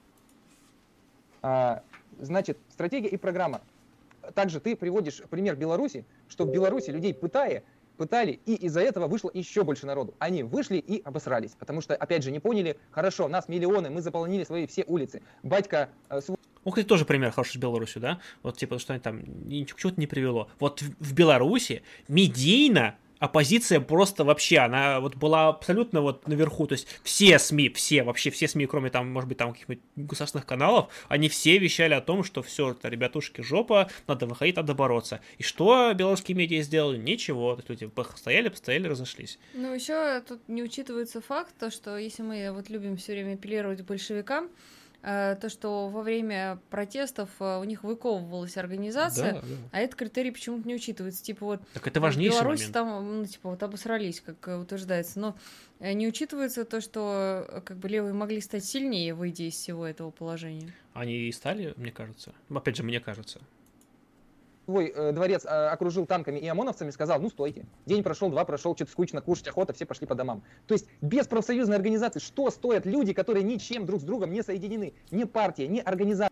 А, значит, стратегия и программа. Также ты приводишь пример Беларуси, что в Беларуси людей пытали, пытали, и из-за этого вышло еще больше народу. Они вышли и обосрались, потому что, опять же, не поняли, хорошо, нас миллионы, мы заполонили свои все улицы. Батька... Э, свой... Ну, кстати, тоже пример хороший с Беларусью, да? Вот, типа, что они там ничего к чему-то не привело. Вот в, в Беларуси медийно оппозиция просто вообще, она вот была абсолютно вот наверху, то есть все СМИ, все, вообще все СМИ, кроме там, может быть, там каких-нибудь государственных каналов, они все вещали о том, что все, это, ребятушки, жопа, надо выходить, надо бороться. И что белорусские медиа сделали? Ничего, то есть люди постояли, постояли, разошлись. Ну, еще тут не учитывается факт, то, что если мы вот любим все время апеллировать к большевикам, то, что во время протестов у них выковывалась организация, да, да. А этот критерий почему-то не учитывается. Типа вот так это важнейший в Беларуси момент. Там, ну, типа, вот обосрались, как утверждается, но не учитывается то, что как бы левые могли стать сильнее, выйдя из всего этого положения. Они и стали, мне кажется. Опять же, мне кажется. Свой э, дворец э, окружил танками и ОМОНовцами, сказал, ну стойте, день прошел, два прошел, что-то скучно, кушать охота, все пошли по домам. То есть без профсоюзной организации что стоят люди, которые ничем друг с другом не соединены? Ни партия, ни организация.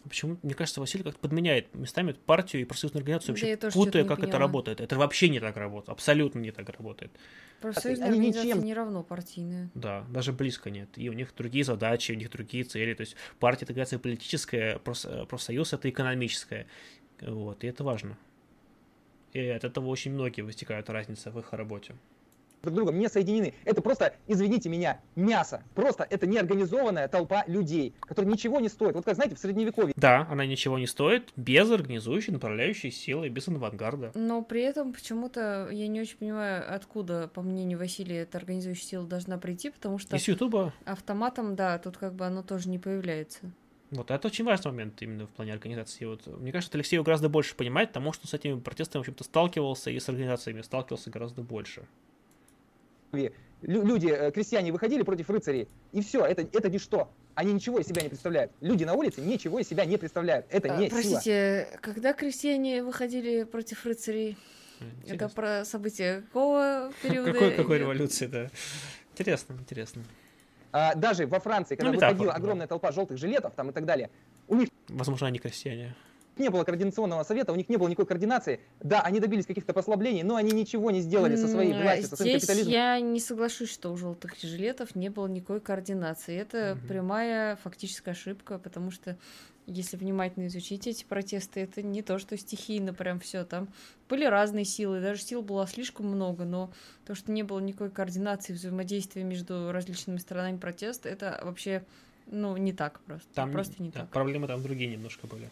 Почему, мне кажется, Василий как-то подменяет местами партию и профсоюзную организацию, Да я вообще тоже путая, что-то не как это поняла. работает. Это вообще не так работает, абсолютно не так работает. Профсоюзная Они организация ничем- не равно партийная. Да, даже близко нет. И у них другие задачи, у них другие цели. То есть партия, это, кажется, политическая, проф- профсоюз это экономическая. Вот, и это важно. И от этого очень многие вытекают разница в их работе. друг другом не соединены. Это просто, извините меня, мясо. Просто это неорганизованная толпа людей, которые ничего не стоят. Вот как, знаете, в Средневековье Да, она ничего не стоит без организующей, направляющей силы, без авангарда. Но при этом почему-то я не очень понимаю, откуда, по мнению Василия, эта организующая сила должна прийти, потому что Из Ютуба. автоматом, да, тут как бы оно тоже не появляется. Вот, это очень важный момент именно в плане организации. Вот, мне кажется, Алексей его гораздо больше понимает, потому что с этими протестами, в общем-то, сталкивался и с организациями сталкивался гораздо больше. лю- люди, э, крестьяне выходили против рыцарей, и все, это, это ничто. Они ничего из себя не представляют. Люди на улице ничего из себя не представляют. Это А, не сила. Простите, когда крестьяне выходили против рыцарей? Это Интересно. про события какого периода? Какой, какой идёт? революции, да. Интересно, интересно. А, даже во Франции, когда Ну, метафора, выходила да. огромная толпа желтых жилетов там и так далее, у них Возможно, они крестьяне. не было координационного совета, у них не было никакой координации. Да, они добились каких-то послаблений, но они ничего не сделали со своей М, властью, со своим Здесь капитализмом. я не соглашусь, что у желтых жилетов не было никакой координации. Это Мгм. прямая фактическая ошибка, потому что если внимательно изучить эти протесты, это не то, что стихийно прям все. Там были разные силы, даже сил было слишком много, но то, что не было никакой координации, взаимодействия между различными сторонами протеста, это вообще, ну, не так просто. Там просто не да, так. проблемы там другие немножко были.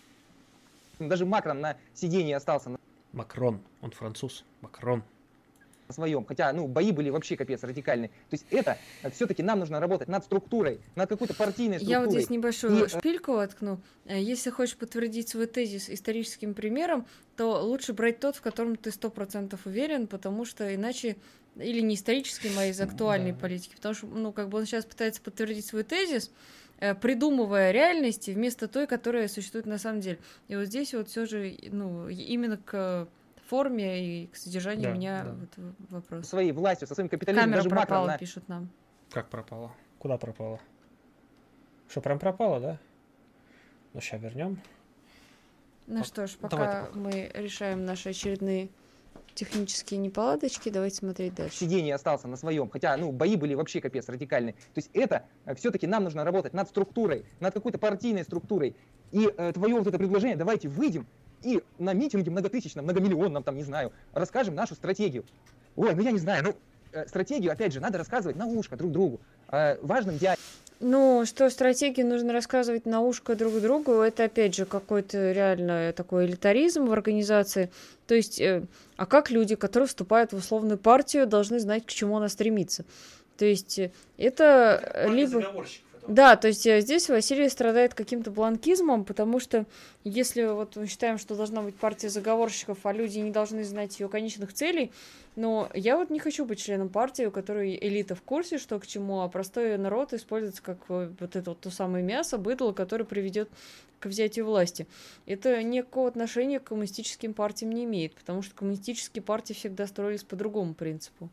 Даже Макрон на сидении остался на Макрон, он француз. Макрон. своем. Хотя, ну, бои были вообще капец радикальные. То есть это все-таки нам нужно работать над структурой, над какой-то партийной структурой. Я вот здесь небольшую И, э, шпильку воткну. Э, Если хочешь подтвердить свой тезис историческим примером, то лучше брать тот, в котором ты сто процентов уверен, потому что иначе или не историческим, а из актуальной Да. политики. Потому что, ну, как бы он сейчас пытается подтвердить свой тезис, э, придумывая реальности вместо той, которая существует на самом деле. И вот здесь вот все же, ну, именно к форме и к содержанию Да, меня да. вот в- вопрос. своей властью, со своим капитализмом, Камера даже Макрон пропала, на пишут нам. Как пропало? Куда пропало? Что, прям пропало, да? Ну, сейчас вернем. Ну Вот. что ж, Давай пока такой. мы решаем наши очередные технические неполадочки, давайте смотреть дальше. сидении остался на своем. Хотя, ну, бои были вообще капец радикальные. То есть это все-таки нам нужно работать над структурой, над какой-то партийной структурой. И э, твое вот это предложение, давайте выйдем и на митинге многотысячном, многомиллионном, там, не знаю, расскажем нашу стратегию. Ой, ну я не знаю, ну, э, стратегию, опять же, надо рассказывать на ушко друг другу. Э, важным диалогом. Ну, что стратегии нужно рассказывать на ушко друг другу, это опять же какой-то реально такой элитаризм в организации. То есть, э, а как люди, которые вступают в условную партию, должны знать, к чему она стремится? То есть, э, это либо... Да, то есть э, здесь Василий страдает каким-то бланкизмом, потому что если вот мы считаем, что должна быть партия заговорщиков, а люди не должны знать ее конечных целей, но я вот не хочу быть членом партии, у которой элита в курсе, что к чему, а простой народ используется как э, вот это вот то самое мясо, быдло, которое приведет к взятию власти. Это никакого отношения к коммунистическим партиям не имеет, потому что коммунистические партии всегда строились по другому принципу.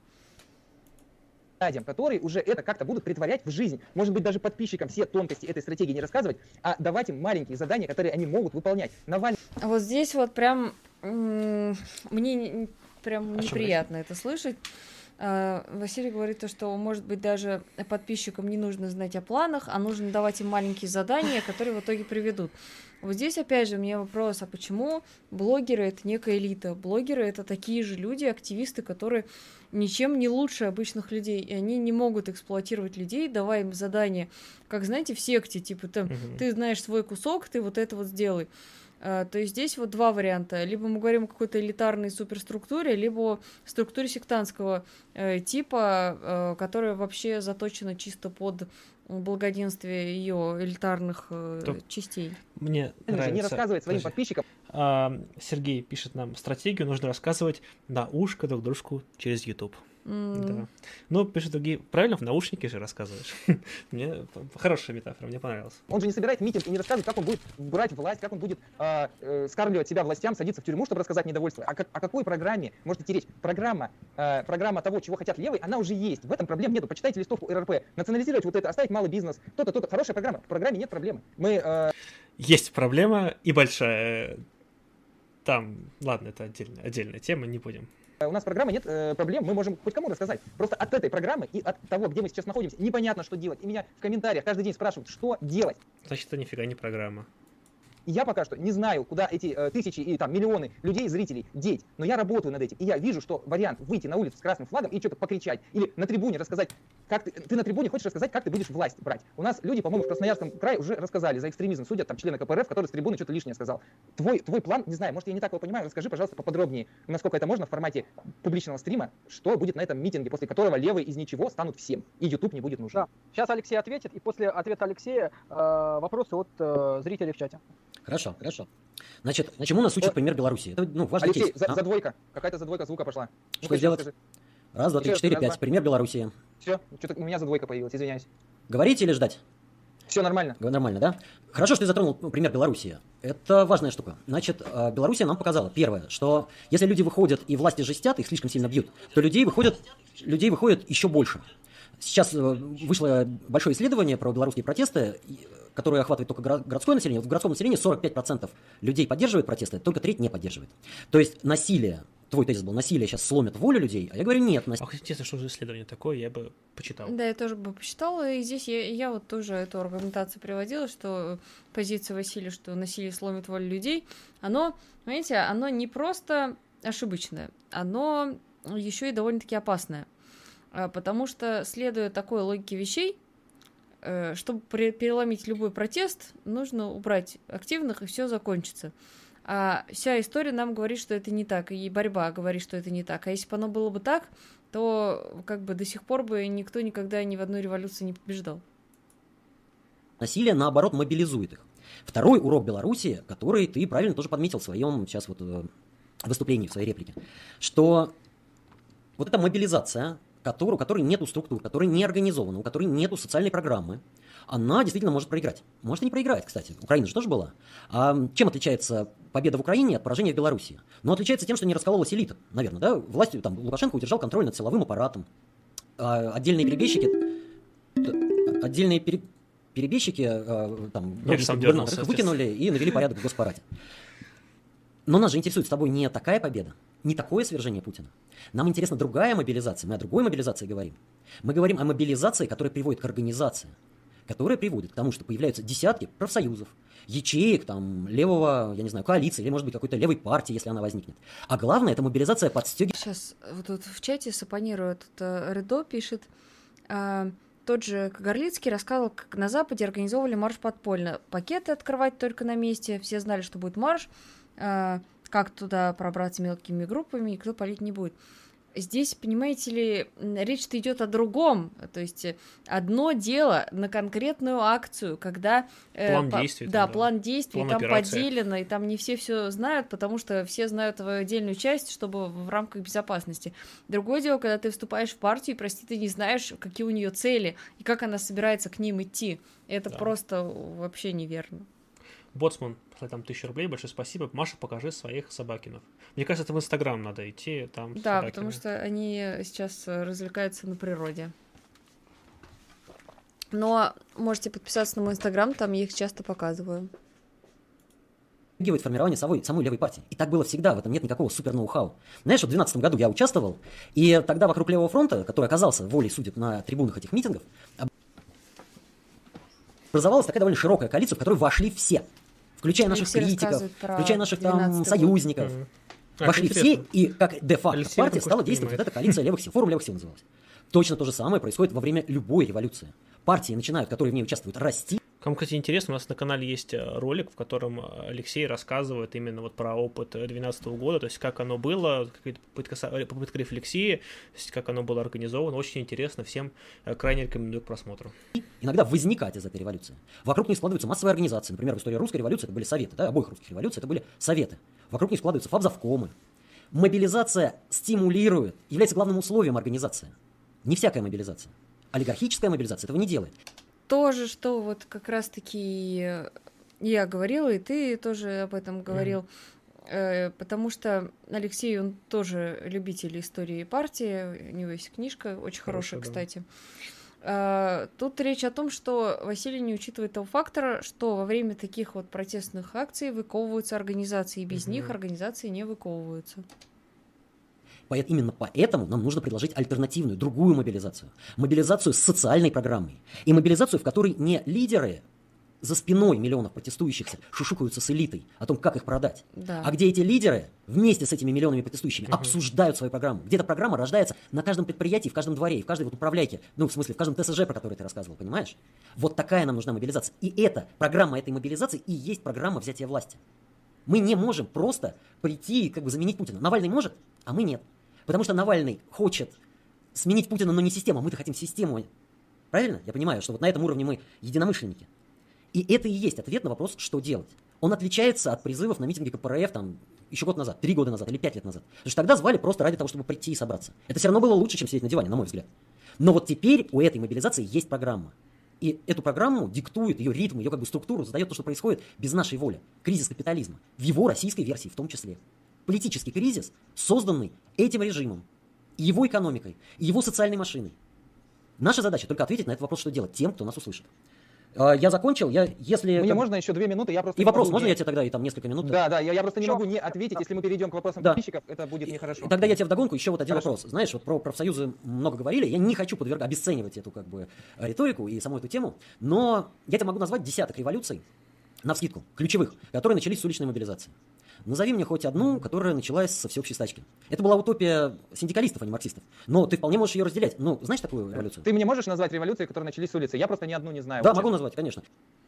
которые уже это как-то будут притворять в жизнь. Может быть, даже подписчикам все тонкости этой стратегии не рассказывать, а давать им маленькие задания, которые они могут выполнять. Навальный А вот здесь вот прям м, мне не- прям О чём неприятно это слышать. А, Василий говорит то, что, может быть, даже подписчикам не нужно знать о планах, а нужно давать им маленькие задания, которые в итоге приведут. Вот здесь, опять же, у меня вопрос, а почему блогеры — это некая элита? Блогеры — это такие же люди, активисты, которые ничем не лучше обычных людей, и они не могут эксплуатировать людей, давая им задания, как, знаете, в секте, типа, там, Мгм. ты знаешь свой кусок, ты вот это вот сделай. А, то есть здесь вот два варианта. Либо мы говорим о какой-то элитарной суперструктуре, либо о структуре сектантского э, типа, э, которая вообще заточена чисто под благоденствие ее элитарных э, То- частей. Мне же не нравится... рассказывает своим Подожди. подписчикам, А, Сергей пишет нам, стратегию нужно рассказывать на ушко друг дружку через YouTube. Да. Ну, пишут другие. Правильно, в наушнике же рассказываешь. Мне хорошая метафора, мне понравилась. Он же не собирает митинг и не рассказывает, как он будет брать власть, как он будет э, э, скармливать себя властям, садиться в тюрьму, чтобы рассказать недовольство. О, о какой программе может идти речь? Программа, э, программа того, чего хотят левые, она уже есть. В этом проблем нету. Почитайте листовку эр эр пэ. Национализировать вот это, оставить малый бизнес, то-то, то-то. Хорошая программа. В программе нет проблемы. Мы... Э... Есть проблема и большая. Там, ладно, это отдельная, отдельная тема, не будем. У нас программы нет э, проблем, мы можем хоть кому рассказать. Просто от этой программы и от того, где мы сейчас находимся, непонятно, что делать. И меня в комментариях каждый день спрашивают, что делать. Значит, это нифига не программа. И я пока что не знаю, куда эти э, тысячи и там миллионы людей, зрителей деть. Но я работаю над этим. И я вижу, что вариант выйти на улицу с красным флагом и что-то покричать. Или на трибуне рассказать, как ты, ты на трибуне хочешь рассказать, как ты будешь власть брать. У нас люди, по-моему, в Красноярском крае уже рассказали за экстремизм. Судят там члены ка пэ эр эф, который с трибуны что-то лишнее сказал. Твой, твой план, не знаю, может я не так его понимаю, расскажи, пожалуйста, поподробнее, насколько это можно в формате публичного стрима, что будет на этом митинге, после которого левые из ничего станут всем. И YouTube не будет нужен. Да. Сейчас Алексей ответит, и после ответа Алексея э, вопросы от э, зрителей в чате. Хорошо, хорошо. Значит, чему нас учит пример Беларуси? Это, ну, важный Алексей, кейс. за, А? задвойка. Какая-то задвойка звука пошла. Что сделать? Раз, два, три, четыре, пять. Пример Беларуси. Все, что-то у меня задвойка появилась, извиняюсь. Говорить или ждать? Все нормально. Нормально, да? Хорошо, что ты затронул ну, пример Белоруссии. Это важная штука. Значит, Белоруссия нам показала, первое, что если люди выходят и власти жестят, их слишком сильно бьют, то людей выходят, людей выходит еще больше. Сейчас вышло большое исследование про белорусские протесты, которое охватывает только городское население. В городском населении сорок пять процентов людей поддерживает протесты, только треть не поддерживает. То есть насилие, твой тезис был, насилие сейчас сломит волю людей, а я говорю нет. Нас... Ах, интересно, что за исследование такое, я бы почитал. Да, я тоже бы почитала, и здесь я, я вот тоже эту аргументацию приводила, что позиция Василия, что насилие сломит волю людей, оно, понимаете, оно не просто ошибочное, оно еще и довольно-таки опасное. Потому что, следуя такой логике вещей, чтобы переломить любой протест, нужно убрать активных, и все закончится. А вся история нам говорит, что это не так, и борьба говорит, что это не так. А если бы оно было бы так, то как бы до сих пор бы никто никогда ни в одной революции не побеждал. Насилие, наоборот, мобилизует их. Второй урок Беларуси, который ты правильно тоже подметил в своем сейчас вот выступлении, в своей реплике, что вот эта мобилизация, Который, у которой нету структур, у которой не организована, у которой нету социальной программы, она действительно может проиграть. Может и не проиграет, кстати. Украина же тоже была. А чем отличается победа в Украине от поражения в Беларуси? Ну, отличается тем, что не раскололась элита, наверное, да? Властью там Лукашенко удержал контроль над силовым аппаратом. А отдельные перебежчики, отдельные пере, перебежчики там, выкинули и навели порядок в госпараде. Но нас же интересует с тобой не такая победа, не такое свержение Путина. Нам интересна другая мобилизация. Мы о другой мобилизации говорим. Мы говорим о мобилизации, которая приводит к организации, которая приводит к тому, что появляются десятки профсоюзов, ячеек, там, левого, я не знаю, коалиции, или, может быть, какой-то левой партии, если она возникнет. А главное, это мобилизация подстегивает. Сейчас вот тут в чате сапонирует, тут Редо пишет, а, тот же Кагарлицкий рассказывал, как на Западе организовывали марш подпольно. Пакеты открывать только на месте, все знали, что будет марш, а, как туда пробраться мелкими группами, и кто палить не будет. Здесь, понимаете ли, речь-то идет о другом. То есть одно дело на конкретную акцию, когда... План э, действий. По, да, да, план действий, план там операции. поделено, и там не все все знают, потому что все знают твою отдельную часть, чтобы в рамках безопасности. Другое дело, когда ты вступаешь в партию, и, прости, ты не знаешь, какие у нее цели, и как она собирается к ним идти. Это да. Просто вообще неверно. Боцман, там тысячу рублей, большое спасибо. Маша, покажи своих собакинов. Мне кажется, это в Инстаграм надо идти, там да, собакины. Потому что они сейчас развлекаются на природе. Но можете подписаться на мой Инстаграм, там я их часто показываю. Формирование самой, самой левой партии. И так было всегда, в этом нет никакого супер ноу-хау. Знаешь, вот в две тысячи двенадцатом году я участвовал, и тогда вокруг Левого фронта, который оказался волей судеб на трибунах этих митингов, образовалась такая довольно широкая коалиция, в которую вошли все. Включая наших критиков, включая наших там союзников. Mm-hmm. А, вошли все, и как де-факто в партии стала действовать вот эта коалиция левых сил, форум левых сил называлась. Точно то же самое происходит во время любой революции. Партии начинают, которые в ней участвуют, расти. Кому, кстати, интересно, у нас на канале есть ролик, в котором Алексей рассказывает именно вот про опыт две тысячи двенадцатого года, то есть как оно было, какая-то попытка, попытка рефлексии, то есть как оно было организовано. Очень интересно, всем крайне рекомендую к просмотру. Иногда возникать из этой революции. Вокруг них складываются массовые организации. Например, в истории русской революции это были советы, да, обоих русских революций это были советы. Вокруг них складываются фабзавкомы. Мобилизация стимулирует, является главным условием организации. Не всякая мобилизация. Олигархическая мобилизация этого не делает. То же, что вот как раз-таки я говорила, и ты тоже об этом говорил, mm-hmm. потому что Алексей, он тоже любитель истории партии, у него есть книжка, очень хорошая, Хорошо, кстати. Да. Тут речь о том, что Василий не учитывает того фактора, что во время таких вот протестных акций выковываются организации, и без mm-hmm. них организации не выковываются. Именно поэтому нам нужно предложить альтернативную, другую мобилизацию. Мобилизацию с социальной программой. И мобилизацию, в которой не лидеры за спиной миллионов протестующихся шушукаются с элитой о том, как их продать. Да. А где эти лидеры вместе с этими миллионами протестующими uh-huh. обсуждают свою программу. Где эта программа рождается на каждом предприятии, в каждом дворе, и в каждой вот управляйке. Ну, в смысле, в каждом ТСЖ, про который ты рассказывал, понимаешь? Вот такая нам нужна мобилизация. И эта программа этой мобилизации и есть программа взятия власти. Мы не можем просто прийти и как бы заменить Путина. Навальный может, а мы нет. Потому что Навальный хочет сменить Путина, но не систему, а мы-то хотим систему. Правильно? Я понимаю, что вот на этом уровне мы единомышленники. И это и есть ответ на вопрос, что делать. Он отличается от призывов на митинге ка пэ эр эф там, еще год назад, три года назад или пять лет назад. Потому что тогда звали просто ради того, чтобы прийти и собраться. Это все равно было лучше, чем сидеть на диване, на мой взгляд. Но вот теперь у этой мобилизации есть программа. И эту программу диктует, ее ритм, ее как бы структуру задает то, что происходит без нашей воли. Кризис капитализма. В его российской версии в том числе. Политический кризис, созданный этим режимом, его экономикой, его социальной машиной. Наша задача только ответить на этот вопрос, что делать тем, кто нас услышит. Я закончил, я, если... Мне как... можно еще две минуты, я просто... И вопрос, можно не... я тебе тогда и там несколько минут? Да, да, я, я просто не могу не ответить, если мы перейдем к вопросам да. подписчиков, это будет нехорошо. И тогда я тебе вдогонку еще вот один Хорошо. вопрос. Знаешь, вот про профсоюзы много говорили, я не хочу подвергать, обесценивать эту как бы риторику и саму эту тему, но я тебе могу назвать десяток революций, навскидку, ключевых, которые начались с уличной мобилизации. Назови мне хоть одну, которая началась со всеобщей стачки. Это была утопия синдикалистов, а не марксистов. Но ты вполне можешь ее разделять. Ну, знаешь такую революцию? Ты мне можешь назвать революции, которые начались с улицы? Я просто ни одну не знаю. Да, вообще. могу назвать, конечно.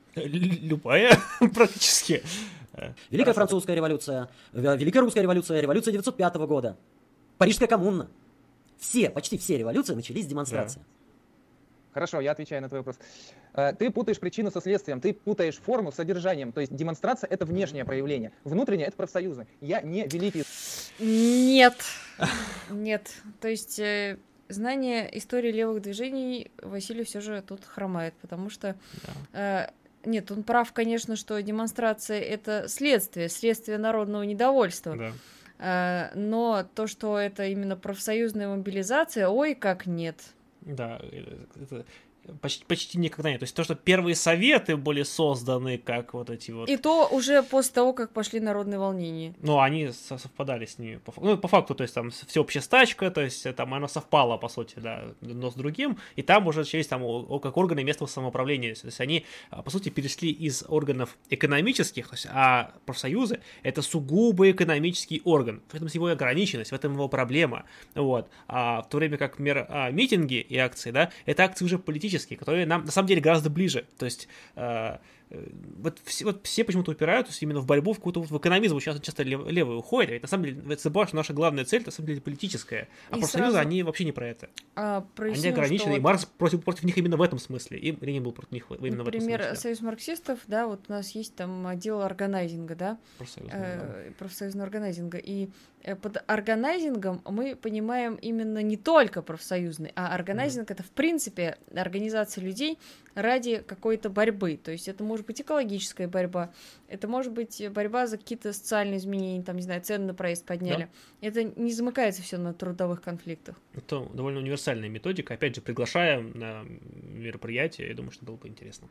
Любая, практически. Великая французская революция, Великая русская революция, революция девятьсот пятого года, Парижская коммуна. Все, почти все революции начались с демонстрации. Да. Хорошо, я отвечаю на твой вопрос. Ты путаешь причину со следствием, ты путаешь форму с содержанием. То есть демонстрация — это внешнее проявление, внутреннее — это профсоюзы. Я не великий... Нет, нет. То есть э, знание истории левых движений Василий все же тут хромает, потому что... Э, нет, он прав, конечно, что демонстрация — это следствие, следствие народного недовольства. Да. Э, но то, что это именно профсоюзная мобилизация, ой, как нет. Да, это почти, почти никогда нет. То есть то, что первые советы были созданы, как вот эти вот... И то уже после того, как пошли народные волнения. Ну, они совпадали с ними. Ну, по факту, то есть там всеобщая стачка, то есть там оно совпало, по сути, да, одно с другим. И там уже начались там как органы местного самоуправления. То есть они, по сути, перешли из органов экономических, то есть, а профсоюзы — это сугубо экономический орган. В этом его ограниченность, в этом его проблема. Вот. А в то время как, например, митинги и акции, да, это акции уже политические, которые нам на самом деле гораздо ближе. То есть э, вот, все, вот все почему-то упираются именно в борьбу, в какую-то вот в экономизм. Сейчас часто лев, левые уходят, ведь на самом деле это забывают, что наша главная цель на самом деле политическая. А и профсоюзы, сразу... они вообще не про это. А, они ограничены, и вот... Маркс против, против них именно в этом смысле, и Ленин был против них именно Например, в этом смысле. Например, Союз марксистов, да, вот у нас есть там отдел органайзинга, да, профсоюзного, э, да. профсоюзного органайзинга, и под органайзингом мы понимаем именно не только профсоюзный, а органайзинг mm-hmm. это в принципе организация людей ради какой-то борьбы. То есть это может быть экологическая борьба, это может быть борьба за какие-то социальные изменения, там, не знаю, цены на проезд подняли. Да. Это не замыкается все на трудовых конфликтах. Это довольно универсальная методика. Опять же, приглашаем на мероприятие, я думаю, что было бы интересно.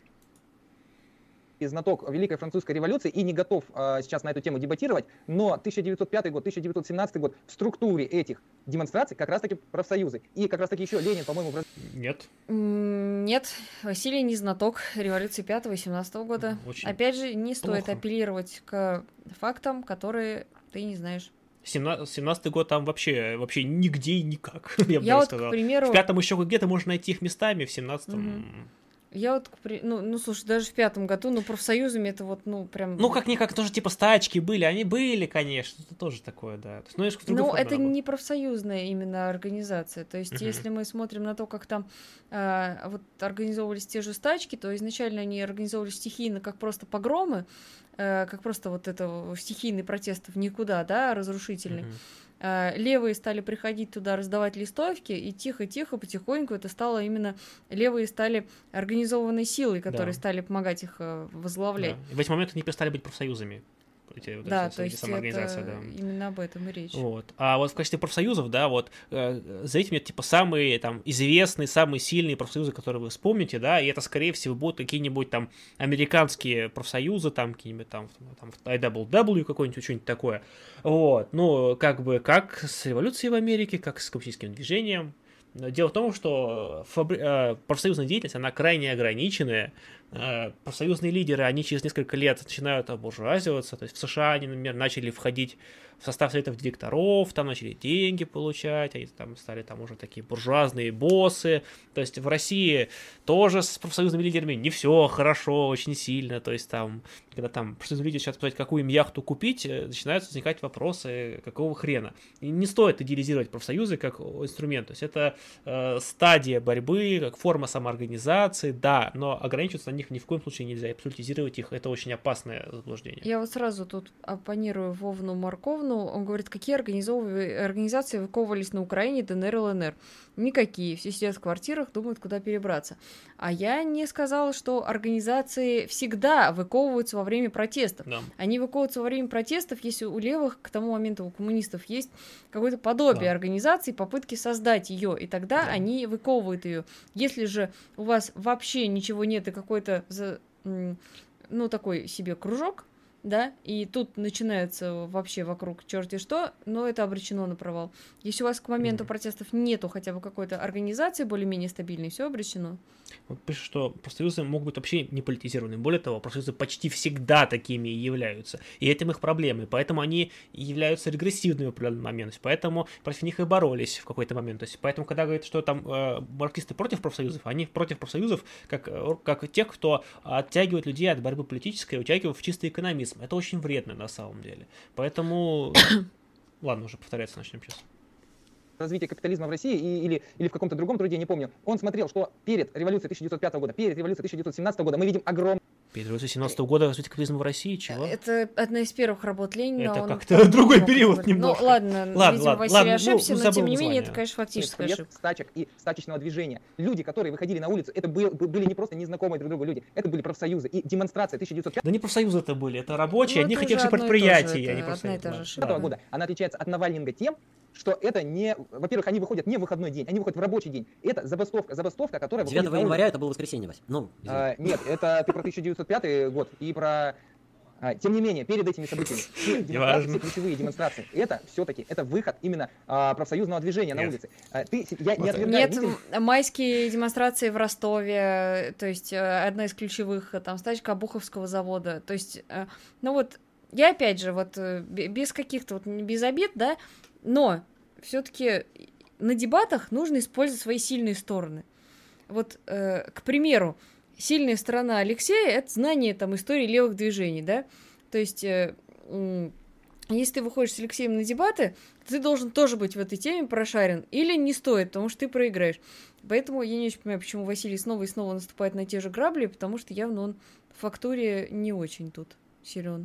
Знаток Великой Французской революции и не готов э, сейчас на эту тему дебатировать, но тысяча девятьсот пятый год, тысяча девятьсот семнадцатый год в структуре этих демонстраций как раз-таки профсоюзы. И как раз-таки еще Ленин, по-моему... В... Нет. Нет, Василий не знаток революции пятого и семнадцатого года. Очень Опять же, не стоит плохо. Апеллировать к фактам, которые ты не знаешь. семнадцатый год там вообще, вообще нигде и никак, я бы я вот, сказал. К примеру... В пятом еще где-то можно найти их местами, в семнадцатом... Угу. Я вот, ну, ну, слушай, даже в пятом году, ну, профсоюзами это вот, ну, прям... Ну, как-никак, тоже типа стачки были, они были, конечно, это тоже такое, да. То есть, ну, ну это работы. Не профсоюзная именно организация, то есть, uh-huh. если мы смотрим на то, как там а, вот организовывались те же стачки, то изначально они организовывались стихийно, как просто погромы, а, как просто вот это стихийный протест в никуда, да, разрушительный. Uh-huh. э, левые стали приходить туда, раздавать листовки, и тихо-тихо, потихоньку это стало именно... Левые стали организованной силой, которые Да. стали помогать их э, возглавлять. Да. И в эти моменты они перестали быть профсоюзами. Эти, вот Да, эти, то эти есть самоорганизации, это да. именно об этом и речь. Вот. А вот в качестве профсоюзов, да, вот э, за этими, типа, самые там известные, самые сильные профсоюзы, которые вы вспомните, да, и это, скорее всего, будут какие-нибудь там американские профсоюзы, там, какие-нибудь там, там ай дабл ю дабл ю какой-нибудь, что-нибудь такое. Вот. Ну, как бы, как с революцией в Америке, как с коммунистическим движением. Дело в том, что фабри... э, профсоюзная деятельность, она крайне ограниченная. Э, профсоюзные лидеры, они через несколько лет начинают обуржуазиваться. То есть в США они, например, начали входить в состав советов директоров, там начали деньги получать, они там стали там уже такие буржуазные боссы. То есть в России тоже с профсоюзными лидерами не все хорошо, очень сильно. То есть там, когда там профсоюзные лидеры хотят сказать, какую им яхту купить, начинают возникать вопросы, какого хрена. И не стоит идеализировать профсоюзы как инструмент. То есть это э, стадия борьбы, как форма самоорганизации, да, но ограничиваться на них ни в коем случае нельзя, абсолютизировать их, это очень опасное заблуждение. Я вот сразу тут оппонирую Вовну Марковну. Он говорит, какие организации выковывались на Украине, ДНР, ЛНР? Никакие. Все сидят в квартирах, думают, куда перебраться. А я не сказала, что организации всегда выковываются во время протестов. Да. Они выковываются во время протестов, если у левых к тому моменту у коммунистов есть какое-то подобие Да. организации, попытки создать ее, и тогда Да. они выковывают ее. Если же у вас вообще ничего нет и какой-то, ну, такой себе кружок, да, и тут начинается вообще вокруг черти что, но это обречено на провал. Если у вас к моменту Мгм. протестов нету хотя бы какой-то организации более-менее стабильной, все обречено. Вот пишут, что профсоюзы могут быть вообще не политизированы. Более того, профсоюзы почти всегда такими и являются. И это их проблемы. Поэтому они являются регрессивными в определенный момент. Поэтому против них и боролись в какой-то момент. То есть, поэтому, когда говорят, что там э, марксисты против профсоюзов, они против профсоюзов как, э, как тех, кто оттягивает людей от борьбы политической, утягивает в чистый экономизм. Это очень вредно на самом деле. Поэтому... Ладно, уже повторяться начнем сейчас. Развития капитализма в России и, или, или в каком-то другом труде, не помню. Он смотрел, что перед революцией тысяча девятьсот пятого года, перед революцией тысяча девятьсот семнадцатого года мы видим огромный... Перед революцией семнадцатого года развитие капитализма в России, чего? Это одна из первых работ Ленина. Это он как-то там другой много период говорит. немножко. Ну ладно, Ладно, видимо, ладно, Василий ладно, ну, ошибся, ну, но забыл тем не менее название. это, конечно, фактическая Приезд ошибка. стачек и стачечного движения. Люди, которые выходили на улицу, это был, были не просто незнакомые друг другу люди, это были профсоюзы. И демонстрация тысяча девятьсот Да не профсоюзы это были, это рабочие, Ну, одни это хотевшие уже одно и то же, предприятия, это а не одна и профсоюзы. та же Да. ошибка. пятого года, она отличается от Навальнинга тем, что это не... Во-первых, они выходят не в выходной день, они выходят в рабочий день. Это забастовка, забастовка, которая выходит девятого на улицу. января это было воскресенье, Вась. Ну, извини. А, нет, это ты про тысяча девятьсот пятый год и про... а, тем не менее, перед этими событиями все демонстрации, Неважно. все ключевые демонстрации, это все-таки это выход именно а, профсоюзного движения на Нет. улице. А, ты, я не Вот. отвергаю Нет, митинг. м, майские демонстрации в Ростове, то есть э, одна из ключевых, э, там, стачка Обуховского завода, то есть, э, ну вот, я опять же, вот, э, б- без каких-то, вот, н- без обид, да, но все-таки на дебатах нужно использовать свои сильные стороны. Вот, э, к примеру, сильная сторона Алексея — это знание, там, истории левых движений, да, то есть... э, м, если ты выходишь с Алексеем на дебаты, ты должен тоже быть в этой теме прошарен. Или не стоит, потому что ты проиграешь. Поэтому я не очень понимаю, почему Василий снова и снова наступает на те же грабли, потому что явно он в фактуре не очень тут силен.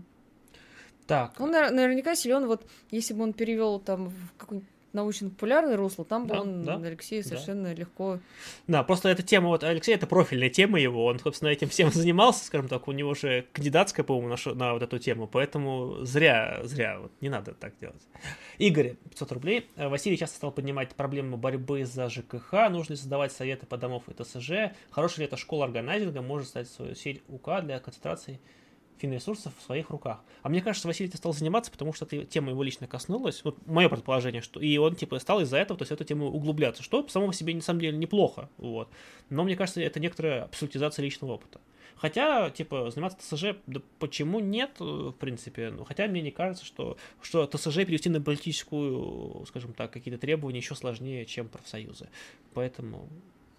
Так, Он нар- наверняка силен, вот если бы он перевел там в какой-нибудь научно-популярное русло, там бы Да, он да, Алексея да. совершенно легко... да, просто эта тема, вот Алексей, это профильная тема его, он, собственно, этим всем занимался, скажем так, у него же кандидатская, по-моему, на, шо- на вот эту тему, поэтому зря, зря, вот, не надо так делать. Игорь, пятьсот рублей. Василий часто стал поднимать проблему борьбы за ЖКХ, нужно ли создавать советы по домов и ТСЖ, хорошая ли эта школа органайзинга может стать свою сеть УК для концентрации финресурсов в своих руках. А мне кажется, Василий этим стал заниматься, потому что эта тема его лично коснулась. Вот мое предположение, что и он типа стал из-за этого, то есть в эту тему углубляться, что само по себе на самом деле неплохо. Вот. Но мне кажется, это некоторая абсолютизация личного опыта. Хотя, типа, заниматься ТСЖ, да почему нет, в принципе. Ну, хотя мне не кажется, что, что ТСЖ перевести на политическую, скажем так, какие-то требования еще сложнее, чем профсоюзы. Поэтому...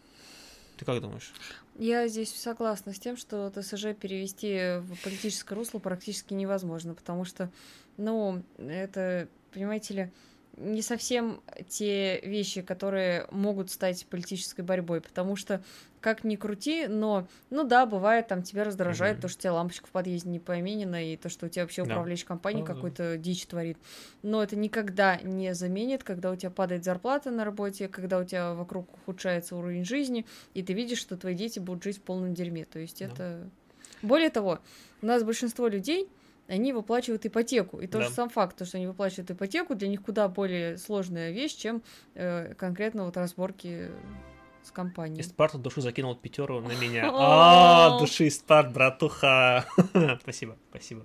Ты как думаешь? Я здесь согласна с тем, что ТСЖ перевести в политическое русло практически невозможно, потому что, ну, это, понимаете ли, не совсем те вещи, которые могут стать политической борьбой, потому что как ни крути, но, ну да, бывает, там тебя раздражает Мгм. то, что у тебя лампочка в подъезде не поменена, и то, что у тебя вообще Да. управляющая компания Ну да. какой-то дичь творит. Но это никогда не заменит, когда у тебя падает зарплата на работе, когда у тебя вокруг ухудшается уровень жизни, и ты видишь, что твои дети будут жить в полном дерьме. То есть Да. это... Более того, у нас большинство людей, они выплачивают ипотеку. И тот Да. же сам факт, то, что они выплачивают ипотеку, для них куда более сложная вещь, чем э, конкретно вот разборки с компанией. И Спарт от души закинул пятеру на меня. О. А, души Спарт, братуха. Спасибо, спасибо.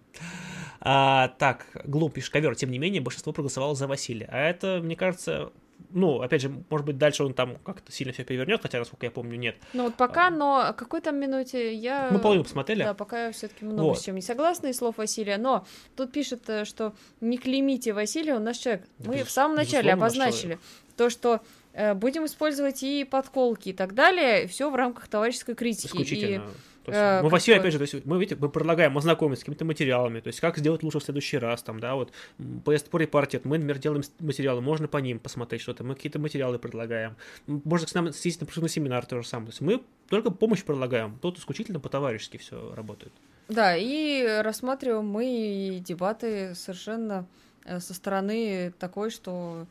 А, так, Глум пишет, ковер. Тем не менее, большинство проголосовало за Василия. А это, мне кажется, ну, опять же, может быть, дальше он там как-то сильно все перевернет, хотя, насколько я помню, нет. Ну вот пока, но о какой там минуте я... Мы половину посмотрели. Да, пока я все-таки много Вот. с чем не согласна из слов Василия, но тут пишет, э, что не клеймите Василия, он наш человек. Мы Безус- в самом начале безусловно, наш обозначили то, что э, будем использовать и подколки и так далее, все в рамках товарищеской критики. Исключительно. То есть, э, мы как Василию, бы- опять же, то есть, мы, видите, мы предлагаем ознакомиться с какими-то материалами, то есть как сделать лучше в следующий раз, там, да, вот, м, по эстпоре паритет, мы, например, делаем с- материалы, можно по ним посмотреть что-то, мы какие-то материалы предлагаем, М, можно к нам съездить, например, на семинар, то же самое, то есть мы только помощь предлагаем, тут исключительно по-товарищески все работает. Да, и рассматриваем мы и дебаты совершенно э, со стороны такой, что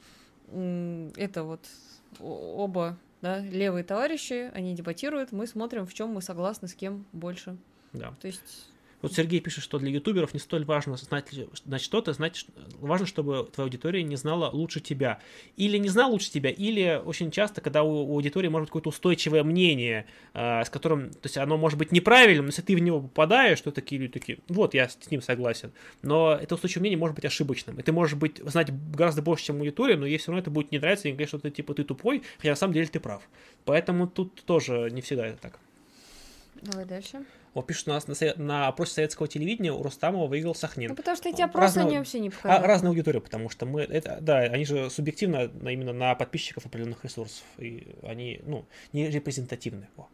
м, это вот о- оба, да, левые товарищи, они дебатируют, мы смотрим, в чем мы согласны, с кем больше. Да. То есть... Вот Сергей пишет, что для ютуберов не столь важно знать, знать что-то, знать, ш- важно, чтобы твоя аудитория не знала лучше тебя. Или не знала лучше тебя, или очень часто, когда у, у аудитории может быть какое-то устойчивое мнение, а, с которым, то есть оно может быть неправильным, но если ты в него попадаешь, то такие люди такие, вот, я с ним согласен. Но это устойчивое мнение может быть ошибочным. И ты можешь быть, знать гораздо больше, чем аудитория, но ей все равно это будет не нравиться, и говорить, что ты типа ты тупой, хотя на самом деле ты прав. Поэтому тут тоже не всегда это так. Давай дальше. Вот пишут, у нас на, сове- на опросе советского телевидения у Рустамова выиграл Сахнин. Ну, потому что эти А, опросы, разного- они вообще не А, показывают. разная аудитория, потому что мы, это, да, они же субъективно на- именно на подписчиков определенных ресурсов, и они, ну, не репрезентативны. О.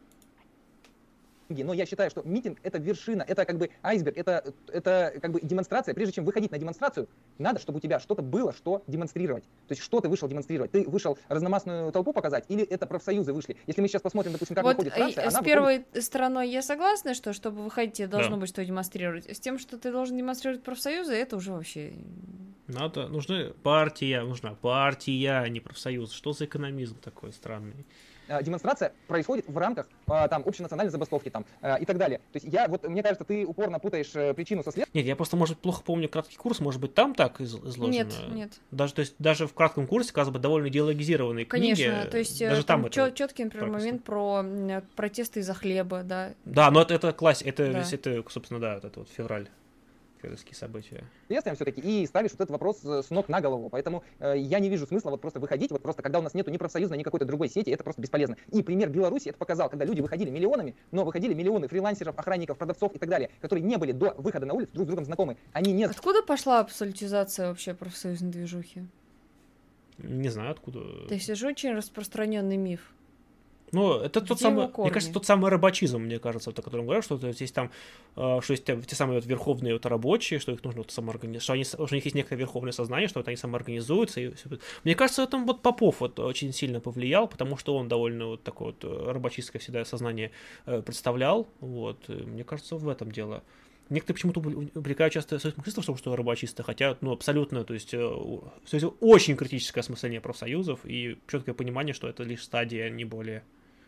Но я считаю, что митинг — это вершина, это как бы айсберг, это, это как бы демонстрация. Прежде чем выходить на демонстрацию, надо, чтобы у тебя что-то было, что демонстрировать. То есть что ты вышел демонстрировать? Ты вышел разномастную толпу показать или это профсоюзы вышли? Если мы сейчас посмотрим, допустим, как Вот выходит э, Франция, с она первой стороной я согласна, что чтобы выходить, тебе должно Да. быть что демонстрировать. С тем, что ты должен демонстрировать профсоюзы, это уже вообще... Надо, нужна партия, нужна партия, а не профсоюз. Что за экономизм такой странный? э, демонстрация происходит в рамках э, там общенациональной забастовки там э, и так далее. То есть я вот, мне кажется, ты упорно путаешь э, причину со следствием. Нет, я просто, может, плохо помню краткий курс, может быть, там так из- изложено? Нет, нет. Даже, то есть, даже в кратком курсе, казалось бы, довольно идеологизированные книги. Конечно, то есть э, даже там, там это четкий, например, прописано. момент про м, протесты из-за хлеба, да. Да, но это, это классика, это, Да. весь это, собственно, да, вот это вот февраль, февральские события. следствием все-таки и ставишь вот этот вопрос э, с ног на голову. Поэтому э, я не вижу смысла вот просто выходить, вот просто когда у нас нету ни профсоюзной, ни какой-то другой сети, это просто бесполезно. И пример Беларуси это показал, когда люди выходили миллионами, но выходили миллионы фрилансеров, охранников, продавцов и так далее, которые не были до выхода на улицу друг с другом знакомы. Они не... Откуда пошла абсолютизация вообще профсоюзной движухи? Не знаю, откуда. То есть это же очень распространенный миф. Ну, это Где тот самый, его мне кажется, корни? тот самый рабочизм, мне кажется, вот, о котором говорят, что вот есть там, э, что есть те, те самые вот верховные вот рабочие, что их нужно вот самоорганизовать, что, они, что у них есть некое верховное сознание, что вот они самоорганизуются. И всё. Мне кажется, в этом вот Попов вот очень сильно повлиял, потому что он довольно вот такое вот э, рабочистское всегда сознание э, представлял. Вот. И мне кажется, в этом дело. Некоторые почему-то упрекают часто союз марксистов в том, что рабочисты, хотя, ну, абсолютно, то есть, э, у- в Союзе очень критическое осмысление профсоюзов и четкое понимание, что это лишь стадия, не более.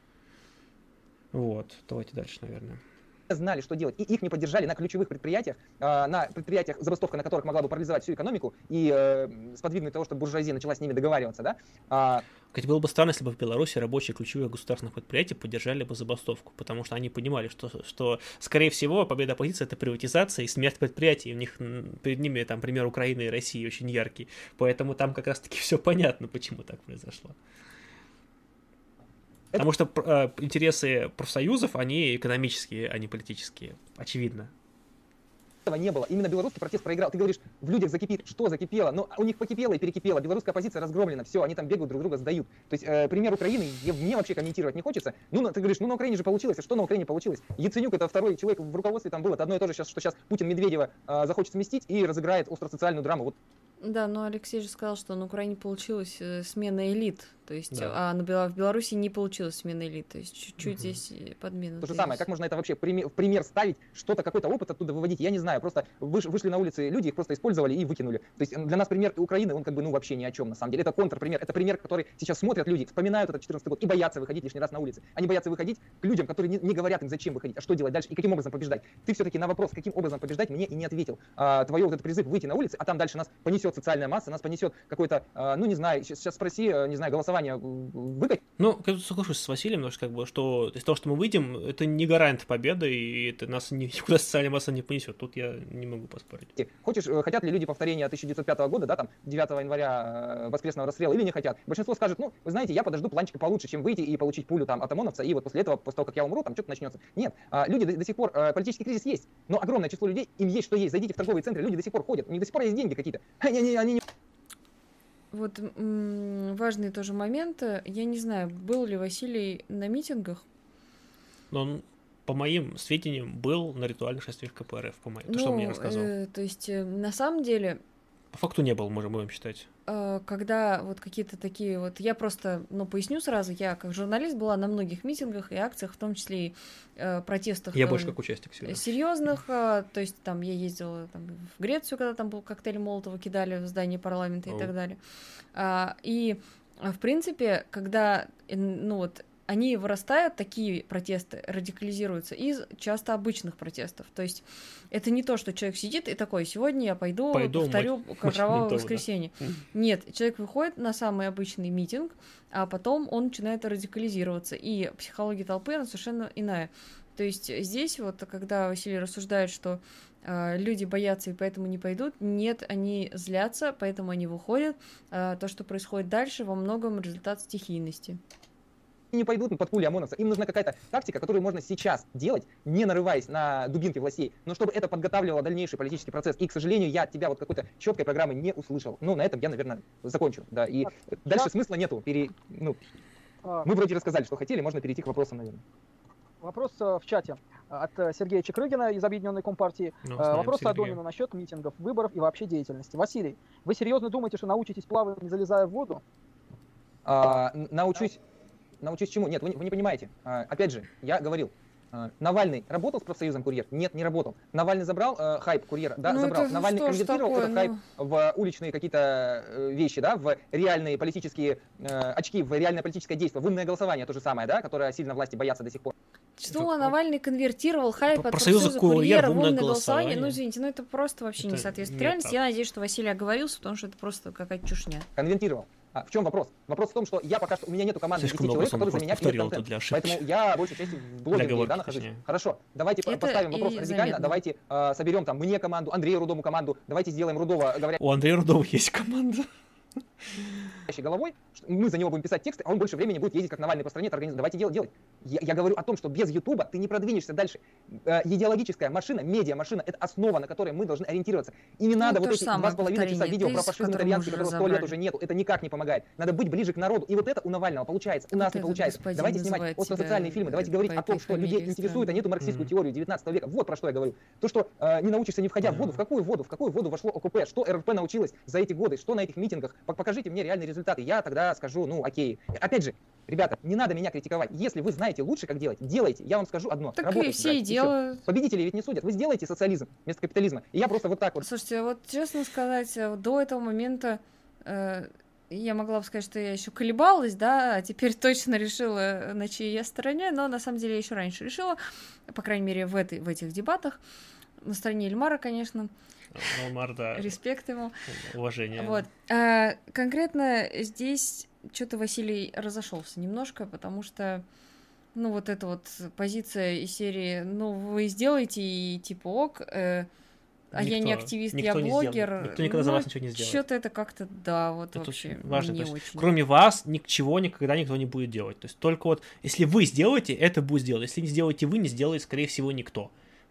Вот, давайте дальше, наверное. знали, что делать, и их не поддержали на ключевых предприятиях, э, на предприятиях, забастовка на которых могла бы парализовать всю экономику и э, сподвигнуть того, чтобы буржуазия начала с ними договариваться, да. А, Кстати, было бы странно, если бы в Беларуси рабочие ключевых государственных предприятий поддержали бы забастовку, потому что они понимали, что, что скорее всего, победа оппозиции — это приватизация и смерть предприятий. У них м, перед ними там пример Украины и России очень яркий. Поэтому там как раз-таки все понятно, почему так произошло. Потому что э, интересы профсоюзов, они экономические, а не политические. Очевидно. этого не было. Именно белорусский протест проиграл. Ты говоришь, в людях закипит. Что закипело? Ну, у них покипело и перекипело. Белорусская оппозиция разгромлена. Все, они там бегают, друг друга сдают. То есть, э, пример Украины я- мне вообще комментировать не хочется. Ну, на- ты говоришь, ну, на Украине же получилось. А что на Украине получилось? Яценюк — это второй человек в руководстве там был. Это одно и то же, сейчас, что сейчас Путин Медведева э, захочет сместить и разыграет остросоциальную драму. Вот Да, но Алексей же сказал, что на Украине получилась э, смена элит, то есть, Да. а на Бела- в Беларуси не получилась смена элит, то есть чуть-чуть Мгм. здесь э, подмена. То же самое, как можно это вообще пример, в пример ставить, что-то, какой-то опыт оттуда выводить, я не знаю, просто выш- вышли на улицы люди, их просто использовали и выкинули. То есть для нас пример Украины, он как бы, ну, вообще ни о чем, на самом деле. Это контрпример, это пример, который сейчас смотрят люди, вспоминают этот четырнадцатый год и боятся выходить лишний раз на улицы. Они боятся выходить к людям, которые не, не говорят им, зачем выходить, а что делать дальше и каким образом побеждать. Ты все-таки на вопрос, каким образом побеждать, мне и не ответил. А, твое вот этот призыв выйти на улицы, а там дальше нас понесет социальная масса, нас понесет какой-то, а, ну, не знаю, сейчас, сейчас спроси, а, не знаю, голосование выкатить. Ну, я тут соглашусь с Василием, потому что, как бы, что из того, что мы выйдем, это не гарант победы, и это нас ни- никуда социальная масса не понесет. Тут я не могу поспорить. Хочешь, э, хотят ли люди повторения тысяча девятьсот пятого года, да, там, девятого января э, воскресного расстрела, или не хотят? Большинство скажет, ну, вы знаете, я подожду планчика получше, чем выйти и получить пулю там от ОМОНовца, и вот после этого, после того, как я умру, там что-то начнется. Нет, а, люди до, до сих пор, э, политический кризис есть, но огромное число людей, им есть что есть. Зайдите в торговые центры, люди до сих пор ходят, у них до сих пор есть деньги какие-то. Они, они, они не Вот м, важный тоже момент. Я не знаю, был ли Василий на митингах. Но он, по моим сведениям, был на ритуальных шествиях ка пэ эр эф, по моему, то, что он мне рассказывал. э, то есть, э, на самом деле, По факту не был, можем будем считать. э, когда вот какие-то такие вот... Я просто, ну, поясню сразу, я как журналист была на многих митингах и акциях, в том числе и э, протестах. Я э, больше как участник всегда. серьезных, э, то есть там я ездила там, в Грецию, когда там был коктейль Молотова, кидали в здание парламента и Оу. так далее. А, и, а, в принципе, когда, э, ну вот, они вырастают, такие протесты радикализируются из часто обычных протестов. То есть это не то, что человек сидит и такой, сегодня я пойду, Пойду повторю мыть- кровавое мыть ментов, да. воскресенье. Мгм. Нет, человек выходит на самый обычный митинг, а потом он начинает радикализироваться. И психология толпы, она совершенно иная. То есть здесь вот, когда Василий рассуждает, что э, люди боятся и поэтому не пойдут, нет, они злятся, поэтому они выходят. А то, что происходит дальше, во многом результат стихийности. не пойдут под пули ОМОНовца. Им нужна какая-то тактика, которую можно сейчас делать, не нарываясь на дубинки властей, но чтобы это подготавливало дальнейший политический процесс. И, к сожалению, я от тебя вот какой-то четкой программы не услышал. Ну, на этом я, наверное, закончу. Да. И Так, дальше я- смысла нету. Пере... Ну, А, мы вроде рассказали, что хотели, можно перейти к вопросам, наверное. Вопрос э, в чате от э, Сергея Чекрыгина из Объединенной Компартии. Ну, Э, знаем Вопрос Сергея. Адонину насчет митингов, выборов и вообще деятельности. Василий, вы серьезно думаете, что научитесь плавать, не залезая в воду? А, н- научусь, научусь чему? Нет, вы, не- вы не понимаете. А, опять же, я говорил, а, Навальный работал с профсоюзом «Курьер»? Нет, не работал. Навальный забрал э, хайп «Курьера»? Да, Ну, забрал. это Навальный что ж конвертировал такое, этот хайп ну? в уличные какие-то э, вещи, да, в реальные политические э, очки, в реальное политическое действие, в умное голосование, то же самое, да, которое сильно власти боятся до сих пор. Что Это- Навальный конвертировал хайп Про- от профсоюза профсоюза «Курьер» курьера в в умное умное голосование? голосование? Ну, извините, ну это просто вообще не Это соответствует не реальности. так. Я надеюсь, что Василий оговорился, потому что это просто какая-то чушня. Конвертировал. А в чем вопрос? Вопрос в том, что я пока что, у меня нету команды Слишком десяти много человек, он которые за просто меня пилят повторил это контент. для ошибки. Поэтому я большей частью в блогинге Для да, оговорки, нахожусь. точнее. Хорошо, давайте Это поставим вопрос и радикально, заметно. давайте э, соберем там мне команду, Андрею Рудому команду, давайте сделаем Рудова говоря У Андрея Рудова есть команда. головой, что мы за него будем писать тексты, а он больше времени будет ездить как Навальный по стране, это организовать. Давайте делать. делать. Я, я говорю о том, что без Ютуба ты не продвинешься дальше. Э, идеологическая машина, медиа-машина — это основа, на которой мы должны ориентироваться. И не надо то вот же эти самое два с половиной часа повторение видео про тезисов, фашизм которые мы итальянский, уже которого сто лет разобрали. уже нету. Это никак не помогает. Надо быть ближе к народу. И вот это у Навального получается, у Вот нас не этот получается. господин Давайте снимать называет остросоциальные себя, фильмы, давайте э, говорить по о том, этой что людей фамилии интересует, а нету марксистскую Мгм. теорию девятнадцатого века. Вот про что я говорю. То, что э, не научишься не входя в воду. Ага. В какую воду? В какую воду вошло о ка пэ? Что эр пэ научилась за эти годы? Что на этих митингах? Пок- Покажите мне реальные результаты. Я тогда скажу, ну, окей. Опять же, ребята, не надо меня критиковать. Если вы знаете лучше, как делать, делайте. Я вам скажу одно. Так и Работайте, все и братья, всё. делают. Победители ведь не судят. Вы сделаете социализм вместо капитализма. И я просто вот так вот. Слушайте, вот честно сказать, э, до этого момента э, я могла бы сказать, что я еще колебалась, да, а теперь точно решила, на чьей я стороне, но на самом деле я еще раньше решила, по крайней мере, в, этой, в этих дебатах. На стороне Эльмара, конечно, Алмар, да. респект ему. Уважение. Вот. А, конкретно здесь что-то Василий разошелся немножко, потому что, ну, вот эта вот позиция из серии, ну, вы сделаете и типа ок, э, а я не Никто- активист, никто я не блогер. сделает. Никто никогда за вас ничего не сделает. Что-то это как-то, да, вот Это вообще очень важно. не То есть, очень. кроме вас, ничего никогда никто не будет делать. То есть только вот, если вы сделаете, это будет сделать. Если не сделаете вы, не сделает, скорее всего, никто.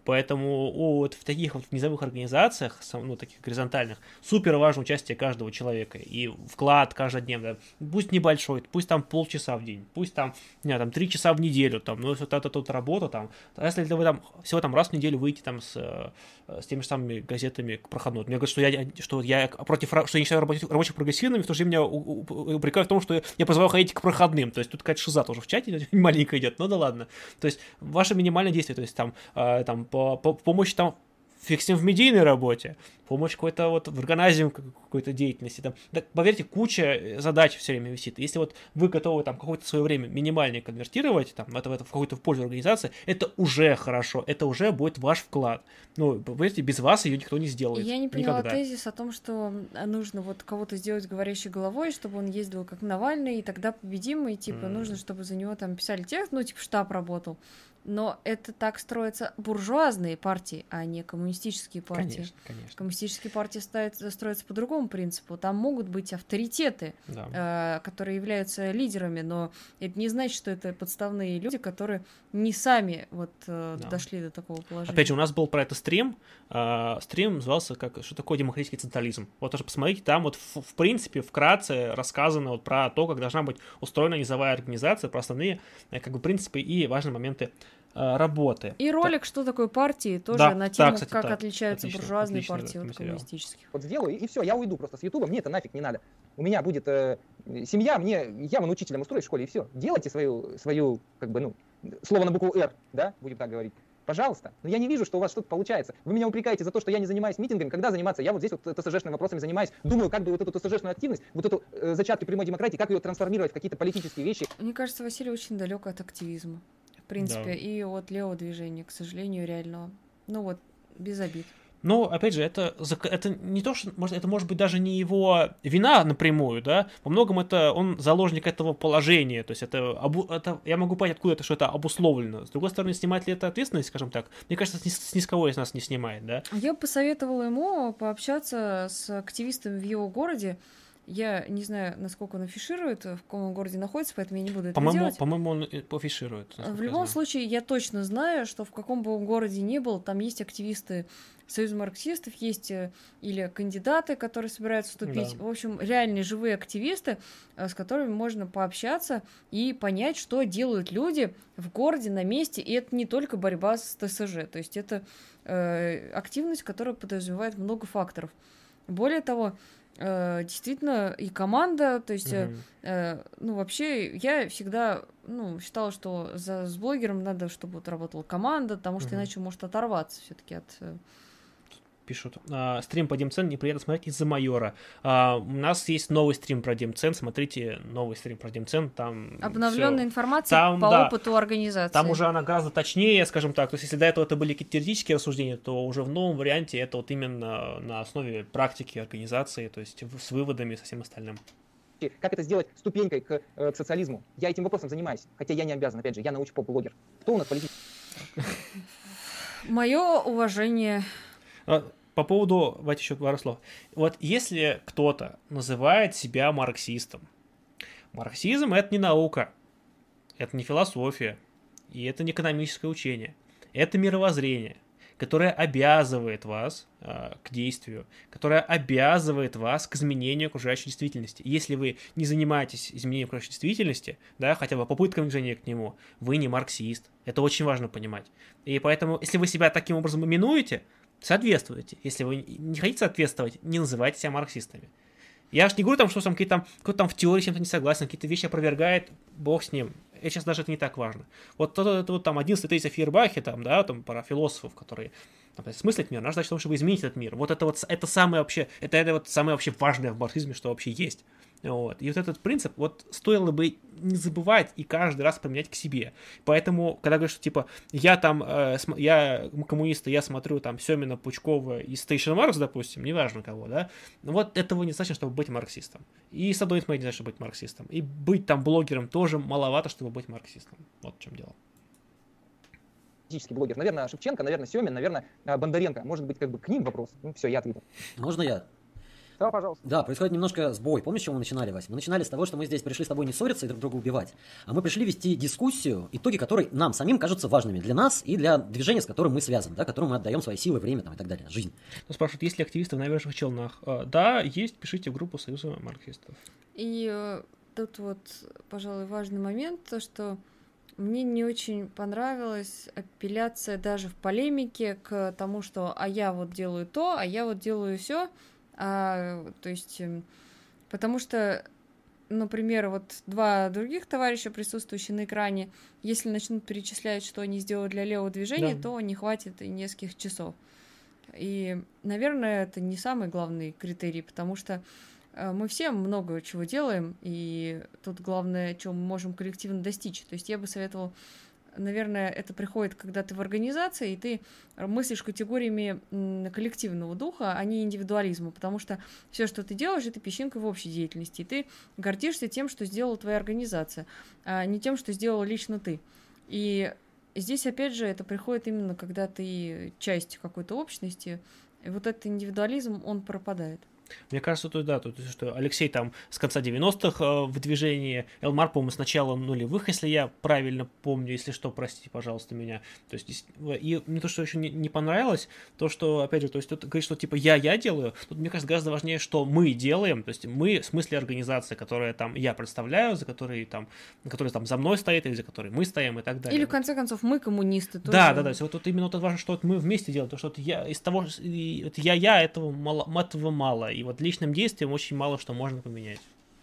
Поэтому о, вот в таких вот низовых организациях, ну, таких горизонтальных, супер важно участие каждого человека и вклад каждодневно. Пусть небольшой, пусть там полчаса в день, пусть там, не знаю, там три часа в неделю, там, ну, если вот эта тут работа, там, а если вы там всего там раз в неделю выйти там с, с теми же самыми газетами к проходной. Мне говорят, что я, что я против, что я не считаю рабочих прогрессивными, в то же время меня упрекают в том, что я призываю ходить к проходным. То есть тут какая-то шиза тоже в чате маленькая идет, ну да ладно. То есть ваше минимальное действие, то есть там, э, там по, по, помощь там фиг с ним в медийной работе, помощь какой-то вот в органайзинге какой-то деятельности. Там, так, поверьте, куча задач все время висит. Если вот вы готовы там какое-то свое время минимальнее конвертировать, там, это, это в какую-то в пользу организации, это уже хорошо, это уже будет ваш вклад. Ну, поверьте, без вас ее никто не сделает. Я не поняла никогда. Тезис о том, что нужно вот кого-то сделать говорящей головой, чтобы он ездил как Навальный, и тогда победим, и типа mm. нужно, чтобы за него там писали текст, ну, типа штаб работал. Но это так строятся буржуазные партии, а не коммунистические партии. Конечно, конечно. Коммунистические партии стоят, строятся по другому принципу. Там могут быть авторитеты, да. э, которые являются лидерами, но это не значит, что это подставные люди, которые не сами вот э, да. дошли до такого положения. Опять же, у нас был про это стрим. Э, стрим назывался как «Что такое демократический централизм?». Вот тоже посмотрите, там вот в, в принципе вкратце рассказано вот про то, как должна быть устроена низовая организация, про основные как бы принципы и важные моменты работы. И ролик да. «Что такое партии» тоже да, на тему, да, кстати, как да. отличаются отлично, буржуазные отлично, партии от коммунистических. Вот сделаю, и, и все, я уйду просто с Ютуба, мне это нафиг не надо. У меня будет э, семья, мне, я вон учителем устроюсь в школе, и все. Делайте свою, свою, как бы, ну, слово на букву «Р», да, будем так говорить. Пожалуйста. Но я не вижу, что у вас что-то получается. Вы меня упрекаете за то, что я не занимаюсь митингами. Когда заниматься? Я вот здесь вот ТСЖшными вопросами занимаюсь. Думаю, как бы вот эту ТСЖшную активность, вот эту э, зачатки прямой демократии, как ее трансформировать в какие-то политические вещи. Мне кажется, Василий очень далек от активизма. В принципе, да. и от левого движения, к сожалению, реального. Ну вот, без обид. Ну, опять же, это, это не то, что может, это может быть даже не его вина напрямую, да, во многом это он заложник этого положения, то есть это, обу, это я могу понять, откуда это, что это обусловлено. С другой стороны, снимает ли это ответственность, скажем так, мне кажется, с ни с кого из нас не снимает, да. Я бы посоветовала ему пообщаться с активистами в его городе. Я не знаю, насколько он афиширует, в каком он городе находится, поэтому я не буду это по-моему, делать. По-моему, он афиширует. В любом случае, я точно знаю, что в каком бы он городе ни был, там есть активисты Союза марксистов, есть или кандидаты, которые собираются вступить. Да. В общем, реальные живые активисты, с которыми можно пообщаться и понять, что делают люди в городе, на месте. И это не только борьба с ТСЖ, то есть это э, активность, которая подразумевает много факторов. Более того, действительно, и команда, то есть, mm-hmm. э, ну, вообще, я всегда, ну, считала, что за, с блогером надо, чтобы вот работала команда, потому что mm-hmm. иначе может оторваться все-таки от... Пишут. А, стрим по Демцен неприятно смотреть из-за майора. А, у нас есть новый стрим про Демцен. Смотрите новый стрим про Демцен. Там обновленная всё. информация там, по да, опыту организации. Там уже она гораздо точнее, скажем так. То есть, если до этого это были какие-то теоретические рассуждения, то уже в новом варианте это вот именно на основе практики организации, то есть с выводами и со всем остальным. Как это сделать ступенькой к, э, к социализму? Я этим вопросом занимаюсь, хотя я не обязан. Опять же, я научпоп-блогер. Кто у нас политик? Мое уважение. По поводу, давайте еще пару слов. Вот если кто-то называет себя марксистом, марксизм — это не наука, это не философия, и это не экономическое учение, это мировоззрение, которое обязывает вас э, к действию, которое обязывает вас к изменению окружающей действительности. Если вы не занимаетесь изменением окружающей действительности, да, хотя бы попытками движения к нему, вы не марксист. Это очень важно понимать. И поэтому, если вы себя таким образом именуете, соответствуйте. Если вы не хотите соответствовать, не называйте себя марксистами. Я же не говорю, там, что там, какие-то, там, кто-то там в теории с чем-то не согласен, какие-то вещи опровергает, бог с ним. И сейчас даже это не так важно. Вот это, это вот там одиннадцатый тезис о Фейербахе, там, да, там, про философов, которые там, смыслят мир, наша задача в том, чтобы изменить этот мир. Вот это вот, это самое вообще, это, это вот самое вообще важное в марксизме, что вообще есть. Вот. И вот этот принцип, вот стоило бы не забывать и каждый раз применять к себе. Поэтому, когда говорят, что типа я там, э, см- я коммунист, я смотрю там Семина, Пучкова и Station Marks, допустим, неважно кого, да, вот этого не достаточно, чтобы быть марксистом. И с одной стороны, не значит, чтобы быть марксистом. И быть там блогером тоже маловато, чтобы быть марксистом. Вот в чем дело. Блогер. Наверное, Шевченко, наверное, Семин, наверное, Бондаренко. Может быть, как бы к ним вопрос. Ну, все, я ответил. Можно я? Да, пожалуйста. Да, происходит немножко сбой. Помнишь, с чего мы начинали, Вась? Мы начинали с того, что мы здесь пришли с тобой не ссориться и друг друга убивать, а мы пришли вести дискуссию, итоги которой нам самим кажутся важными для нас и для движения, с которым мы связаны, да, которому мы отдаем свои силы, время там, и так далее, жизнь. Ну, спрашивают, есть ли активисты в набережных Челнах? А, да, есть, пишите в группу Союза марксистов. И э, тут вот, пожалуй, важный момент, то, что мне не очень понравилась апелляция даже в полемике к тому, что а я вот делаю то, а я вот делаю все. А, то есть, э, потому что, например, вот два других товарища, присутствующие на экране, если начнут перечислять, что они сделали для левого движения, Да. то не хватит и нескольких часов. И, наверное, это не самый главный критерий, потому что э, мы все много чего делаем, и тут главное, чего мы можем коллективно достичь. То есть я бы советовала, наверное, это приходит, когда ты в организации, и ты мыслишь категориями м, коллективного духа, а не индивидуализма, потому что все, что ты делаешь, это песчинка в общей деятельности, и ты гордишься тем, что сделала твоя организация, а не тем, что сделал лично ты. И здесь, опять же, это приходит именно, когда ты часть какой-то общности, и вот этот индивидуализм, он пропадает. Мне кажется, то да, то, что Алексей там с конца девяностых э, в движении, Элмар, по-моему, с начала нулевых, если я правильно помню, если что, простите, пожалуйста, меня. То есть, и мне то, что еще не, не понравилось, то, что, опять же, то есть, тут говорит, что типа я-я делаю, тут, мне кажется, гораздо важнее, что мы делаем, то есть, мы, в смысле организации, которая там я представляю, за которой там, которая там за мной стоит, или за которой мы стоим и так далее. Или, в конце концов, мы коммунисты тоже. Да, да, да, вот тут именно вот важно, что вот мы вместе делаем, то, что вот я из того, и, вот я-я, этого мало, этого мало, и вот личным действием очень мало что можно поменять.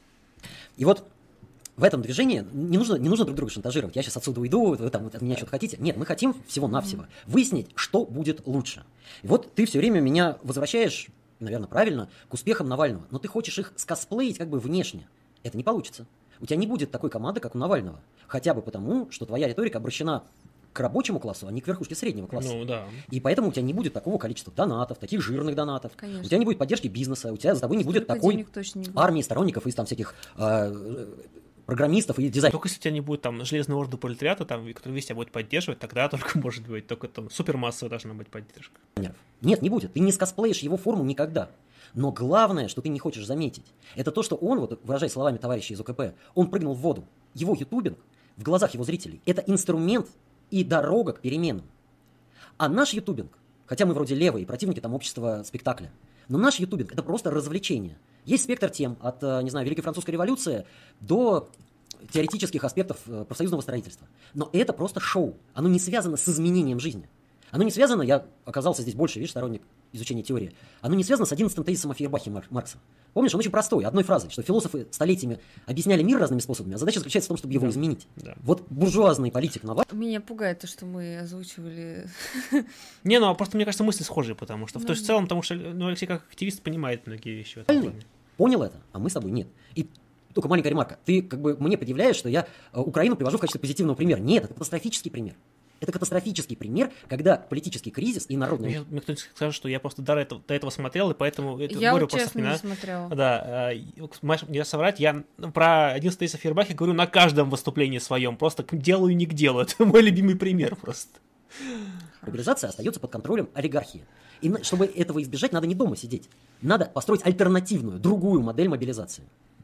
И вот в этом движении не нужно, не нужно друг друга шантажировать. Я сейчас отсюда уйду, вы там от меня что-то хотите. Нет, мы хотим всего-навсего выяснить, что будет лучше. И вот ты все время меня возвращаешь, наверное, правильно, к успехам Навального, но ты хочешь их скосплеить как бы внешне. Это не получится. У тебя не будет такой команды, как у Навального. Хотя бы потому, что твоя риторика обращена к рабочему классу, а не к верхушке среднего класса. Ну, да. И поэтому у тебя не будет такого количества донатов, таких жирных донатов. Конечно. У тебя не будет поддержки бизнеса, у тебя за тобой не будет Столько такой денег точно не будет. армии сторонников из там всяких э, программистов и дизайнеров. Только если у тебя не будет там железной орды пролетариата, там, который весь тебя будет поддерживать, тогда только может быть, только там супермассовая должна быть поддержка. Нет, не будет. Ты не скосплеишь его форму никогда. Но главное, что ты не хочешь заметить, это то, что он, вот выражаясь словами товарища из ОКП, он прыгнул в воду. Его ютубинг в глазах его зрителей – это инструмент и дорога к переменам. А наш ютубинг, хотя мы вроде левые, противники там общества спектакля, но наш ютубинг – это просто развлечение. Есть спектр тем от, не знаю, Великой Французской революции до теоретических аспектов профсоюзного строительства. Но это просто шоу. Оно не связано с изменением жизни. Оно не связано, я оказался здесь больше, видишь, сторонник изучения теории, оно не связано с одиннадцатым тезисом о Фейербахе Маркса. Помнишь, он очень простой, одной фразой, что философы столетиями объясняли мир разными способами, а задача заключается в том, чтобы его Да. изменить. Да. Вот буржуазный политик Навальный. Меня пугает то, что мы озвучивали. Не, ну, а просто, мне кажется, мысли схожие, потому что в Ну, то есть в целом, потому что ну, Алексей как активист понимает многие вещи в этом плане. Понял это, а мы с тобой нет. И только маленькая ремарка. Ты как бы мне предъявляешь, что я э, Украину привожу в качестве позитивного примера. Нет, это катастрофический пример. Это катастрофический пример, когда политический кризис и народный... Мне, мне кто-нибудь скажет, что я просто до этого, до этого смотрел, и поэтому это Я говорю вот просто честно не вспоминаю. смотрела. Да, э, я соврать, я про одиннадцатый тезис о Фейербахе говорю на каждом выступлении своем, просто к делу и не к делу. Это мой любимый пример просто. Мобилизация остается под контролем олигархии. И на- чтобы этого избежать, надо не дома сидеть. Надо построить альтернативную, другую модель мобилизации.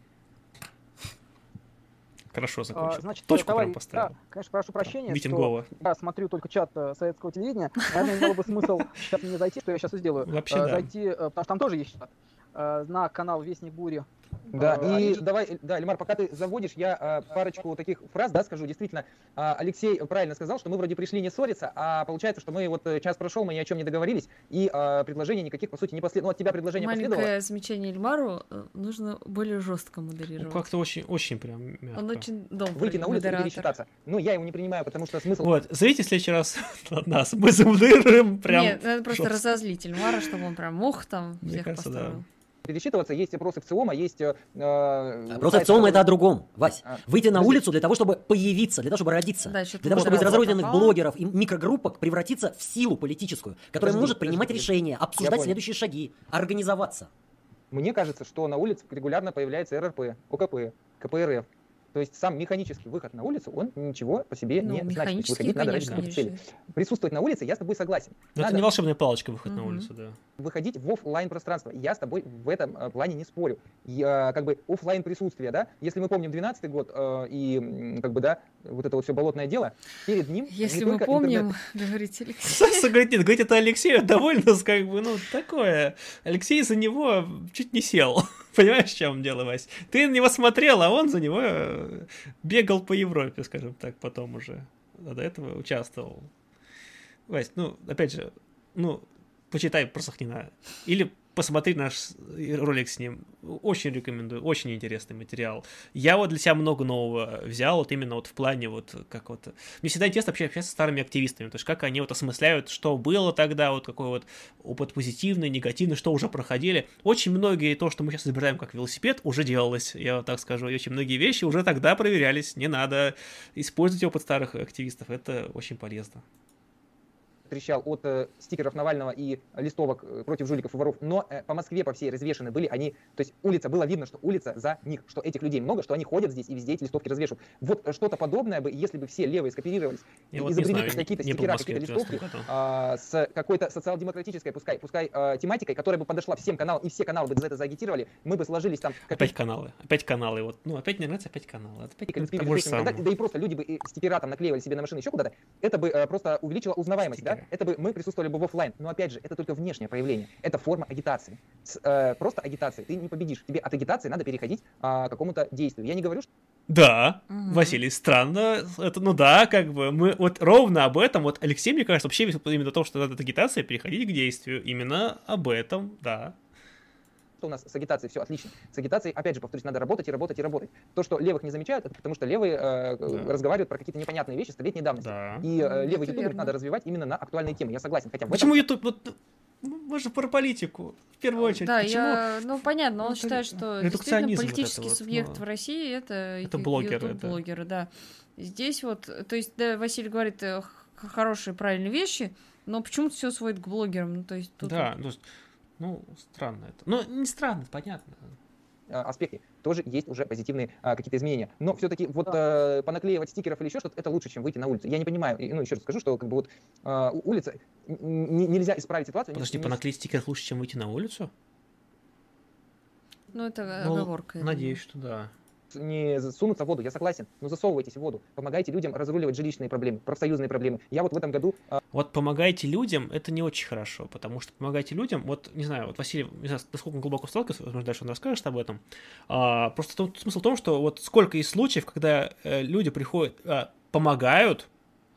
Хорошо А, закончил. значит, Точку прям товарищ, поставил. да, конечно, прошу прощения, Митингово. что я смотрю только чат э, советского телевидения. Наверное, имело бы смысл сейчас мне зайти, что я сейчас и сделаю. Вообще, Э, да. Зайти, э, потому что там тоже есть чат, э, на канал Вестник Бури. Да, А, и они- давай, да, Эльмар, пока ты заводишь, я а, парочку таких фраз, да, скажу. Действительно, а, Алексей правильно сказал, что мы вроде пришли не ссориться, а получается, что мы вот э, час прошел, мы ни о чем не договорились, и а, предложений никаких, по сути, не последовало. Ну, от тебя предложение последовало. Маленькое замечание Эльмару, э, нужно более жестко Ну, модерировать. как-то очень, очень прям мягко. Он очень добрый Выйти на улицу и модератор. пересчитаться. Ну, я его не принимаю, потому что смысл... Вот, зовите в следующий раз от нас, мы замодерируем прям Нет, надо просто жестко. разозлить Эльмара, чтобы он прям мух там Мне всех кажется, да. построил. пересчитываться. Есть опросы в ЦИОМа, есть... Э, Просто сайт, ЦИОМ это который- о другом, Вась. А, Выйти на подожди. улицу для того, чтобы появиться, для того, чтобы родиться. Да, ещё Для того, тут чтобы из раз разрозненных попало. блогеров и микрогруппок превратиться в силу политическую, которая Подожди, может подожди, принимать подожди. решения, обсуждать понял. следующие шаги, организоваться. Мне кажется, что на улице регулярно появляется РРП, ОКП, КПРФ. То есть сам механический выход на улицу, он ничего по себе Ну, не значит. То есть механически, выходить надо ради конечно, какой-то не цели. решит. присутствовать на улице, я с тобой согласен. Но это Надо не волшебная палочка выход Мгм. на улицу, да. выходить в оффлайн пространство. Я с тобой в этом э, плане не спорю. Я, как бы оффлайн присутствие, да, если мы помним двенадцатый год э, и м, как бы, да, вот это вот все болотное дело, перед ним Если не мы только помним, интернет- говорите, Алексей. Саса говорит, нет, говорит, это Алексею довольно, как бы, ну, такое. Алексей за него чуть не сел. Понимаешь, в чем дело, Вась? Ты на него смотрел, а он за него э, бегал по Европе, скажем так, потом уже. А до этого участвовал. Вась, ну, опять же, ну, почитай про Сахнина. Или посмотри наш ролик с ним. Очень рекомендую, очень интересный материал. Я вот для себя много нового взял, вот именно вот в плане вот как вот... Мне всегда интересно вообще общаться с старыми активистами, то есть как они вот осмысляют, что было тогда, вот какой вот опыт позитивный, негативный, что уже проходили. Очень многие, то, что мы сейчас забираем как велосипед, уже делалось, я вот так скажу, и очень многие вещи уже тогда проверялись, не надо использовать опыт старых активистов, это очень полезно. трещал от э, стикеров Навального и листовок э, против жуликов и воров, но э, по Москве по всей развешаны были они, то есть улица, было видно, что улица за них, что этих людей много, что они ходят здесь и везде эти листовки развешивают. Вот э, что-то подобное бы, если бы все левые скооперировались, Я и вот не изобрели знаю, какие-то не был в стикера, Москве какие-то в девяностом листовки году. а, с какой-то социал-демократической, пускай, пускай э, тематикой, которая бы подошла всем каналам, и все каналы бы за это заагитировали, мы бы сложились там... Опять каналы, опять каналы, вот, ну, опять не нравится, опять каналы, опять Людьми, того же ресурсами и так далее, самого. да и просто люди бы и стикера там наклеивали себе на машины еще куда-то, это бы э, просто увеличило узнаваемость, да? Стикеры. Это бы мы присутствовали бы в оффлайн. Но опять же, это только внешнее проявление. Это форма агитации. С, э, просто агитацией ты не победишь. Тебе от агитации надо переходить а, к какому-то действию. Я не говорю, что Да, Мгм. Василий, странно, это, ну да, как бы, мы вот ровно об этом, вот Алексей, мне кажется, вообще именно то, что надо от агитации переходить к действию, именно об этом, да. у нас с агитацией все отлично. С агитацией, опять же, повторюсь, надо работать и работать и работать. То, что левых не замечают, это потому что левые э, Да. разговаривают про какие-то непонятные вещи столетней давности. Да. И э, Мгм, левый это ютубер верно. надо развивать именно на актуальные темы. Я согласен. Хотя в Почему этом... YouTube, вот, ну, мы же про политику, в первую очередь, Да, почему? я, ну понятно, он Ну, считает, это что редукционизм действительно вот политический это вот, субъект ну, в России это, это ю- блогеры, да. YouTube-блогеры, да. Здесь вот, то есть, да, Василий говорит э, х- хорошие, правильные вещи, но почему-то все сводит к блогерам, ну то есть тут Да, ну, ну, странно это. Ну, не странно, понятно. э, аспекте тоже есть уже позитивные а, какие-то изменения. Но все-таки вот э, понаклеивать стикеров или еще что-то, это лучше, чем выйти на улицу. Я не понимаю, и, ну еще раз скажу, что как бы вот э, у- улица, н- н- нельзя исправить ситуацию. не- Подожди, не- понаклеить стикер лучше, чем выйти на улицу? ну это Ну, оговорка. я надеюсь, что да. не сунуться в воду, я согласен, но засовывайтесь в воду, помогайте людям разруливать жилищные проблемы, профсоюзные проблемы. Я вот в этом году а, Вот помогайте людям, это не очень хорошо, потому что помогайте людям, вот, не знаю, вот Василий, не знаю, насколько он глубоко сталкивался, возможно, дальше он расскажет об этом, а, просто том- смысл в том, что вот сколько есть случаев, когда э, люди приходят, а, помогают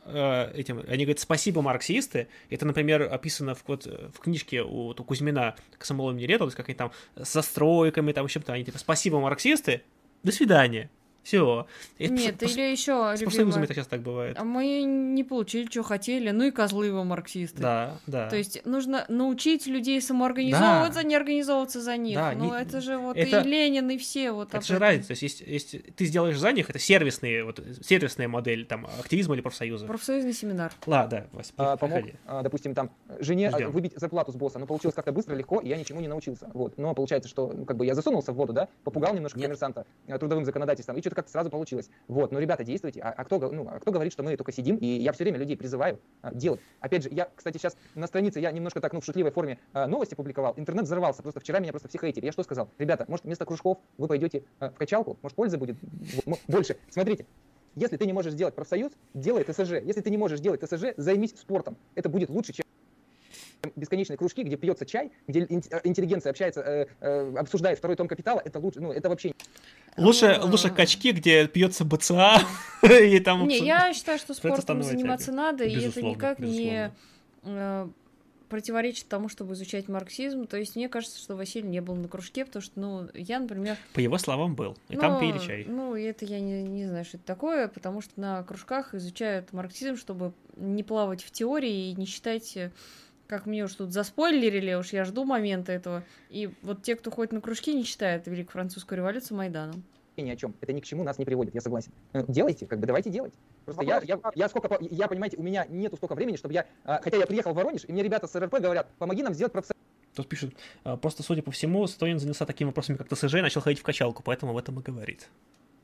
э, этим, они говорят, спасибо, марксисты, это, например, описано в, вот, э, в книжке у, вот у Кузьмина «Комсомол имени Лето», то есть как они там с застройками, там, чем-то, они типа, спасибо, марксисты, до свидания. Все. Нет, или еще, С профсоюзами это сейчас так бывает. а мы не получили, что хотели, ну и козлы вы марксисты. Да, да. То есть нужно научить людей самоорганизовываться, Да. не организовываться за них. Да, ну не- это же вот это- и Ленин, и все вот Это об же этом. разница. То есть, есть, есть- ты сделаешь за них, это сервисные, вот, сервисная модель там, активизма или профсоюза. Профсоюзный семинар. Ладно, да, Вась, а, помог, проходи. а, допустим, там жене а, Ждем. выбить зарплату с босса, но получилось как-то быстро, легко, и я ничему не научился. Вот. Но получается, что ну, как бы я засунулся в воду, да, попугал немножко Нет. коммерсанта а, трудовым законодательством, и что-то как-то сразу получилось. Вот. Но, ребята, действуйте. А, а, кто, го- ну, а кто говорит, что мы только сидим? И я все время людей призываю а, делать. Опять же, я, кстати, сейчас на странице, я немножко так, ну, в шутливой форме а, новости публиковал. Интернет взорвался. Просто вчера меня просто все хейтили. Я что сказал? Ребята, может, вместо кружков вы пойдете а, в качалку? Может, пользы будет м- больше? Смотрите. Если ты не можешь сделать профсоюз, делай ТСЖ. Если ты не можешь делать ТСЖ, займись спортом. Это будет лучше, чем бесконечные кружки, где пьется чай, где ин- интеллигенция общается, э, э, обсуждает второй том «Капитала». Это лучше, ну, это вообще... Лучше, А. лучше качки, где пьется БЦА, и там... Не, обсуд- я считаю, что это спортом становится заниматься тягой. надо, и это Безусловно, никак не безусловно. э, противоречит тому, чтобы изучать марксизм. То есть мне кажется, что Василий не был на кружке, потому что, ну, я, например... По его словам, был. И там ну, пили чай. Ну, это я не, не знаю, что это такое, потому что на кружках изучают марксизм, чтобы не плавать в теории и не считать... э, как мне уж тут заспойлерили, уж я жду момента этого. И вот те, кто ходит на кружки, не читают Великую Французскую революцию Майданом. ни о чем. Это ни к чему нас не приводит, я согласен. Э, Делайте, как бы давайте делать. Просто я, я, я сколько, по- я, понимаете, у меня нету столько времени, чтобы я, а, хотя я приехал в Воронеж, и мне ребята с эр эр пэ говорят, помоги нам сделать профсоюз. Тут пишут, а, просто, судя по всему, Стонин занялся такими вопросами, как ТСЖ, и начал ходить в качалку, поэтому об этом и говорит.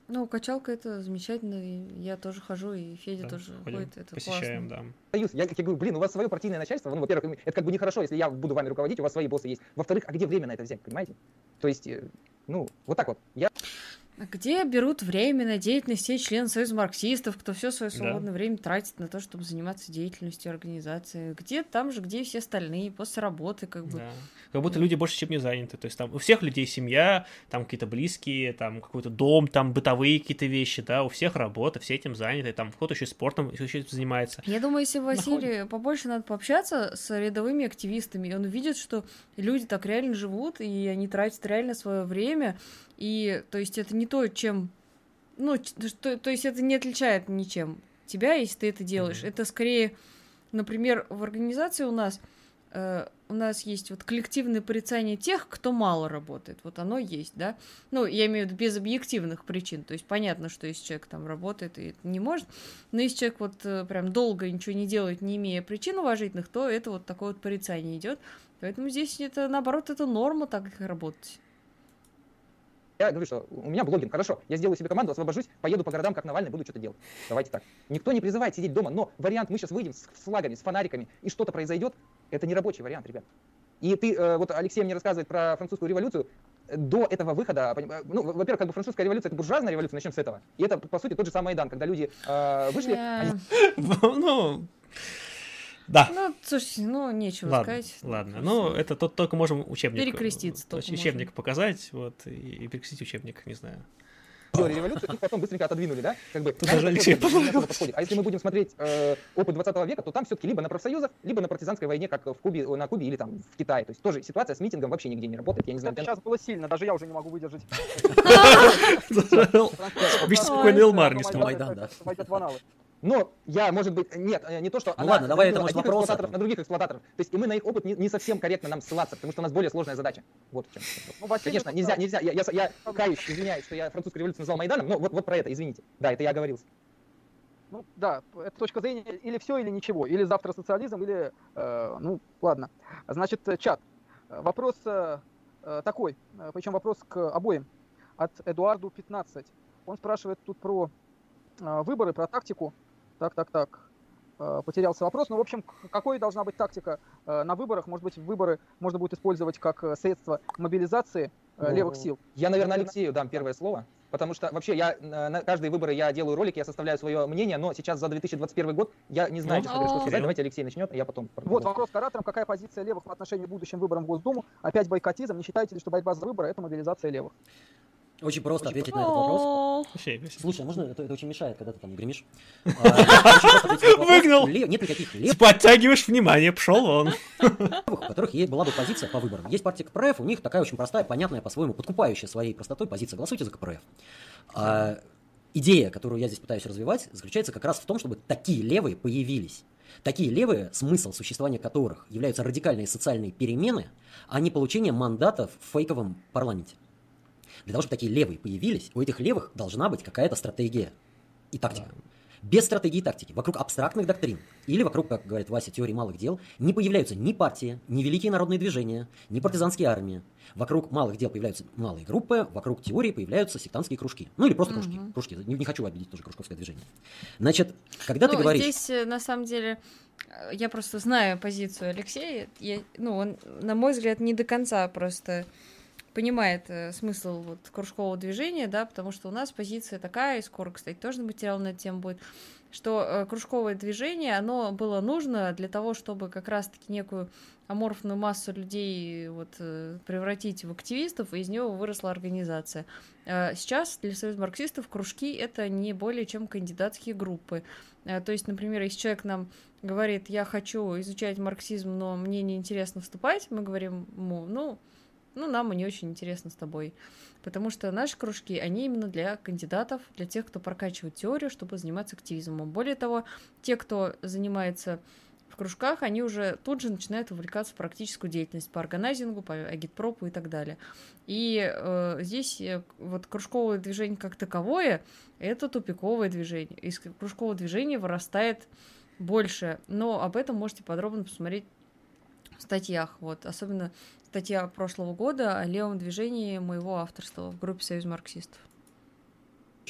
Ну, качалка это замечательно, и я тоже хожу, и Федя Да, тоже ходим, ходит, это посещаем, классно. да. Союз. Я, я говорю, блин, у вас свое партийное начальство, ну, во-первых, это как бы нехорошо, если я буду вами руководить, у вас свои боссы есть. Во-вторых, а где время на это взять, понимаете? То есть, э, ну, вот так вот. Я А где берут время на деятельность все члены Союза марксистов, кто все свое Да. свободное время тратит на то, чтобы заниматься деятельностью организации? Где там же, где и все остальные, после работы, как бы. Да. Как будто люди больше чем не заняты. То есть там у всех людей семья, там какие-то близкие, там какой-то дом, там бытовые какие-то вещи, да, у всех работа, все этим заняты, там кто-то еще спортом еще этим занимается. Я думаю, если Василию побольше надо пообщаться с рядовыми активистами, и он видит, что люди так реально живут, и они тратят реально свое время, и, то есть, это не то, чем... Ну, ч- то, то есть, это не отличает ничем тебя, если ты это делаешь. Мгм. Это скорее, например, в организации у нас э, у нас есть вот коллективное порицание тех, кто мало работает. Вот оно есть, да? Ну, я имею в виду без объективных причин. То есть понятно, что если человек там работает и не может, но если человек вот э, прям долго ничего не делает, не имея причин уважительных, то это вот такое вот порицание идет. Поэтому здесь это, наоборот, это норма так работать. Я говорю, что у меня блогинг, хорошо, я сделаю себе команду, освобожусь, поеду по городам, как Навальный, буду что-то делать. Давайте так. Никто не призывает сидеть дома, но вариант, мы сейчас выйдем с флагами, с фонариками, и что-то произойдет, это не рабочий вариант, ребят. И ты, э, вот Алексей мне рассказывает про французскую революцию, до этого выхода, ну, во-первых, как бы французская революция, это буржуазная революция, начнем с этого. И это, по сути, тот же самый Майдан, когда люди э, вышли... Я- Ну, да. Ну, слушайте, ну, нечего Ладно, сказать. ладно. Ну, это тут только можем учебник... Перекреститься то только есть учебник показать, вот, и, и перекрестить учебник, не знаю. сделали революцию, их потом быстренько отодвинули, да? Как бы, Тут нам даже это Алексей тоже не особо помогал. подходит. А если мы будем смотреть э, опыт двадцатого века, то там все-таки либо на профсоюзах, либо на партизанской войне, как в Кубе, на Кубе или там в Китае. То есть тоже ситуация с митингом вообще нигде не работает. Я не знаю. Это сейчас было сильно, даже я уже не могу выдержать. Видишь, спокойно Элмар не смог. смог. Майдан, да. Войдет в аналы. Но я, может быть, нет, э, не то, что Ну она ладно, давай это, заменила может, одних вопрос эксплуататоров от- на других эксплуататоров. То есть и мы на их опыт не, не совсем корректно нам ссылаться, потому что у нас более сложная задача. Вот в чем. Ну, Василий, Конечно, вот, нельзя, да. нельзя. Я, я, я каюсь, извиняюсь, что я французскую революцию назвал Майданом, но вот, вот про это, извините. Да, это я оговорился. Ну да, это точка зрения или все, или ничего. Или завтра социализм, или... э, ну, ладно. Значит, э, чат. Э, Вопрос э, э, такой, э, причем вопрос к обоим. От Эдуарду пятнадцать. Он спрашивает тут про э, выборы, про тактику. Так, так, так. Э, Потерялся вопрос. Ну, в общем, к- какой должна быть тактика э, на выборах? Может быть, выборы можно будет использовать как э, средство мобилизации э, Ну, левых сил? Я, наверное, Алексею дам первое слово, потому что вообще я э, на каждые выборы я делаю ролики, я составляю свое мнение, но сейчас за две тысячи двадцать первый год я не знаю, Ну, честно говоря, что о. сказать. Давайте Алексей начнет, а я потом. Вот вопрос к ораторам. Какая позиция левых по отношению к будущим выборам в Госдуму? Опять бойкотизм. Не считаете ли, что борьба за выборы – это мобилизация левых? Очень просто Очень ответить на этот вопрос. О, Вообще, вообще. Слушай, а можно, это, это очень мешает, когда ты там гремишь. А, очень просто ответить на этот вопрос. Выгнал. Ле- Нет никаких левых, Подтягиваешь внимание, пошел он. у которых е- была бы позиция по выборам. Есть партия КПРФ, у них такая очень простая, понятная, по-своему подкупающая своей простотой позиция. Голосуйте за КПРФ. А, идея, которую я здесь пытаюсь развивать, заключается как раз в том, чтобы такие левые появились. Такие левые, смысл существования которых являются радикальные социальные перемены, а не получение мандатов в фейковом парламенте. Для того, чтобы такие левые появились, у этих левых должна быть какая-то стратегия и тактика. Без стратегии и тактики, вокруг абстрактных доктрин или вокруг, как говорит Вася, теории малых дел, не появляются ни партии, ни великие народные движения, ни партизанские армии. Вокруг малых дел появляются малые группы, вокруг теории появляются сектантские кружки. Ну или просто кружки. Мгм. кружки. Не, не хочу обидеть тоже кружковское движение. Значит, когда ты ну, говоришь... здесь, э, на самом деле, э, я просто знаю позицию Алексея. Я, ну, он, на мой взгляд, не до конца просто понимает э, смысл вот кружкового движения, да, потому что у нас позиция такая, и скоро, кстати, тоже материал на эту тему будет, что э, кружковое движение, оно было нужно для того, чтобы как раз-таки некую аморфную массу людей вот, э, превратить в активистов, и из него выросла организация. Э, Сейчас для союза марксистов кружки — это не более чем кандидатские группы. Э, То есть, например, если человек нам говорит: я хочу изучать марксизм, но мне не интересно вступать, мы говорим ему: ну, ну, нам не очень интересно с тобой. Потому что наши кружки, они именно для кандидатов, для тех, кто прокачивает теорию, чтобы заниматься активизмом. Более того, те, кто занимается в кружках, они уже тут же начинают увлекаться в практическую деятельность по органайзингу, по агитпропу и так далее. И э, здесь э, вот кружковое движение как таковое — это тупиковое движение. Из кружкового движения вырастает больше. Но об этом можете подробно посмотреть в статьях. Вот. Особенно статья прошлого года о левом движении моего авторства в группе «Союз марксистов».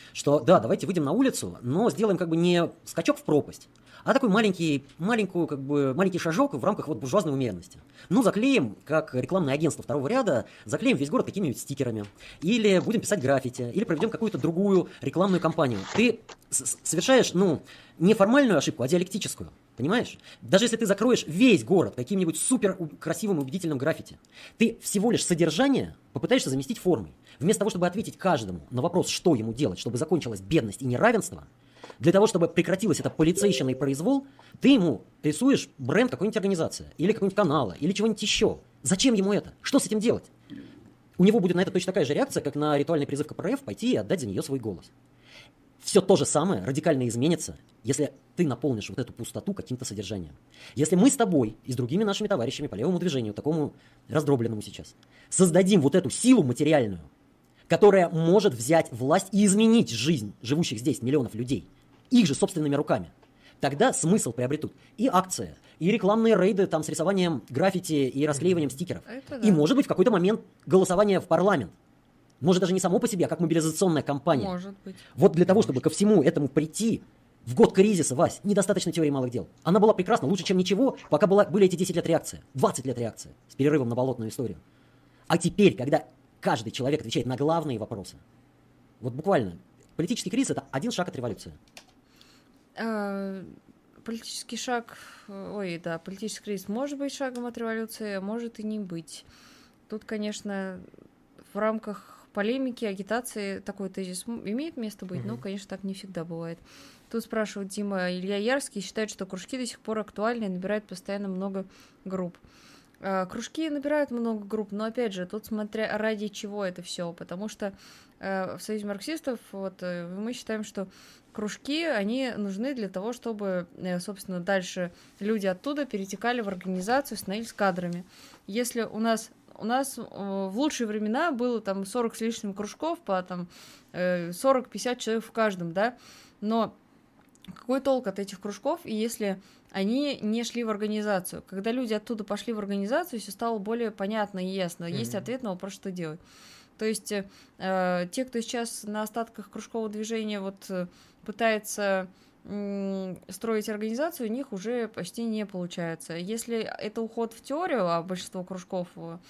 что да, давайте выйдем на улицу, но сделаем как бы не скачок в пропасть, а такой маленький, маленькую, как бы, маленький шажок в рамках вот буржуазной умеренности. Ну, заклеим, как рекламное агентство второго ряда, заклеим весь город какими-нибудь стикерами. Или будем писать граффити, или проведем какую-то другую рекламную кампанию. Ты совершаешь, ну, не формальную ошибку, а диалектическую. Понимаешь? Даже если ты закроешь весь город каким-нибудь супер красивым убедительным граффити, ты всего лишь содержание попытаешься заместить формой. Вместо того, чтобы ответить каждому на вопрос, что ему делать, чтобы закончилась бедность и неравенство, для того, чтобы прекратилось это полицейщина и произвол, ты ему рисуешь бренд какой-нибудь организации, или какого-нибудь канала, или чего-нибудь еще. Зачем ему это? Что с этим делать? У него будет на это точно такая же реакция, как на ритуальный призыв ка пэ эр эф пойти и отдать за нее свой голос. Все то же самое радикально изменится, если ты наполнишь вот эту пустоту каким-то содержанием. Если мы с тобой и с другими нашими товарищами по левому движению, такому раздробленному сейчас, создадим вот эту силу материальную, которая может взять власть и изменить жизнь живущих здесь миллионов людей, их же собственными руками, тогда смысл приобретут и акции, и рекламные рейды там с рисованием граффити и расклеиванием стикеров. Это да. И, может быть, в какой-то момент голосование в парламент. Может, даже не само по себе, а как мобилизационная кампания. Может быть. Вот для того, чтобы ко всему этому прийти, в год кризиса, Вась, недостаточно теории малых дел. Она была прекрасна, лучше, чем ничего, пока была, были эти десять лет реакции, двадцать лет реакции, с перерывом на болотную историю. А теперь, когда каждый человек отвечает на главные вопросы, вот буквально, политический кризис – это один шаг от революции. А, политический шаг, ой, да, политический кризис может быть шагом от революции, а может и не быть. Тут, конечно, в рамках полемики, агитации такой тезис имеет место быть, mm-hmm. но, конечно, так не всегда бывает. Тут спрашивает Дима, Илья Ярский считает, что кружки до сих пор актуальны и набирают постоянно много групп. А, кружки набирают много групп, но, опять же, тут смотря ради чего это все, потому что а, в Союзе марксистов вот, мы считаем, что кружки, они нужны для того, чтобы, собственно, дальше люди оттуда перетекали в организацию, становились кадрами. Если у нас У нас э, в лучшие времена было там сорок с лишним кружков, по там э, сорок-пятьдесят человек в каждом, да, но какой толк от этих кружков, если они не шли в организацию? Когда люди оттуда пошли в организацию, все стало более понятно и ясно, mm-hmm. есть ответ на вопрос, что делать. То есть э, те, кто сейчас на остатках кружкового движения вот пытается строить организацию, у них уже почти не получается. Если это уход в теорию, а большинство кружков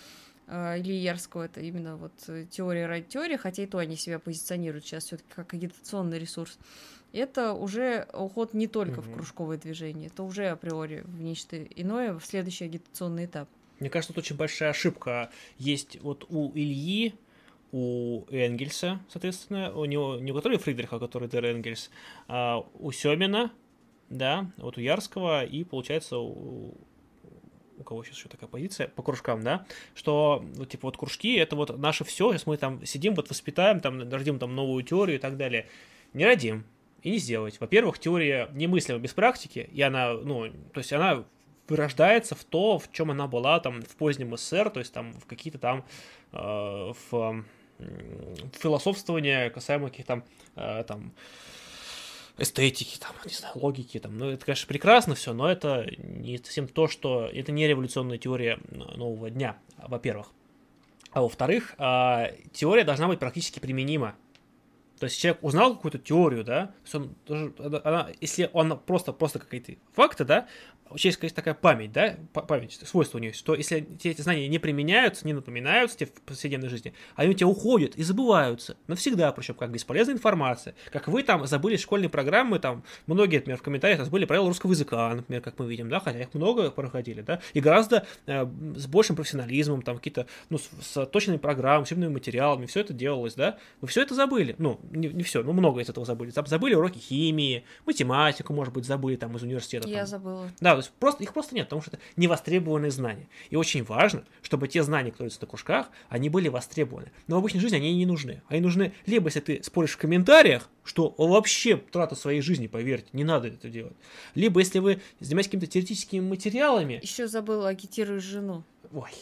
Ильи Ярского это именно вот теория ради теории, хотя и то они себя позиционируют сейчас все-таки как агитационный ресурс, это уже уход не только mm-hmm. в кружковое движение, это уже априори в нечто иное, в следующий агитационный этап. Мне кажется, тут очень большая ошибка есть вот у Ильи, у Энгельса, соответственно, у него не у которого Фридриха, а который Дер Энгельс, а у Семина, да, вот у Ярского, и получается у, у кого сейчас еще такая позиция, по кружкам, да, что, вот, типа, вот кружки, это вот наше все, сейчас мы там сидим, вот воспитаем, там, родим там новую теорию и так далее. Не родим и не сделать. Во-первых, теория немыслима без практики, и она, ну, то есть она вырождается в то, в чем она была там в позднем СССР, то есть там в какие-то там, э, в философствование касаемо каких-то э, там эстетики, там, не знаю, логики, там, ну, это, конечно, прекрасно все, но это не совсем то, что, это не революционная теория нового дня, во-первых. А во-вторых, э, теория должна быть практически применима. То есть человек узнал какую-то теорию, да, он, она, если он просто, просто какие-то факты, да, есть, конечно, такая память, да, память, свойство у нее, что если эти знания не применяются, не напоминаются тебе в повседневной жизни, они у тебя уходят и забываются навсегда, причем как бесполезная информация. Как вы там забыли школьные программы, там, многие, например, в комментариях забыли правила русского языка, например, как мы видим, да, хотя их много проходили, да, и гораздо э, с большим профессионализмом, там, какие-то, ну, с, с точными программами, учебными материалами, все это делалось, да, вы все это забыли, ну, не, не все, но много из этого забыли. Забыли уроки химии, математику, может быть, забыли там из университета. Я там. забыла. Да, то есть просто, их просто нет, потому что это невостребованные знания. И очень важно, чтобы те знания, которые есть на кружках, они были востребованы. Но в обычной жизни они не нужны. Они нужны либо, если ты споришь в комментариях, что вообще трата своей жизни, поверьте, не надо это делать. Либо, если вы занимаетесь какими-то теоретическими материалами... Еще забыла, агитируешь жену. Ой,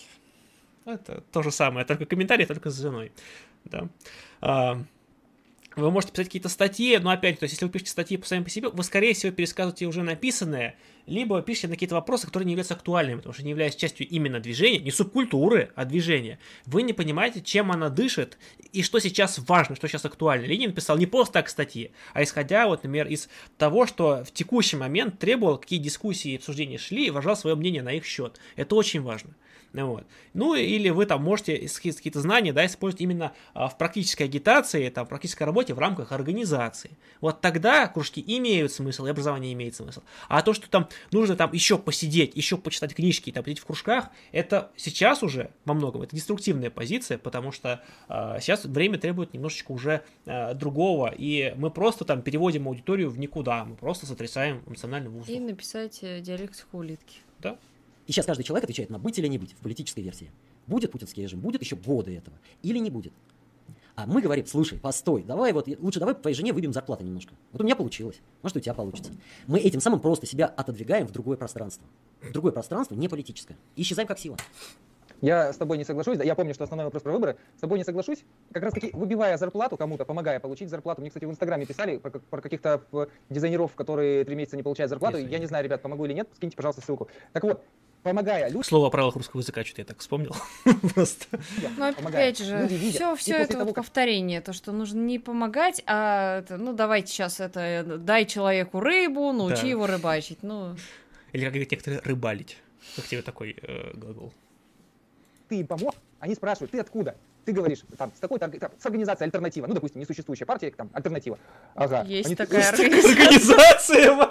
это то же самое, только комментарии, только с женой. Да. А, вы можете писать какие-то статьи, но опять, то есть, если вы пишете статьи сами по себе, вы, скорее всего, пересказываете уже написанное, либо пишете на какие-то вопросы, которые не являются актуальными, потому что не являются частью именно движения, не субкультуры, а движения. Вы не понимаете, чем она дышит и что сейчас важно, что сейчас актуально. Ленин писал не просто так статьи, а исходя, вот, например, из того, что в текущий момент требовал, какие дискуссии и обсуждения шли, и выражал свое мнение на их счет. Это очень важно. Вот. Ну, или вы там можете какие-то знания, да, использовать именно а, в практической агитации, там, в практической работе в рамках организации. Вот тогда кружки имеют смысл, и образование имеет смысл. А то, что там нужно там еще посидеть, еще почитать книжки, там, посидеть в кружках, это сейчас уже во многом, это деструктивная позиция, потому что а, сейчас время требует немножечко уже а, другого, и мы просто там переводим аудиторию в никуда, мы просто сотрясаем эмоциональный воздух. И написать э, диалектику улитки. Да. И сейчас каждый человек отвечает на быть или не быть в политической версии. Будет путинский режим, будет еще годы этого, или не будет. А мы говорим, слушай, постой, давай вот, лучше давай твоей жене выбьем зарплату немножко. Вот у меня получилось, может у тебя получится. Мы этим самым просто себя отодвигаем в другое пространство. В другое пространство, не политическое. И исчезаем как сила. Я с тобой не соглашусь, да, я помню, что основной вопрос про выборы, с тобой не соглашусь, как раз таки выбивая зарплату кому-то, помогая получить зарплату. Мне, кстати, в Инстаграме писали про, про каких-то дизайнеров, которые три месяца не получают зарплату, Если я не знаю, ребят, помогу или нет, скиньте, пожалуйста, ссылку. Так вот, помогая людям... Слово о правилах русского языка, что-то я так вспомнил. Просто. Ну, опять же, все, все это вот повторение, то, что нужно не помогать, а, ну, давайте сейчас это, дай человеку рыбу, научи его рыбачить, ну... Или, как говорят некоторые, рыбалить. Как тебе такой глагол? Ты им помог, они спрашивают, ты откуда? Ты говоришь, там, с такой-то там, с организацией «Альтернатива», ну, допустим, несуществующая партия, там, «Альтернатива». Ага. Есть они, такая Есть организация. организация,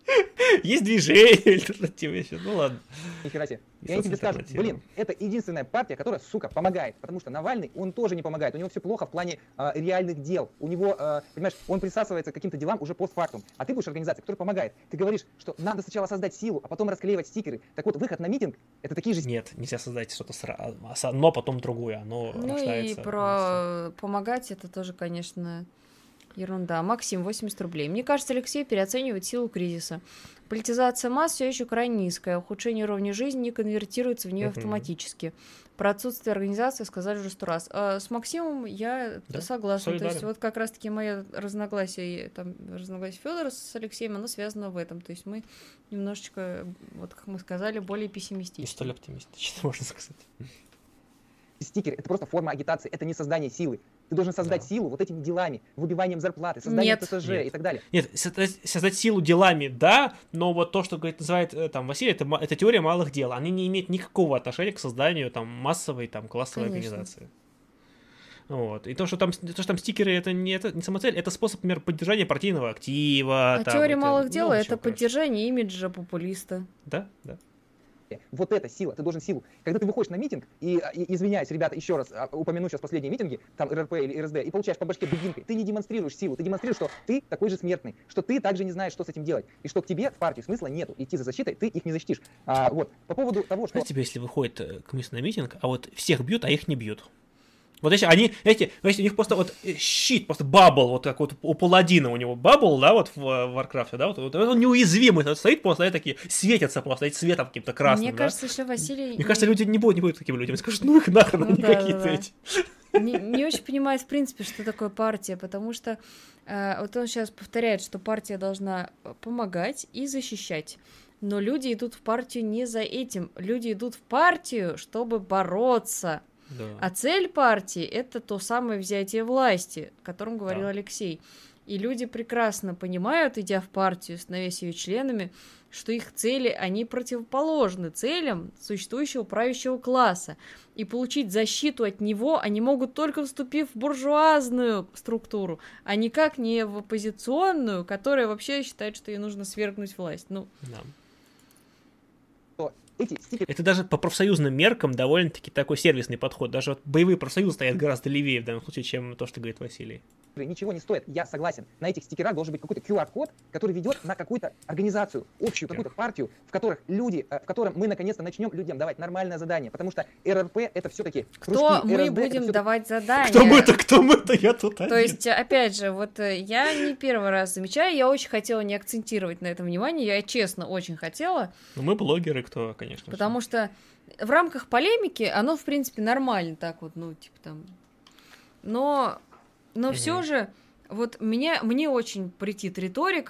есть движение альтернативы еще, ну ладно. Нихера себе. И они тебе скажут, блин, это единственная партия, которая, сука, помогает. Потому что Навальный, он тоже не помогает. У него все плохо в плане э, реальных дел. У него, э, понимаешь, он присасывается к каким-то делам уже постфактум. А ты будешь организацией, которая помогает. Ты говоришь, что надо сначала создать силу, а потом расклеивать стикеры. Так вот, выход на митинг, это такие же... Нет, нельзя создать что-то сразу, одно, потом другое. Оно Ну рождается. И про помогать это тоже, конечно... Ерунда. Максим, восемьдесят рублей. Мне кажется, Алексей переоценивает силу кризиса. Политизация масс все еще крайне низкая. Ухудшение уровня жизни не конвертируется в нее автоматически. Про отсутствие организации сказали уже сто раз. А с Максимом я да, согласна. Солидарен. То есть вот как раз-таки мое разногласие, там, разногласие Федора с Алексеем, оно связано в этом. То есть мы немножечко, вот как мы сказали, более пессимистичны. Не столь оптимистично, можно сказать. Стикеры — это просто форма агитации, это не создание силы. Ты должен создать да. силу вот этими делами, выбиванием зарплаты, созданием Нет. ТСЖ Нет. и так далее. Нет, создать, создать силу делами, да, но вот то, что говорит, называет там Василий, это, это теория малых дел. Они не имеют никакого отношения к созданию там массовой там классовой Конечно. Организации. Вот. И то, что там, то, что там стикеры, это не, это не самоцель, это способ, например, поддержания партийного актива. А там, теория это, малых дел — ну, это короче. поддержание имиджа популиста. Да, да. Вот эта сила, ты должен силу. Когда ты выходишь на митинг, и, и извиняюсь, ребята, еще раз упомяну сейчас последние митинги, там эр эр пэ или эр эс дэ, и получаешь по башке дубинкой, ты не демонстрируешь силу, ты демонстрируешь, что ты такой же смертный, что ты также не знаешь, что с этим делать, и что к тебе в партию смысла нету, идти за защитой, ты их не защитишь. А, вот, по поводу того, что... Знаете, тебе, если выходит коммунист на митинг, а вот всех бьют, а их не бьют. Вот если они, знаете, знаете, у них просто вот щит, просто бабл, вот как вот у паладина у него бабл, да, вот в Варкрафте, да, вот, вот он неуязвимый, вот стоит просто, и такие светятся просто, эти цветом каким-то красным, Мне да? кажется, что Василий... Мне кажется, люди не будут, не будут такими людьми, скажут, ну их нахрен, ну, они да, какие-то да, эти. Не, не очень понимает, в принципе, что такое партия, потому что э, вот он сейчас повторяет, что партия должна помогать и защищать. Но люди идут в партию не за этим, люди идут в партию, чтобы бороться. Да. А цель партии — это то самое взятие власти, о котором говорил да. Алексей. И люди прекрасно понимают, идя в партию, становясь ее членами, что их цели, они противоположны целям существующего правящего класса. И получить защиту от него они могут только вступив в буржуазную структуру, а никак не в оппозиционную, которая вообще считает, что ей нужно свергнуть власть. Ну, да. Эти стикеры... Это даже по профсоюзным меркам довольно-таки такой сервисный подход. Даже вот боевые профсоюзы стоят гораздо левее в данном случае, чем то, что говорит Василий. Ничего не стоит, я согласен. На этих стикерах должен быть какой-то ку ар-код, который ведет на какую-то организацию, общую какую-то партию, в которых люди, в котором мы наконец-то начнем людям давать нормальное задание. Потому что эр эр пэ это все-таки кто мы будем давать задания? Кто мы-то, кто мы-то, я тут один. То есть, опять же, вот я не первый раз замечаю, я очень хотела не акцентировать на этом внимание, я честно очень хотела. Ну, мы блогеры, кто, конечно. Потому что в рамках полемики оно, в принципе, нормально так вот, ну, типа там. Но... Но угу. все же, вот меня, мне очень претит риторика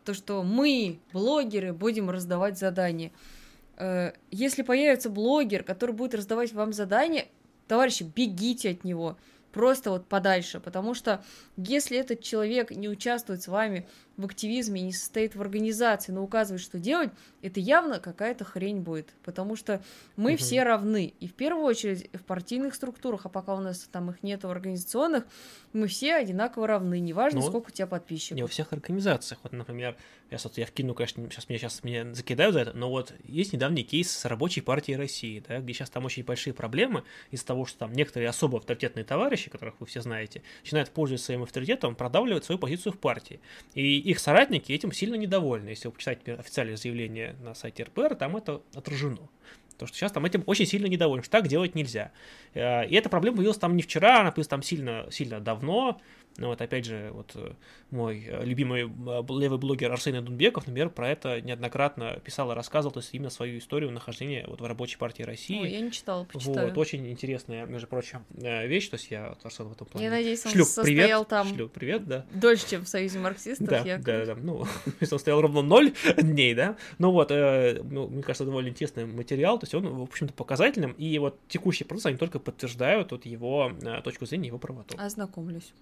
то, что мы, блогеры, будем раздавать задания. Если появится блогер, который будет раздавать вам задания, товарищи, бегите от него. Просто вот подальше, потому что если этот человек не участвует с вами в активизме, не состоит в организации, но указывает, что делать, это явно какая-то хрень будет, потому что мы Угу. все равны, и в первую очередь в партийных структурах, а пока у нас там их нет в организационных, мы все одинаково равны, неважно, Ну, сколько у тебя подписчиков. Не во всех организациях. Вот, например, я, я вкину, конечно, сейчас меня сейчас меня закидают за это, но вот есть недавний кейс с Рабочей партией России, да, где сейчас там очень большие проблемы из-за того, что там некоторые особо авторитетные товарищи, которых вы все знаете, начинают пользоваться своим авторитетом, продавливать свою позицию в партии. И их соратники этим сильно недовольны. Если вы почитаете например, официальное заявление на сайте эр пэ эр, там это отражено. Потому что сейчас там этим очень сильно недовольны, что так делать нельзя. И эта проблема появилась там не вчера, она появилась там сильно, сильно давно. Ну вот опять же, вот мой любимый левый блогер Арсений Дунбеков, например, про это неоднократно писал и рассказывал, то есть именно свою историю нахождения вот в Рабочей партии России. Ой, я не читала, почитаю. Вот, очень интересная, между прочим, вещь, то есть я Арсен в этом плане. Я надеюсь, он шлю состоял привет, там шлю привет, да. дольше, чем в Союзе марксистов. Да, я... да, да, ну, если он стоял ровно ноль дней, да, ну вот, э, ну, мне кажется, довольно интересный материал, то есть он, в общем-то, показательным, и вот текущий процесс, они только подтверждают вот его э, точку зрения, его правоту. Ознакомлюсь.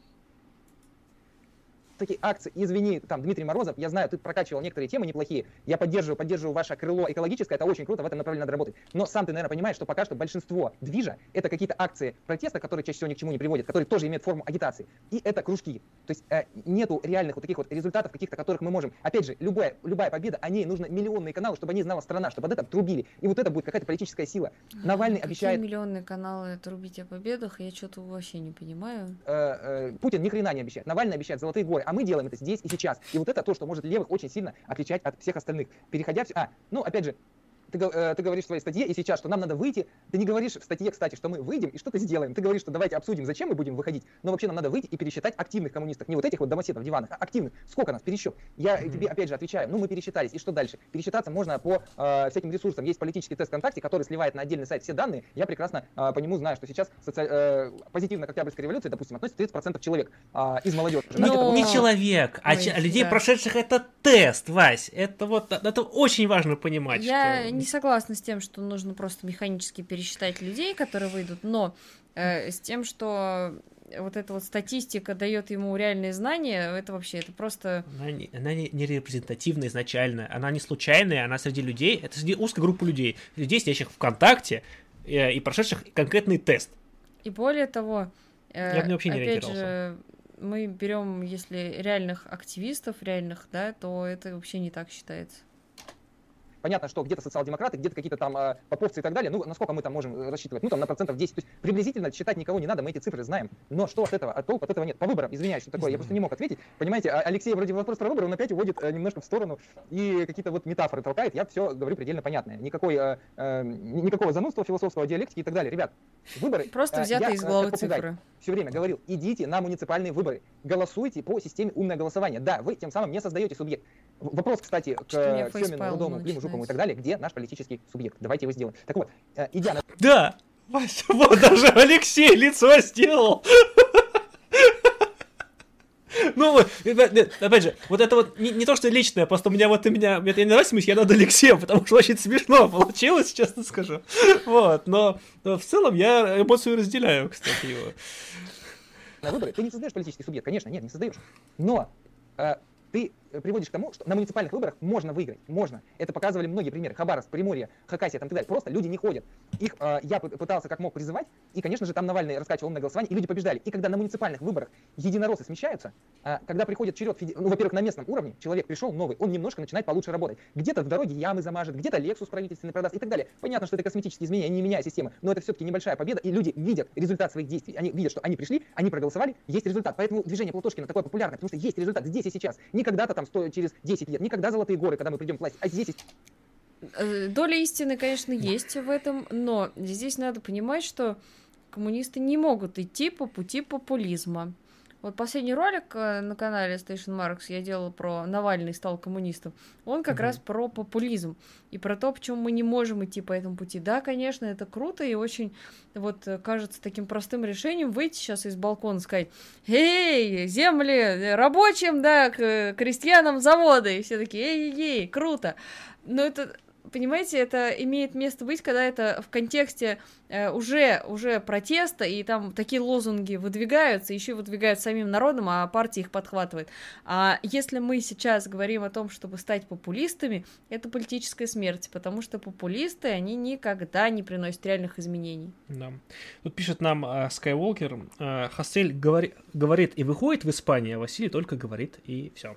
Такие акции, извини, там, Дмитрий Морозов, я знаю, ты прокачивал некоторые темы неплохие, я поддерживаю, поддерживаю ваше крыло экологическое, это очень круто, в этом направлении надо работать. Но сам ты, наверное, понимаешь, что пока что большинство движа — это какие-то акции протеста, которые чаще всего ни к чему не приводят, которые тоже имеют форму агитации. И это кружки. То есть э, нету реальных вот таких вот результатов каких-то, которых мы можем. Опять же, любая, любая победа, о ней нужно миллионные каналы, чтобы о ней знала страна, чтобы об этом трубили. И вот это будет какая-то политическая сила. Навальный Какие обещает... миллионные каналы трубить о победах, я что-то вообще не понимаю. Э, э, Путин ни хрена не обещает. Навальный обещает золотые горы, а мы делаем это здесь и сейчас. И вот это то, что может левых очень сильно отличать от всех остальных. Переходя... В... А, ну, опять же, ты, э, ты говоришь в своей статье и сейчас, что нам надо выйти. Ты не говоришь в статье, кстати, что мы выйдем и что-то сделаем. Ты говоришь, что давайте обсудим, зачем мы будем выходить. Но вообще нам надо выйти и пересчитать активных коммунистов. Не вот этих вот домоседов, диванах, а активных. Сколько нас? Пересчет. Я mm-hmm. тебе опять же отвечаю. Ну, мы пересчитались. И что дальше? Пересчитаться можно по э, всяким ресурсам. Есть политический тест ВКонтакте, который сливает на отдельный сайт все данные. Я прекрасно э, по нему знаю, что сейчас соци... э, позитивно к Октябрьской революции, допустим, относится тридцать процентов человек э, из молодежи. Но... Не человек, а Ой, ч... людей, да. прошедших это тест, Вась. Это вот это очень важно понимать. Я что... не согласна с тем, что нужно просто механически пересчитать людей, которые выйдут, но э, с тем, что вот эта вот статистика дает ему реальные знания, это вообще, это просто... Она не, она не, не репрезентативна изначально, она не случайная, она среди людей, это среди узкой группы людей, людей, сидящих ВКонтакте э, и прошедших конкретный тест. И более того, э, Я бы вообще не опять ориентировался. же, мы берем, если реальных активистов, реальных, да, то это вообще не так считается. Понятно, что где-то социал-демократы, где-то какие-то там э, поповцы и так далее. Ну, насколько мы там можем рассчитывать? Ну, там на процентов десять. То есть приблизительно считать никого не надо, мы эти цифры знаем. Но что от этого? От толку от этого нет. По выборам, извиняюсь, что такое, я просто не мог ответить. Понимаете, Алексей вроде вопрос про выборы, он опять уводит э, немножко в сторону и какие-то вот метафоры толкает. Я все говорю предельно понятное. Никакой, э, э, никакого занудства философского, диалектики и так далее. Ребят, выборы... Просто э, взяты я, из э, головы как попугай цифры. Все время говорил, идите на муниципальные выборы, голосуйте по системе умное голосование. Да, вы тем самым не создаете субъект. Вопрос, кстати, к Семину, Рудому, Климу, Жукову и так далее, где наш политический субъект? Давайте его сделаем. Так вот, э, идя на... Да, Вася, вот даже Алексей лицо сделал. Ну, опять же, вот это вот не, не то, что личное, просто у меня вот у меня, мне это не нравится, я над Алексеем, потому что очень смешно получилось, честно скажу. Вот, но, но в целом я эмоцию разделяю, кстати, его. На выборы ты не создаешь политический субъект, конечно, нет, не создаешь. Но э, ты приводишь к тому, что на муниципальных выборах можно выиграть, можно. Это показывали многие примеры. Хабаровск, Приморье, Хакасия, там и так далее. Просто люди не ходят. Их э, я пытался как мог призывать, и, конечно же, там Навальный раскачивал умное голосование, и люди побеждали. И когда на муниципальных выборах единороссы смещаются, э, когда приходит черед, ну, во-первых, на местном уровне, человек пришел новый, он немножко начинает получше работать. Где-то в дороге ямы замажет, где-то Lexus правительственный продаст и так далее. Понятно, что это косметические изменения, не меняя системы, но это все-таки небольшая победа, и люди видят результат своих действий. Они видят, что они пришли, они проголосовали, есть результат. Поэтому движение Платошкина такое популярное, потому что есть результат здесь и сейчас. Не когда-то там сто, через десять лет, никогда золотые горы, когда мы придем к власти, а здесь... Доля истины, конечно, есть в этом, но здесь надо понимать, что коммунисты не могут идти по пути популизма. Вот последний ролик э, на канале Station Marks я делала про Навальный стал коммунистом. Он как Мгм. раз про популизм и про то, почему мы не можем идти по этому пути. Да, конечно, это круто и очень вот э, кажется таким простым решением выйти сейчас из балкона и сказать: «Эй, земли э, рабочим, да, к- крестьянам заводы». И все такие: «Эй-ей, круто». Но это, понимаете, это имеет место быть, когда это в контексте э, уже, уже протеста, и там такие лозунги выдвигаются, еще и выдвигают самим народом, а партия их подхватывает. А если мы сейчас говорим о том, чтобы стать популистами, это политическая смерть, потому что популисты, они никогда не приносят реальных изменений. Да. Тут пишет нам э, Скайуокер, э, Хассель говори- говорит и выходит в Испанию, а Василий только говорит, и все.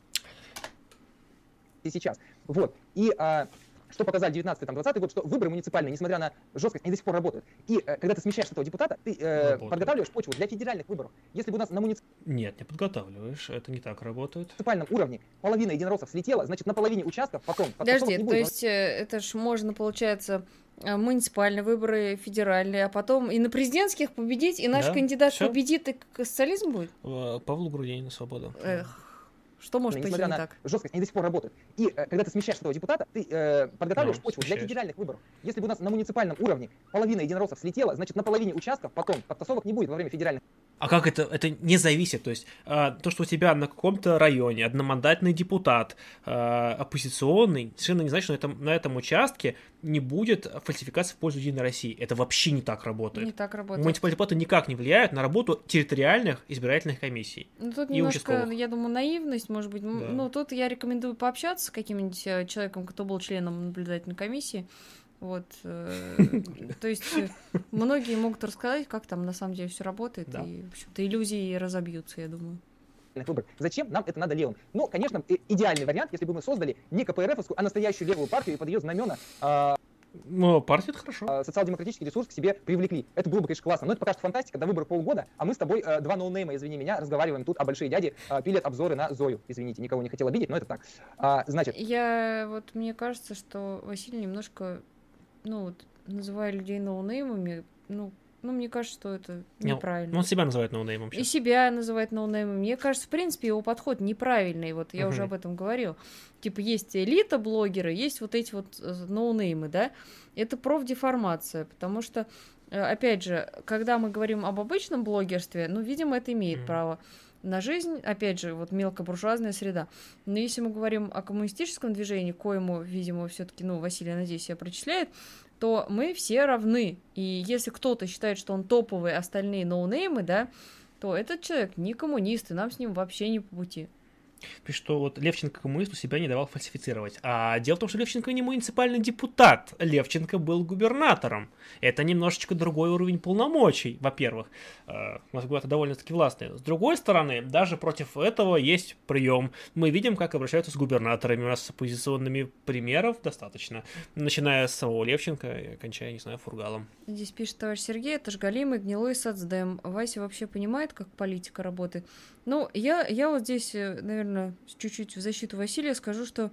И сейчас. Вот. И а, что показали девятнадцатый-двадцатый год, что выборы муниципальные, несмотря на жесткость, они до сих пор работают. И э, когда ты смещаешь этого депутата, ты э, Работают. подготавливаешь почву для федеральных выборов. Если бы у нас на Нет, не подготавливаешь, это не так работает. муниципальном уровне половина единороссов слетела, значит, на половине участков потом подтасовок Подожди, не то будет. есть э, это ж можно, получается, э, муниципальные выборы, федеральные, а потом и на президентских победить, и наш Да, кандидат всё. победит, и к- социализм будет? Э, Павлу Грудинину свобода. Эх, что может пойти Несмотря не на так? жесткость, они до сих пор работают. И э, когда ты смещаешь этого депутата, ты э, подготавливаешь Ну, почву для смещаешь. федеральных выборов. Если бы у нас на муниципальном уровне половина единороссов слетела, значит, на половине участков потом подтасовок не будет во время федеральных. А как это? Это не зависит. То есть а, то, что у тебя на каком-то районе одномандатный депутат а, оппозиционный, совершенно не значит, что на этом, на этом участке не будет фальсификации в пользу Единой России. Это вообще не так работает. Не так работает. Муниципальные депутаты никак не влияют на работу территориальных избирательных комиссий. Ну, тут и немножко, участковых. я думаю, наивность, может быть. М, Да. Ну, тут я рекомендую пообщаться с каким-нибудь э, человеком, кто был членом наблюдательной комиссии. Вот. э, То есть э, многие могут рассказать, как там на самом деле все работает, Да. и, в общем-то, иллюзии разобьются, я думаю. выборов. Зачем нам это надо левым? Ну, конечно, э, идеальный вариант, если бы мы создали не КПРФовскую, а настоящую левую партию и под ее знамена а, Но партия это хорошо. а, социал-демократический ресурс к себе привлекли. Это было бы, конечно, классно. Но это пока что фантастика, до выборов полгода, а мы с тобой, э, два ноунейма, извини меня, разговариваем тут, а большие дяди э, пилят обзоры на Зою. Извините, никого не хотел обидеть, но это так. А, значит, Я вот мне кажется, что Василий немножко, ну вот, называя людей ноунеймами, ну, ну, мне кажется, что это Не, неправильно. Он себя называет ноунеймом И сейчас. себя называть ноунеймом. Мне кажется, в принципе, его подход неправильный. Вот я Мгм. уже об этом говорил. Типа, есть элита блогеры, есть вот эти вот э, ноунеймы, да? Это профдеформация, потому что, э, опять же, когда мы говорим об обычном блогерстве, ну, видимо, это имеет Мгм. право на жизнь, опять же, вот мелкобуржуазная среда. Но если мы говорим о коммунистическом движении, к коему, видимо, все-таки, ну, Василий, я надеюсь, себя причисляет, то мы все равны. И если кто-то считает, что он топовый, остальные ноунеймы, да, то этот человек не коммунист, и нам с ним вообще не по пути. Пишет, что вот Левченко коммунисту себя не давал фальсифицировать. А дело в том, что Левченко не муниципальный депутат. Левченко был губернатором. Это немножечко другой уровень полномочий, во-первых. Э, У нас губернатор довольно-таки властный. С другой стороны, даже против этого есть прием. Мы видим, как обращаются с губернаторами. У нас с оппозиционными примеров достаточно. Начиная с самого Левченко и кончая, не знаю, Фургалом. Здесь пишет товарищ Сергей, это ж галимый гнилой соцдем. Вася вообще понимает, как политика работает? Ну, я, я вот здесь, э, наверное, чуть-чуть в защиту Василия скажу, что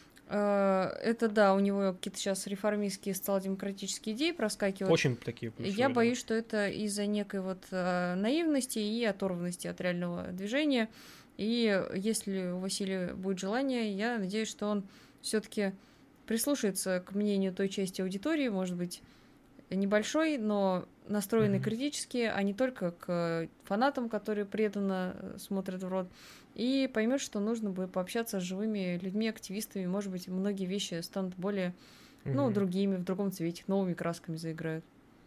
э, это, да, у него какие-то сейчас реформистские социал-демократические идеи проскакивают. Очень такие. Я боюсь, что это из-за некой вот э, наивности и оторванности от реального движения. И если у Василия будет желание, я надеюсь, что он все-таки прислушается к мнению той части аудитории, может быть, небольшой, но настроенный Мгм. критически, а не только к фанатам, которые преданно э, смотрят в рот, и поймет, что нужно бы пообщаться с живыми людьми, активистами, может быть, многие вещи станут более, ну, Мгм. другими, в другом цвете, новыми красками заиграют.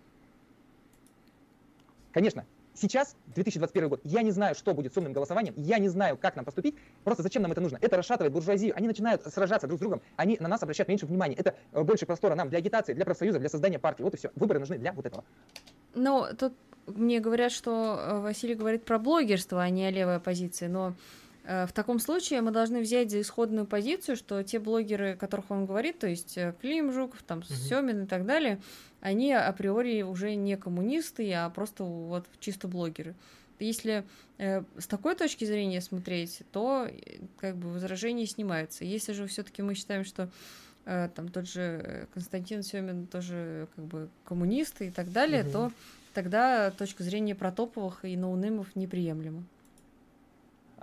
конечно, сейчас, две тысячи двадцать первый год, я не знаю, что будет с умным голосованием, я не знаю, как нам поступить, просто зачем нам это нужно. Это расшатывает буржуазию, они начинают сражаться друг с другом, они на нас обращают меньше внимания. Это э, больше простора нам для агитации, для профсоюза, для создания партии. Вот и все. Выборы нужны для вот этого. Но тут мне говорят, что э, Василий говорит про блогерство, а не о левой оппозиции, но э, в таком случае мы должны взять за исходную позицию, что те блогеры, о которых он говорит, то есть э, Клим Жуков, там, Семин и так далее, они априори уже не коммунисты, а просто вот чисто блогеры. Если э, с такой точки зрения смотреть, то э, как бы возражение снимается. Если же все-таки мы считаем, что э, там тот же Константин Семин тоже как бы коммунист и так далее, Мгм. то тогда точка зрения про топовых и ноунеймов неприемлема.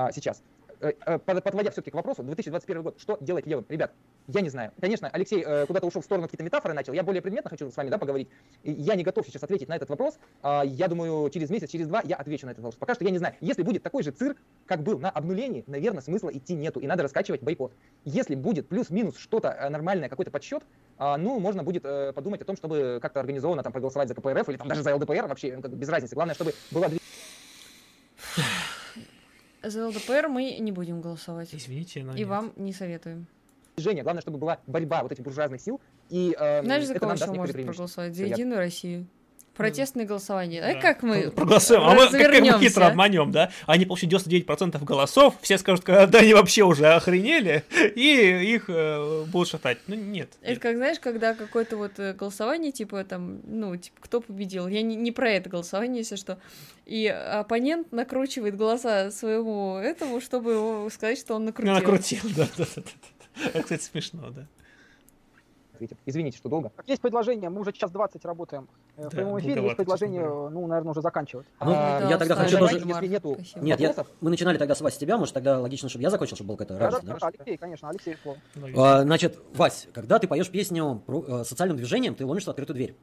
а, сейчас. Подводя все-таки к вопросу, две тысячи двадцать первый год, что делать левым? Ребят, я не знаю. Конечно, Алексей э, куда-то ушел в сторону, какие-то метафоры начал. Я более предметно хочу с вами, да, поговорить. И я не готов сейчас ответить на этот вопрос. А, я думаю, через месяц, через два я отвечу на этот вопрос. Пока что я не знаю. Если будет такой же цирк, как был на обнулении, наверное, смысла идти нету. И надо раскачивать бойкот. Если будет плюс-минус что-то нормальное, какой-то подсчет, а, ну, можно будет э, подумать о том, чтобы как-то организованно там проголосовать за ка пэ эр эф или там даже за эл дэ пэ эр, вообще как бы без разницы. Главное, чтобы была... За эл дэ пэ эр мы не будем голосовать. Извините, но И нет. вам не советуем. движение. Главное, чтобы была борьба вот этих буржуазных сил. И, э, Знаешь, за это кого нам еще даст может некоторые проголосовать? За преимущества. Единую Россию. Протестные голосования. А Да. как мы Проголосуем. А мы как, как мы хитро развернемся? обманем, да? Они получат девяносто девять процентов голосов, все скажут, да они вообще уже охренели, и их э, будут шатать. Ну нет. Это нет. как, знаешь, когда какое-то вот э, голосование, типа там, ну, типа, кто победил? Я не, не про это голосование, если что. И оппонент накручивает голоса своему этому, чтобы его сказать, что он накрутил. Ну, накрутил, да, да, да, да. Это, кстати, смешно, да. Извините, что долго. Есть предложение, мы уже час двадцать работаем э, в Да, прямом эфире, долговато, есть предложение, честно говоря. ну, наверное, уже заканчивать. Ну, А, я тогда устали. хочу Давайте, тоже... если нету Спасибо. Нет, я... вопросов. мы начинали тогда с Вась с тебя, может, тогда логично, чтобы я закончил, чтобы была какая-то Да, разница, да, да? да, Алексей, конечно, Алексей, слово. А, Значит, Вась, когда ты поешь песню про э, социальным движением, ты ломишься в открытую дверь.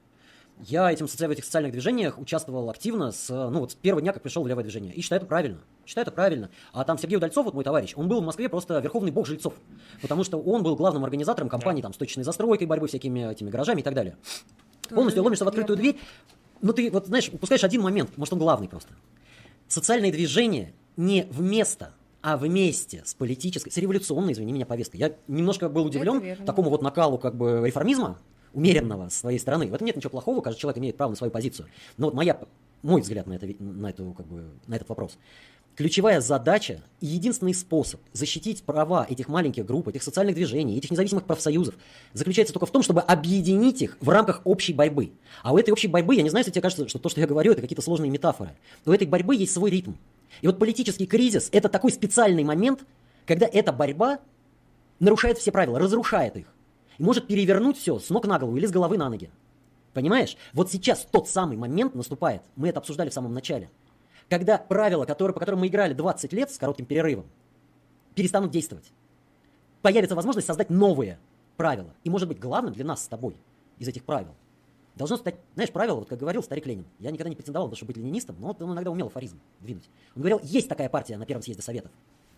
Я этим, соци- в этих социальных движениях участвовал активно с, э, ну, вот с первого дня, как пришел в левое движение. И считаю это правильно. Считаю это правильно. А там Сергей Удальцов, вот мой товарищ, он был в Москве просто верховный бог жильцов. Потому что он был главным организатором кампании там, с точечной застройкой, борьбы всякими этими гаражами и так далее. Полностью ломишься в открытую верно. дверь. Но ты, вот знаешь, упускаешь один момент, может, он главный просто. Социальные движения не вместо, а вместе с политической, с революционной, извини меня, повесткой. Я немножко был удивлен верно. такому вот накалу как бы реформизма, умеренного с своей стороны. В этом нет ничего плохого, каждый человек имеет право на свою позицию. Но вот моя, мой взгляд на, это, на, эту, как бы, на этот вопрос. Ключевая задача и единственный способ защитить права этих маленьких групп, этих социальных движений, этих независимых профсоюзов заключается только в том, чтобы объединить их в рамках общей борьбы. А у этой общей борьбы, я не знаю, если тебе кажется, что то, что я говорю, это какие-то сложные метафоры. У этой борьбы есть свой ритм. И вот политический кризис – это такой специальный момент, когда эта борьба нарушает все правила, разрушает их. И может перевернуть все с ног на голову или с головы на ноги. Понимаешь? Вот сейчас тот самый момент наступает. Мы это обсуждали в самом начале. Когда правила, которые, по которым мы играли двадцать лет с коротким перерывом, перестанут действовать. Появится возможность создать новые правила. И может быть главным для нас с тобой из этих правил должно стать, знаешь, правило, вот как говорил старик Ленин. Я никогда не претендовал на то, чтобы быть ленинистом, но вот он иногда умел афоризм двинуть. Он говорил, есть такая партия на первом съезде Советов.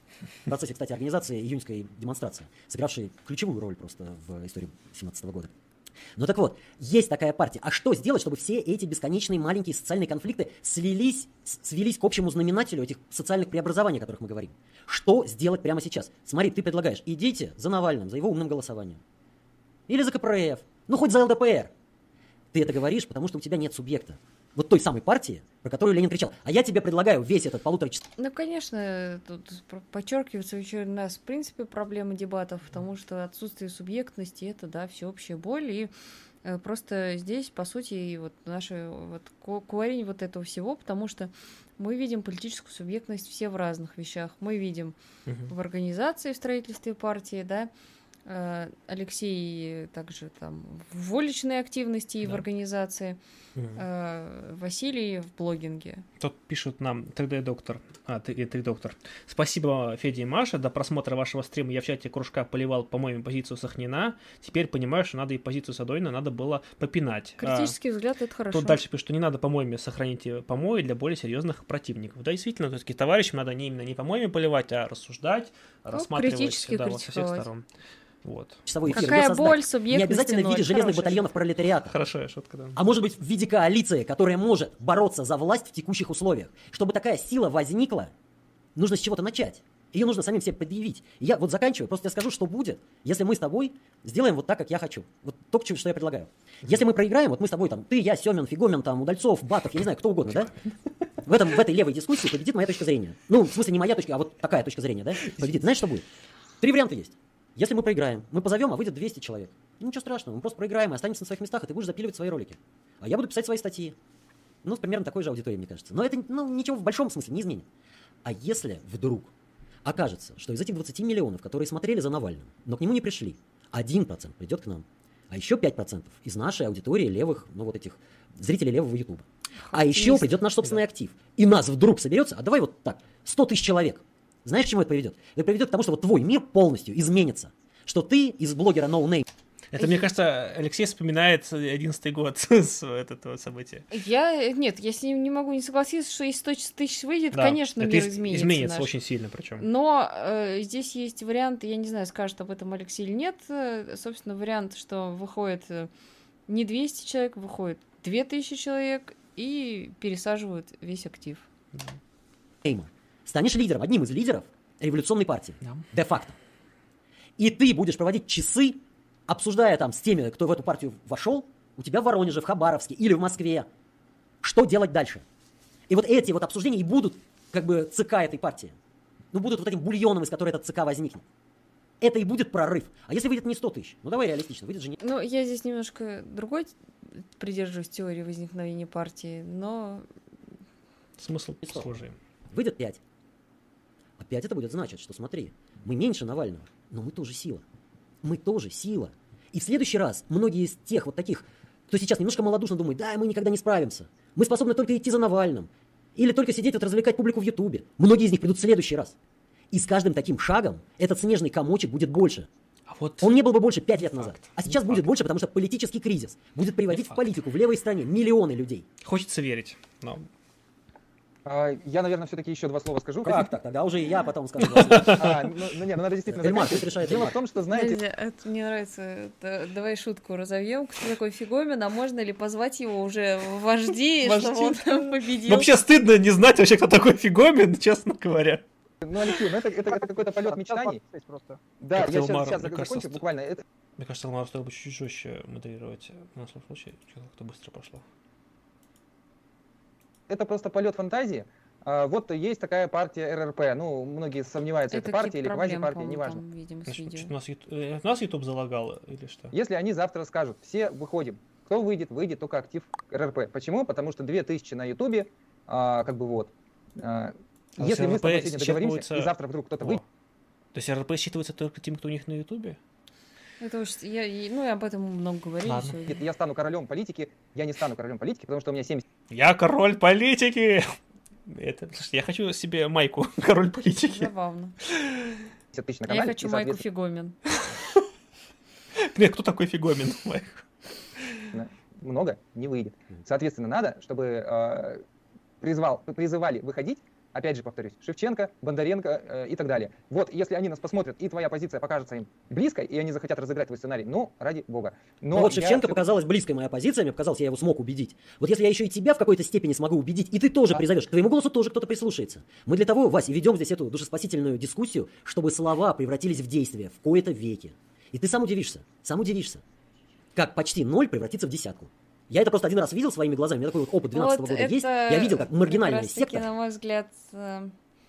В процессе, кстати, организации июньской демонстрации, сыгравшей ключевую роль просто в истории семнадцатого года. Ну так вот, есть такая партия. А что сделать, чтобы все эти бесконечные маленькие социальные конфликты слились, свелись к общему знаменателю этих социальных преобразований, о которых мы говорим? Что сделать прямо сейчас? Смотри, ты предлагаешь, идите за Навальным, за его умным голосованием. Или за ка пэ эр эф. Ну хоть за эл дэ пэ эр. Ты это говоришь, потому что у тебя нет субъекта. Вот той самой партии, про которую Ленин кричал. А я тебе предлагаю весь этот полуторачасовой... Ну, конечно, тут подчеркивается еще у нас, в принципе, проблема дебатов, потому что отсутствие субъектности — это, да, всеобщая боль, и э, просто здесь, по сути, и вот наше вот, ко- корень вот этого всего, потому что мы видим политическую субъектность все в разных вещах. Мы видим Мгм. в организации, в строительстве партии, да, э, Алексей также там в уличной активности и в Да. организации, Мгм. э, Василий в блогинге. Тут пишут нам три дэ доктор. А, три дэ доктор. Спасибо, Федя и Маша. До просмотра вашего стрима я в чате кружка поливал, по-моему, позицию Сахнина. Теперь понимаю, что надо и позицию Садойна надо было попинать. А, Критический взгляд — это хорошо. Тут дальше пишут, что не надо помоями сохранить помои для более серьезных противников. Да, действительно, то есть товарищам надо не именно не помоями поливать, а рассуждать, рассматривать критически да, вот, со всех критиковать. сторон. Вот. часовой эфир. Какая Её создать. боль, субъектности Не обязательно в виде ноль. железных Хорошая батальонов пролетариата. Хорошая шутка, да. А может быть в виде коалиции, которая может бороться за власть в текущих условиях. Чтобы такая сила возникла, нужно с чего-то начать. Ее нужно самим себе предъявить. И я вот заканчиваю, просто я скажу, что будет, если мы с тобой сделаем вот так, как я хочу. Вот то, что я предлагаю. Если мы проиграем, вот мы с тобой там, ты, я, Семен, Фигомин, там, Удальцов, Батов, я не знаю, кто угодно, да? В, этом, в этой левой дискуссии победит моя точка зрения. Ну, в смысле, не моя точка, а вот такая точка зрения, да? Победит. Знаешь, что будет? Три варианта есть. Если мы проиграем, мы позовем, а выйдет двести человек. Ну, ничего страшного, мы просто проиграем и останемся на своих местах, и ты будешь запиливать свои ролики. А я буду писать свои статьи. Ну, с примерно такой же аудиторией, мне кажется. Но это, ну, ничего в большом смысле не изменит. А если вдруг окажется, что из этих двадцати миллионов, которые смотрели за Навальным, но к нему не пришли, один процент придет к нам, а еще пять процентов из нашей аудитории левых, ну, вот этих зрителей левого Ютуба. А еще Есть. придет наш собственный актив. И нас вдруг соберется, а давай вот так, сто тысяч человек. Знаешь, к чему это приведет? Это приведет к тому, что вот твой мир полностью изменится. Что ты из блогера No Name. Это, мне кажется, Алексей вспоминает одиннадцатый год с этого события. Я, нет, я с ним не могу не согласиться, что если сто тысяч выйдет, Да, конечно, это мир из- изменится. изменится наш. очень сильно причем. Но э, здесь есть вариант, я не знаю, скажет об этом Алексей или нет, э, собственно, вариант, что выходит э, не двести человек, выходит две тысячи человек и пересаживают весь актив. Нейма. Станешь лидером, одним из лидеров революционной партии. Да. Де-факто. И ты будешь проводить часы, обсуждая там с теми, кто в эту партию вошел, у тебя в Воронеже, в Хабаровске или в Москве, что делать дальше. И вот эти вот обсуждения и будут как бы ЦК этой партии. Ну, будут вот этим бульоном, из которого этот ЦК возникнет. Это и будет прорыв. А если выйдет не сто тысяч? Ну, давай реалистично, выйдет же не... Ну, я здесь немножко другой придерживаюсь теории возникновения партии, но Смысл И что? схожий. Выйдет пять. Опять это будет значить, что смотри, мы меньше Навального, но мы тоже сила. Мы тоже сила. И в следующий раз многие из тех вот таких, кто сейчас немножко малодушно думает, да, мы никогда не справимся. Мы способны только идти за Навальным. Или только сидеть вот развлекать публику в Ютубе. Многие из них придут в следующий раз. И с каждым таким шагом этот снежный комочек будет больше. А вот Он не был бы больше пять лет назад. факт. А сейчас Не будет факт. больше, потому что политический кризис будет приводить в факт. политику в левой стране миллионы людей. хочется верить. Но... А, Я, наверное, все-таки еще два слова скажу. Как так? Тогда уже и я потом скажу. два слова. А, ну, ну, не, ну надо действительно Эльмар, заканчивать. пусть решает Дело Эльмар. в том, что, знаете, Подожди, это мне нравится. Это- давай шутку разовьем. Кто такой Фигомин, а можно ли позвать его уже в вожди, Вожди. чтобы он там победил? Вообще стыдно не знать вообще, кто такой Фигомин, честно говоря. ну, Алексей, ну это, это, это какой-то полет мечтаний. Просто. Да, Как-то я сейчас, Эльмар, сейчас мне кажется, закончу ст- буквально. Это, Мне кажется, Ламар стоило бы чуть-чуть жестче модерировать. На самом случае, что-то как-то быстро пошло. это просто полет фантазии. А, вот есть такая партия эр эр пэ. Ну, многие сомневаются, это, Это партия или какие-то проблемы, квазипартия, по-моему, неважно. там, видимо, с Значит, видео. что-то у нас, ют- э, у нас YouTube залагало или что? Если они завтра скажут, все выходим, кто выйдет, выйдет только актив эр эр пэ. Почему? Потому что две тысячи на Ютубе, а, как бы вот. А, А если мы с тобой эр эр пэ сегодня договоримся, считывается- и завтра вдруг кто-то О. выйдет, То есть эр эр пэ считывается только тем, кто у них на Ютубе? Это уж, я, и- ну, я об этом много говорили Ладно. сегодня. я стану королем политики, я не стану королем политики, потому что у меня семьдесят Я король политики! Это, слушай, я хочу себе майку король политики. Забавно. тысяч на Я канале. хочу и, Майку соответственно, Фигомин. Нет, кто такой Фигомин? Майк? много не выйдет. Соответственно, надо, чтобы э, призвал, призывали выходить, опять же повторюсь, Шевченко, Бондаренко э, и так далее. Вот, если они нас посмотрят, и твоя позиция покажется им близкой, и они захотят разыграть твой сценарий, ну, ради бога. Но Ну вот я Шевченко всё- показалась близкой моя позиция, мне показалось, я его смог убедить. Вот если я еще и тебя в какой-то степени смогу убедить, и ты тоже А- призовешь, к твоему голосу тоже кто-то прислушается. Мы для того, Вась, и ведем здесь эту душеспасительную дискуссию, чтобы слова превратились в действия в кои-то веки. И ты сам удивишься, сам удивишься, как почти ноль превратится в десятку. Я это просто один раз видел своими глазами, у меня такой вот опыт двенадцатого Вот года есть. это Я видел, как маргинальный как раз-таки, сектор. на мой взгляд, э,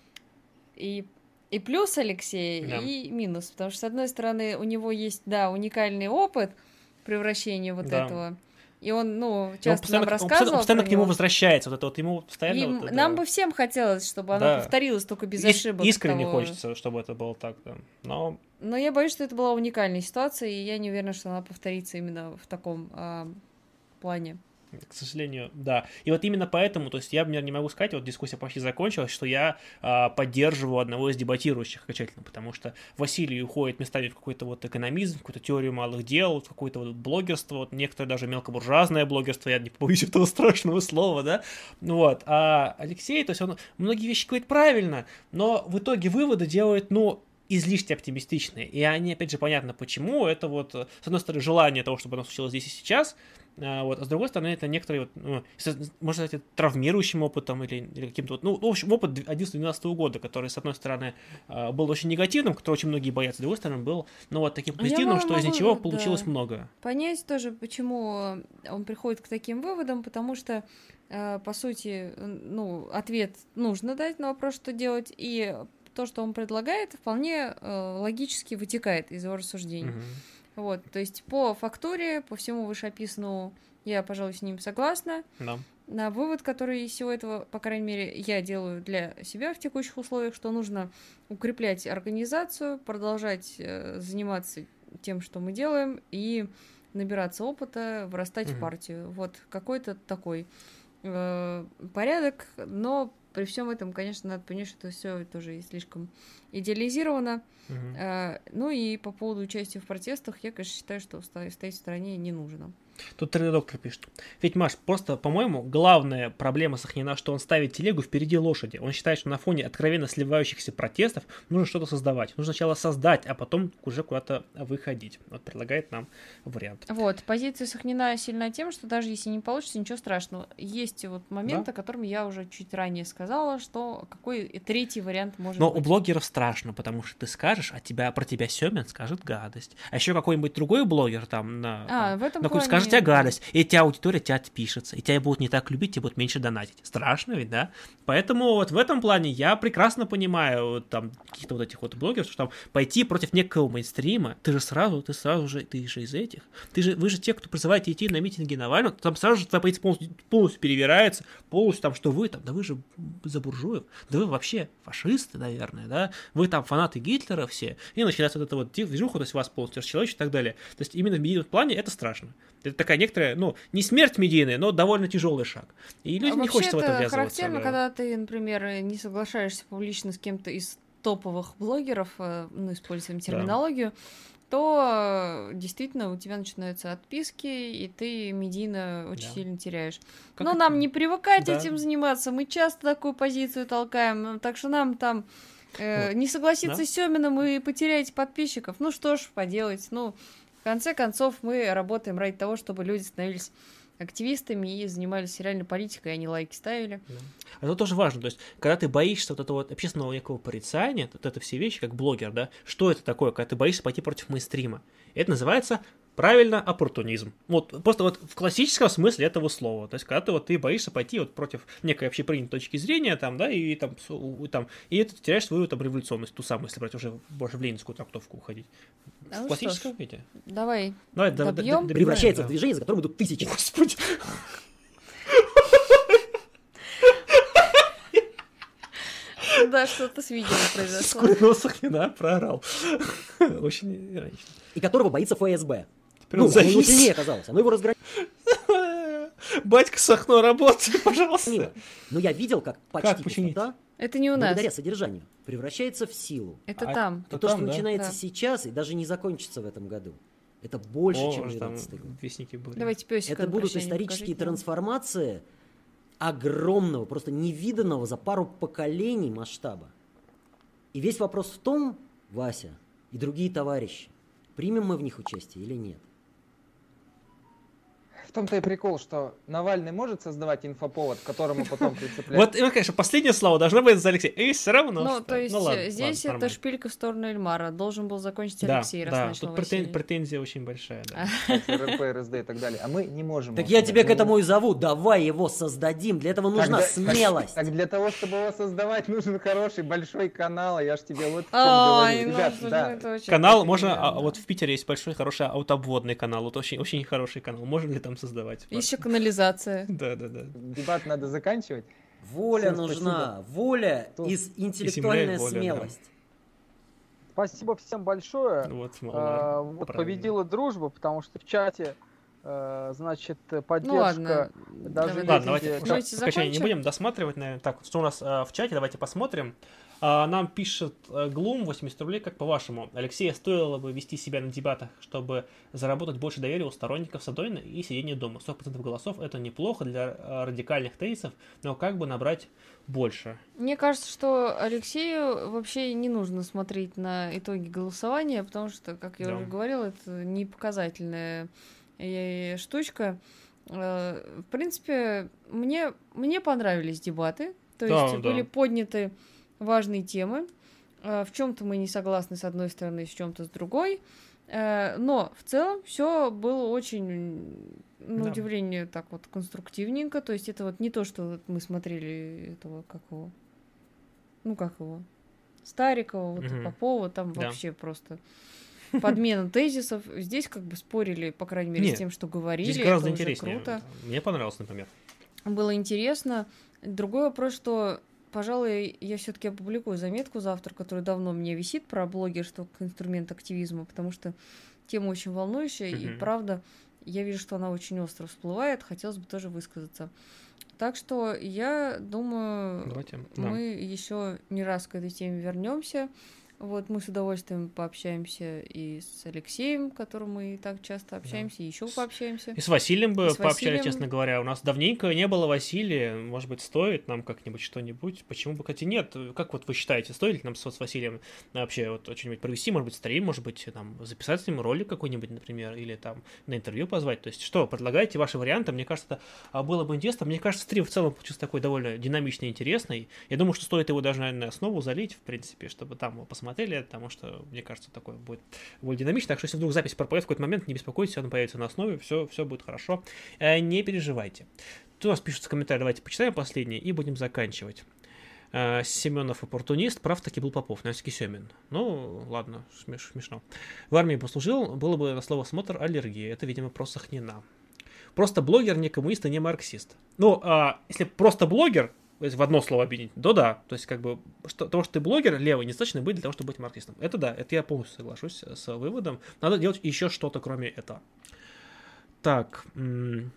и, и плюс Алексей, Да. и минус. Потому что, с одной стороны, у него есть, да, уникальный опыт превращения вот Да. этого. И он, ну, И он часто нам постоянно, он рассказывал постоянно, постоянно про к нему него. возвращается. Вот это вот ему И постоянно. вот это- нам бы всем хотелось, чтобы оно Да. повторилось, только без ис- ошибок. Искренне того. хочется, чтобы это было так. Да. Но Но я боюсь, что это была уникальная ситуация, и я не уверена, что она повторится именно в таком а, плане. к сожалению, да. И вот именно поэтому, то есть я, например, не могу сказать, вот дискуссия почти закончилась, что я а, поддерживаю одного из дебатирующих окончательно, потому что Василий уходит местами в какой-то вот экономизм, в какую-то теорию малых дел, в какое-то вот блогерство, вот некоторое даже мелкобуржуазное блогерство, я не побоюсь этого страшного слова, да, вот. А Алексей, то есть он многие вещи говорит правильно, но в итоге выводы делает, ну, излишне оптимистичные. И они, опять же, понятно почему. Это вот, с одной стороны, желание того, чтобы оно случилось здесь и сейчас, а, вот, а с другой стороны, это некоторые, вот, ну, если, можно сказать, травмирующим опытом или, или каким-то, вот, ну, в общем, опыт одиннадцатого-двенадцатого года, который, с одной стороны, а, был очень негативным, который очень многие боятся, с другой стороны, был, ну, вот, таким Я позитивным, могу- что из ничего да. получилось много. Понять тоже, почему он приходит к таким выводам, потому что, э, по сути, ну, ответ нужно дать на вопрос, что делать, и то, что он предлагает, вполне э, логически вытекает из его рассуждений. Мгм. Вот, то есть по фактуре, по всему вышеописанному, я, пожалуй, с ним согласна. Да. На вывод, который из всего этого, по крайней мере, я делаю для себя в текущих условиях, что нужно укреплять организацию, продолжать э, заниматься тем, что мы делаем, и набираться опыта, вырастать Мгм. в партию. Вот какой-то такой э, порядок, но при всем этом, конечно, надо понять, что это все тоже слишком идеализировано. Мгм. Э, Ну и по поводу участия в протестах, я, конечно, считаю, что ста- стоять в стороне не нужно. Тут три доктор пишет. Ведь, Маш, просто, по-моему, главная проблема Сахнина, что он ставит телегу впереди лошади. Он считает, что на фоне откровенно сливающихся протестов нужно что-то создавать. Нужно сначала создать, а потом уже куда-то выходить. Вот предлагает нам вариант. Вот, позиция Сахнина сильна тем, что даже если не получится, ничего страшного. Есть вот момент, Да. о котором я уже чуть ранее сказала, что какой третий вариант может Но у быть. блогеров страшно, потому что ты скажешь, а тебя, про тебя Семин скажет гадость. А еще какой-нибудь другой блогер там на, А, там, в этом на какой-то плане- скажет тебе гадость, и тебя аудитория тебя отпишется, и тебя будут не так любить, тебе будут меньше донатить. Страшно ведь, да? Поэтому вот в этом плане я прекрасно понимаю вот там каких-то вот этих вот блогеров, что там пойти против некого мейнстрима, ты же сразу, ты сразу же, ты же из этих, ты же, вы же те, кто призываете идти на митинги Навального, там сразу же твоя позиция полностью, полностью перевирается, полностью там, что вы там, да вы же за буржуев, да вы вообще фашисты, наверное, да, вы там фанаты Гитлера все, и начинается вот эта вот движуха, то есть вас полностью расчеловечить и так далее. То есть именно в медийном плане это страшно. Это такая некоторая, ну, не смерть медийная, но довольно тяжелый шаг. И людям не Вообще хочется в это это ввязываться. характерно, да. когда ты, например, не соглашаешься публично с кем-то из топовых блогеров, э, ну, используем терминологию, то э, действительно у тебя начинаются отписки, и ты медийно очень Да. сильно теряешь. Как Но это? нам не привыкать Да. этим заниматься, мы часто такую позицию толкаем, так что нам там э, Вот. не согласиться Да. с Семиным и потерять подписчиков. Ну что ж поделать, ну, в конце концов мы работаем ради того, чтобы люди становились активистами и занимались реальной политикой, а не лайки ставили. Да. Это тоже важно, то есть, когда ты боишься вот этого вот общественного некого порицания, вот это все вещи, как блогер, да, что это такое, когда ты боишься пойти против мейнстрима? Это называется правильно оппортунизм. Вот просто вот в классическом смысле этого слова. То есть, когда ты вот ты боишься пойти вот против некой общепринятой точки зрения, там, да, и там, с- там и это ты теряешь свою там революционность, ту самую, если брать уже больше в ленинскую трактовку уходить. А в ну классическом что ж, виде. Давай. Давай, да- да- Добьем? да- добиваем, Превращается да. в движение, за которым идут тысячи. Господи. Да, что-то с видео произошло. Скурного Сахнина проорал. Очень иронично. И которого боится ФСБ. Теперь Ну, он оно его завис. сильнее оказалось. Оно его разграничило. Батька Сахно, работай, пожалуйста. Но я видел, как Как почти починить? пустота, Это не у нас. благодаря содержанию, превращается в силу. Это А там. И То то, что там, да? начинается Да. сейчас и даже не закончится в этом году, это больше, О, чем уже там девятнадцатый год. вестники были. Давайте песика Это на будут прощание исторические покажите нам. трансформации огромного, просто невиданного за пару поколений масштаба. И весь вопрос в том, Вася и другие товарищи, примем мы в них участие или нет. В том-то и прикол, что Навальный может создавать инфоповод, к которому потом прицепляют. Вот, ну, конечно, последнее слово должно быть за Алексея. И все равно. Ну, что- то есть ну, ладно, э, здесь ладно, это нормально. шпилька в сторону Эльмара. Должен был закончить Да, Алексей, раз да, начал тут претен- Василий. претензия очень большая, да. РП, РСД и так далее. А мы не можем. Так его я тебя создать. к этому и зову, давай его создадим, для этого нужна Так, да, смелость. Так для того, чтобы его создавать, нужен хороший большой канал, а я ж тебе вот в чем Ай, говорю. ну, Ребят, слушай, да. ну, это очень Канал можно, а, неприятно. вот в Питере есть большой, хороший аутобводный канал, вот очень, очень хороший канал. Можно ли там создавать? Еще канализация. Да, да, да. Дебат надо заканчивать. Воля Всем нужна, воля Кто? и с- интеллектуальная И земля, и воля, смелость. Спасибо всем большое. Вот, А, мало. вот правильно. победила дружба, потому что в чате, э, значит, Ну поддержка. ладно. даже Давайте. Ладно, давайте, Давайте уже давайте окончание не закончим. будем досматривать, наверное. Так, что у нас а, в чате, давайте посмотрим. А, нам пишет а, Глум, восемьдесят рублей, как по-вашему. Алексея стоило бы вести себя на дебатах, чтобы заработать больше доверия у сторонников Садовина и сидения дома. сто процентов голосов это неплохо для а, радикальных тезисов, но как бы набрать больше? Мне кажется, что Алексею вообще не нужно смотреть на итоги голосования, потому что, как я Да. уже говорила, это не показательная э, штучка. Э, В принципе, мне, мне понравились дебаты, то Да, есть да. были подняты важные темы. Э, В чем-то мы не согласны с одной стороны, в чем-то с другой. Э, Но в целом все было очень, на Да. удивление, так вот конструктивненько. То есть это вот не то, что вот мы смотрели этого, как его, ну как его, Старикова, вот Мгм. Попова, там Да. вообще просто подмена тезисов. Здесь как бы спорили, по крайней мере, Нет, с тем, что говорили. Здесь гораздо это уже интереснее. круто. Мне понравилось, например. Было интересно. Другой вопрос, что, пожалуй, я все-таки опубликую заметку завтра, которая давно у меня висит, про блогерство как инструмент активизма, потому что тема очень волнующая, и Мгм. правда, Я вижу, что она очень остро всплывает, хотелось бы тоже высказаться. Так что я думаю, Давайте, да. мы еще не раз к этой теме вернемся. Вот мы с удовольствием пообщаемся и с Алексеем, которым мы и так часто общаемся, Да. и еще пообщаемся. И с Василием бы И с пообщались, Василием. честно говоря. У нас давненько не было Василия. Может быть, стоит нам как-нибудь что-нибудь? Почему бы, кстати, нет? Как вот вы считаете, стоит ли нам с, с Василием вообще вот что-нибудь провести? Может быть, стрим, может быть, там, записать с ним ролик какой-нибудь, например, или там на интервью позвать? То есть что, предлагаете ваши варианты? Мне кажется, это а, было бы интересно. Мне кажется, стрим в целом получился такой довольно динамичный, интересный. Я думаю, что стоит его даже, наверное, основу залить, в принципе, чтобы там его посмотрели, потому что мне кажется, такое будет более динамично. Так что, если вдруг запись пропадет в какой-то момент, не беспокойтесь, она появится на основе, все, все будет хорошо. Э, не переживайте. Тут у нас пишется комментарий, давайте почитаем последний и будем заканчивать. Э, Семенов оппортунист, прав таки был Попов, Навский Семин. Ну, ладно, смеш, смешно. В армии послужил, было бы на слово смотр аллергия. Это, видимо, просто хнена. Просто блогер, не коммунист и не марксист. Ну, а если просто блогер, в одно слово объединить, то да, то есть как бы что, того, что ты блогер левый, недостаточно быть для того, чтобы быть марксистом. Это да, это я полностью соглашусь с выводом. Надо делать еще что-то, кроме этого. Так, м-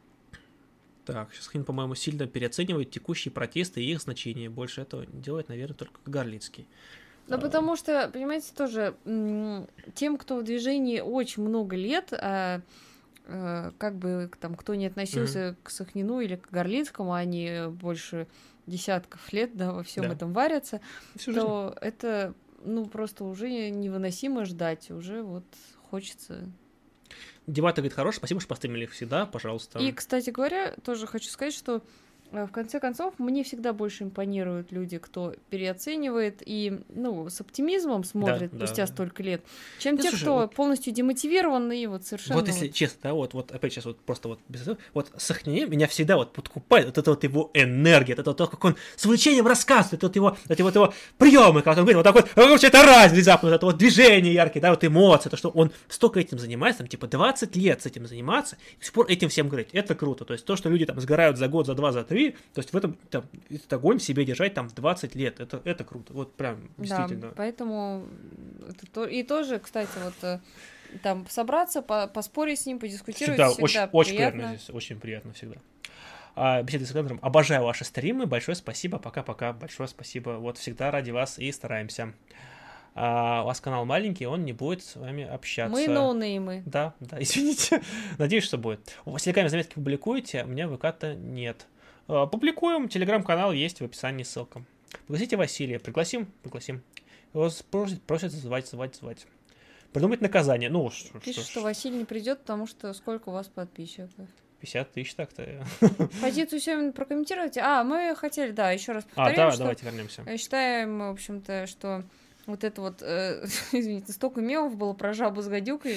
так, сейчас Хин, по-моему, сильно переоценивает текущие протесты и их значение. Больше этого делает, наверное, только Горлицкий. Да, потому что, понимаете, тоже м, тем, кто в движении очень много лет, а, а, как бы там кто не относился Mm-hmm. к Сахнину или к Горлицкому, они больше десятков лет, да, во всем Да. этом варятся, Всю жизнь. то это, ну, просто уже невыносимо ждать, уже вот хочется. Дебаты, говорит, хорошие, спасибо, что постримили их всегда, пожалуйста. И, кстати говоря, тоже хочу сказать, что э, в конце концов мне всегда больше импонируют люди, кто переоценивает и, ну, с оптимизмом смотрит Да, спустя да. столько лет, чем Ну, те, слушай, кто вот- полностью демотивирован и вот совершенно... Вот если вот- честно, да, вот, вот опять сейчас вот просто вот без этого, вот Сахнин меня всегда вот подкупает вот эта вот его энергия, вот это вот то, как он с увлечением рассказывает, это вот его, эти вот его приемы, как он говорит, вот так вот, вообще это разность внезапно, вот это вот движение яркие, да, вот эмоции, то, что он столько этим занимается, там, типа двадцать лет с этим заниматься, и до сих пор этим всем говорить, это круто, то есть то, что люди там сгорают за год, за два, за три, то есть в этом, там, этот огонь в себе держать там двадцать лет, это, это круто, вот прям действительно. Да, поэтому это то... И тоже, кстати, вот э, там собраться, по- поспорить с ним, подискутировать Всегда, всегда, очень, очень приятно. приятно здесь, очень приятно всегда. А, беседы с Александром. Обожаю ваши стримы, большое спасибо, пока-пока, большое спасибо. Вот всегда ради вас и стараемся. А, у вас канал маленький, он не будет с вами общаться. Мы ноунеймы. Да, да, извините. Надеюсь, что будет. У вас в Телеграме заметки публикуете, у меня ВК-то нет. А, публикуем, телеграм-канал есть в описании, ссылка. Пригласите Василия. Пригласим? Пригласим. Его просят, просят звать, звать, звать. Придумать наказание. Ну, что, Пишет, что, что Василий не придет, потому что сколько у вас подписчиков. пятьдесят тысяч так-то. Позицию Семина прокомментируйте. А, мы хотели, да, еще раз А, повторим, да, что давайте вернемся. считаем, в общем-то, что вот это вот, э, извините, столько мемов было про жабу с гадюкой.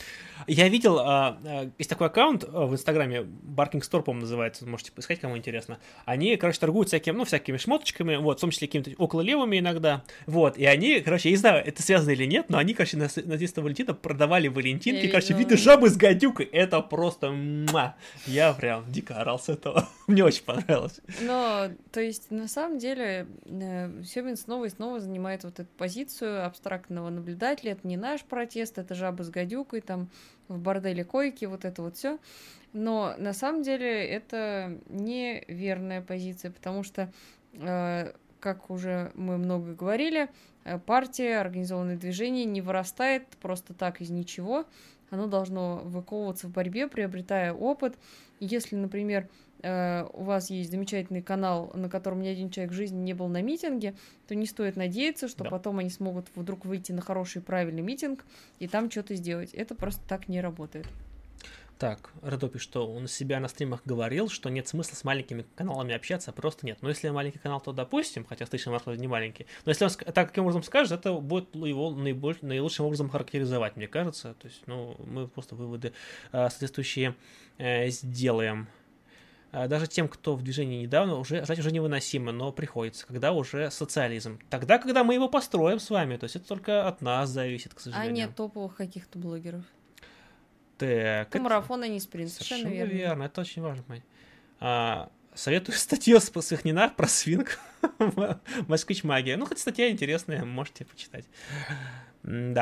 Я видел, а, а, есть такой аккаунт а, в Инстаграме, Barking Store, по-моему, называется, можете поискать, кому интересно. Они, короче, торгуют всякими, ну, всякими шмоточками, вот, в том числе какими-то окололевыми иногда, вот, и они, короче, я не знаю, это связано или нет, но они, короче, на, на десятое Валентина продавали валентинки, Я короче, в видела. виде жабы с гадюкой, это просто, муа. Я прям дико орал с этого, мне очень понравилось. Но, то есть, на самом деле, э, Семин снова и снова занимает вот эту позицию абстрактного наблюдателя. Это не наш протест, это жаба с гадюкой, там, в борделе койки, вот это вот все. Но, на самом деле, это неверная позиция, потому что, э, как уже мы много говорили, э, партия, организованное движение не вырастает просто так из ничего. Оно должно выковываться в борьбе, приобретая опыт. Если, например, э, у вас есть замечательный канал, на котором ни один человек в жизни не был на митинге, то не стоит надеяться, что Да. потом они смогут вдруг выйти на хороший правильный митинг и там что-то сделать. Это просто так не работает. Так, Редо пишет, что он себя на стримах говорил, что нет смысла с маленькими каналами общаться, просто нет. Но если маленький канал, то допустим, хотя Station Market не маленький, но если он ск- так каким образом скажет, это будет его наиболь, наилучшим образом характеризовать, мне кажется. То есть, ну, мы просто выводы э, соответствующие э, сделаем. Э, Даже тем, кто в движении недавно, уже ждать уже невыносимо, но приходится, когда уже социализм. Тогда, когда мы его построим с вами, то есть это только от нас зависит, к А сожалению. нет топовых каких-то блогеров. Так, Это это- марафон, а не спринт. Совершенно, Совершенно верно. верно, это очень важно понять. А, советую статью с Сахнина про свинг Москвич магия. Ну, хоть статья интересная, можете почитать. М, Да.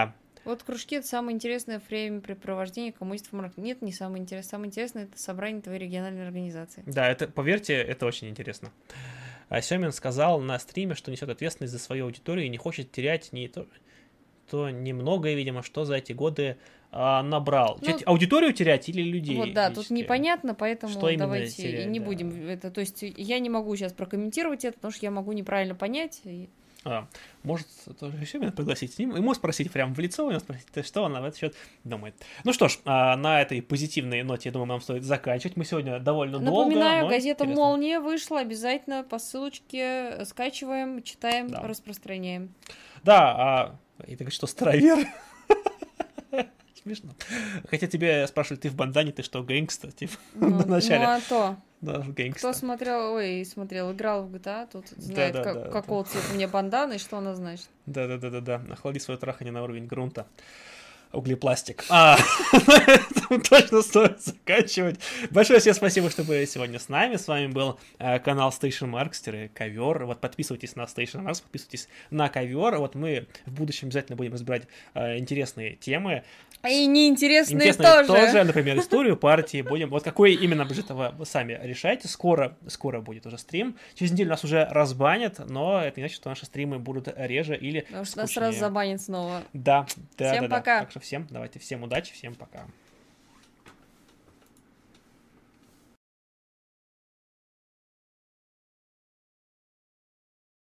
Вот кружки — это самое интересное времяпрепровождение коммунистов в марке. Нет, не самое интересное. Самое интересное — это собрание твоей региональной организации. Да, это, поверьте, это очень интересно. А Семин сказал на стриме, что несет ответственность за свою аудиторию и не хочет терять не то, то немногое, видимо, что за эти годы а, набрал. Ну, аудиторию терять или людей? Вот, да, тут непонятно, поэтому что давайте терять, не да. будем это. То есть я не могу сейчас прокомментировать это, потому что я могу неправильно понять. И... А, может, тоже Семина пригласить с ним, ему спросить прямо в лицо, у него спросить, что он на этот счет думает. Ну что ж, а, на этой позитивной ноте, я думаю, нам стоит заканчивать. Мы сегодня довольно Напоминаю, долго. Напоминаю, газета интересно. «Молния» вышла, обязательно по ссылочке скачиваем, читаем, Да. распространяем. Да, а... и ты говоришь, что старовер? Смешно. Хотя тебе спрашивали, ты в бандане, ты что, гэнгста? Типа, Ну, в начале. ну а то. Да, гэнгста. Кто смотрел, ой, смотрел, играл в джи ти эй, тут знает, да, как- да, какого цвета у меня бандана и что она значит. Да-да-да-да-да. Охлади свое трахание на уровень грунта. Углепластик. А, на этом точно стоит заканчивать. Большое всем спасибо, что были сегодня с нами. С вами был э, канал Station Marks, ковер. Вот подписывайтесь на Station Marks, подписывайтесь на ковер. Вот мы в будущем обязательно будем разбирать э, интересные темы. И неинтересные Интересные тоже. тоже, например, историю партии будем. Вот какой именно бюджет вы сами решаете. Скоро, скоро будет уже стрим. Через неделю нас уже разбанят, но это не значит, что наши стримы будут реже или Потому что нас скучнее. сразу забанят снова. Да, да, Всем да, да. пока. Так что всем, давайте, всем удачи, всем пока.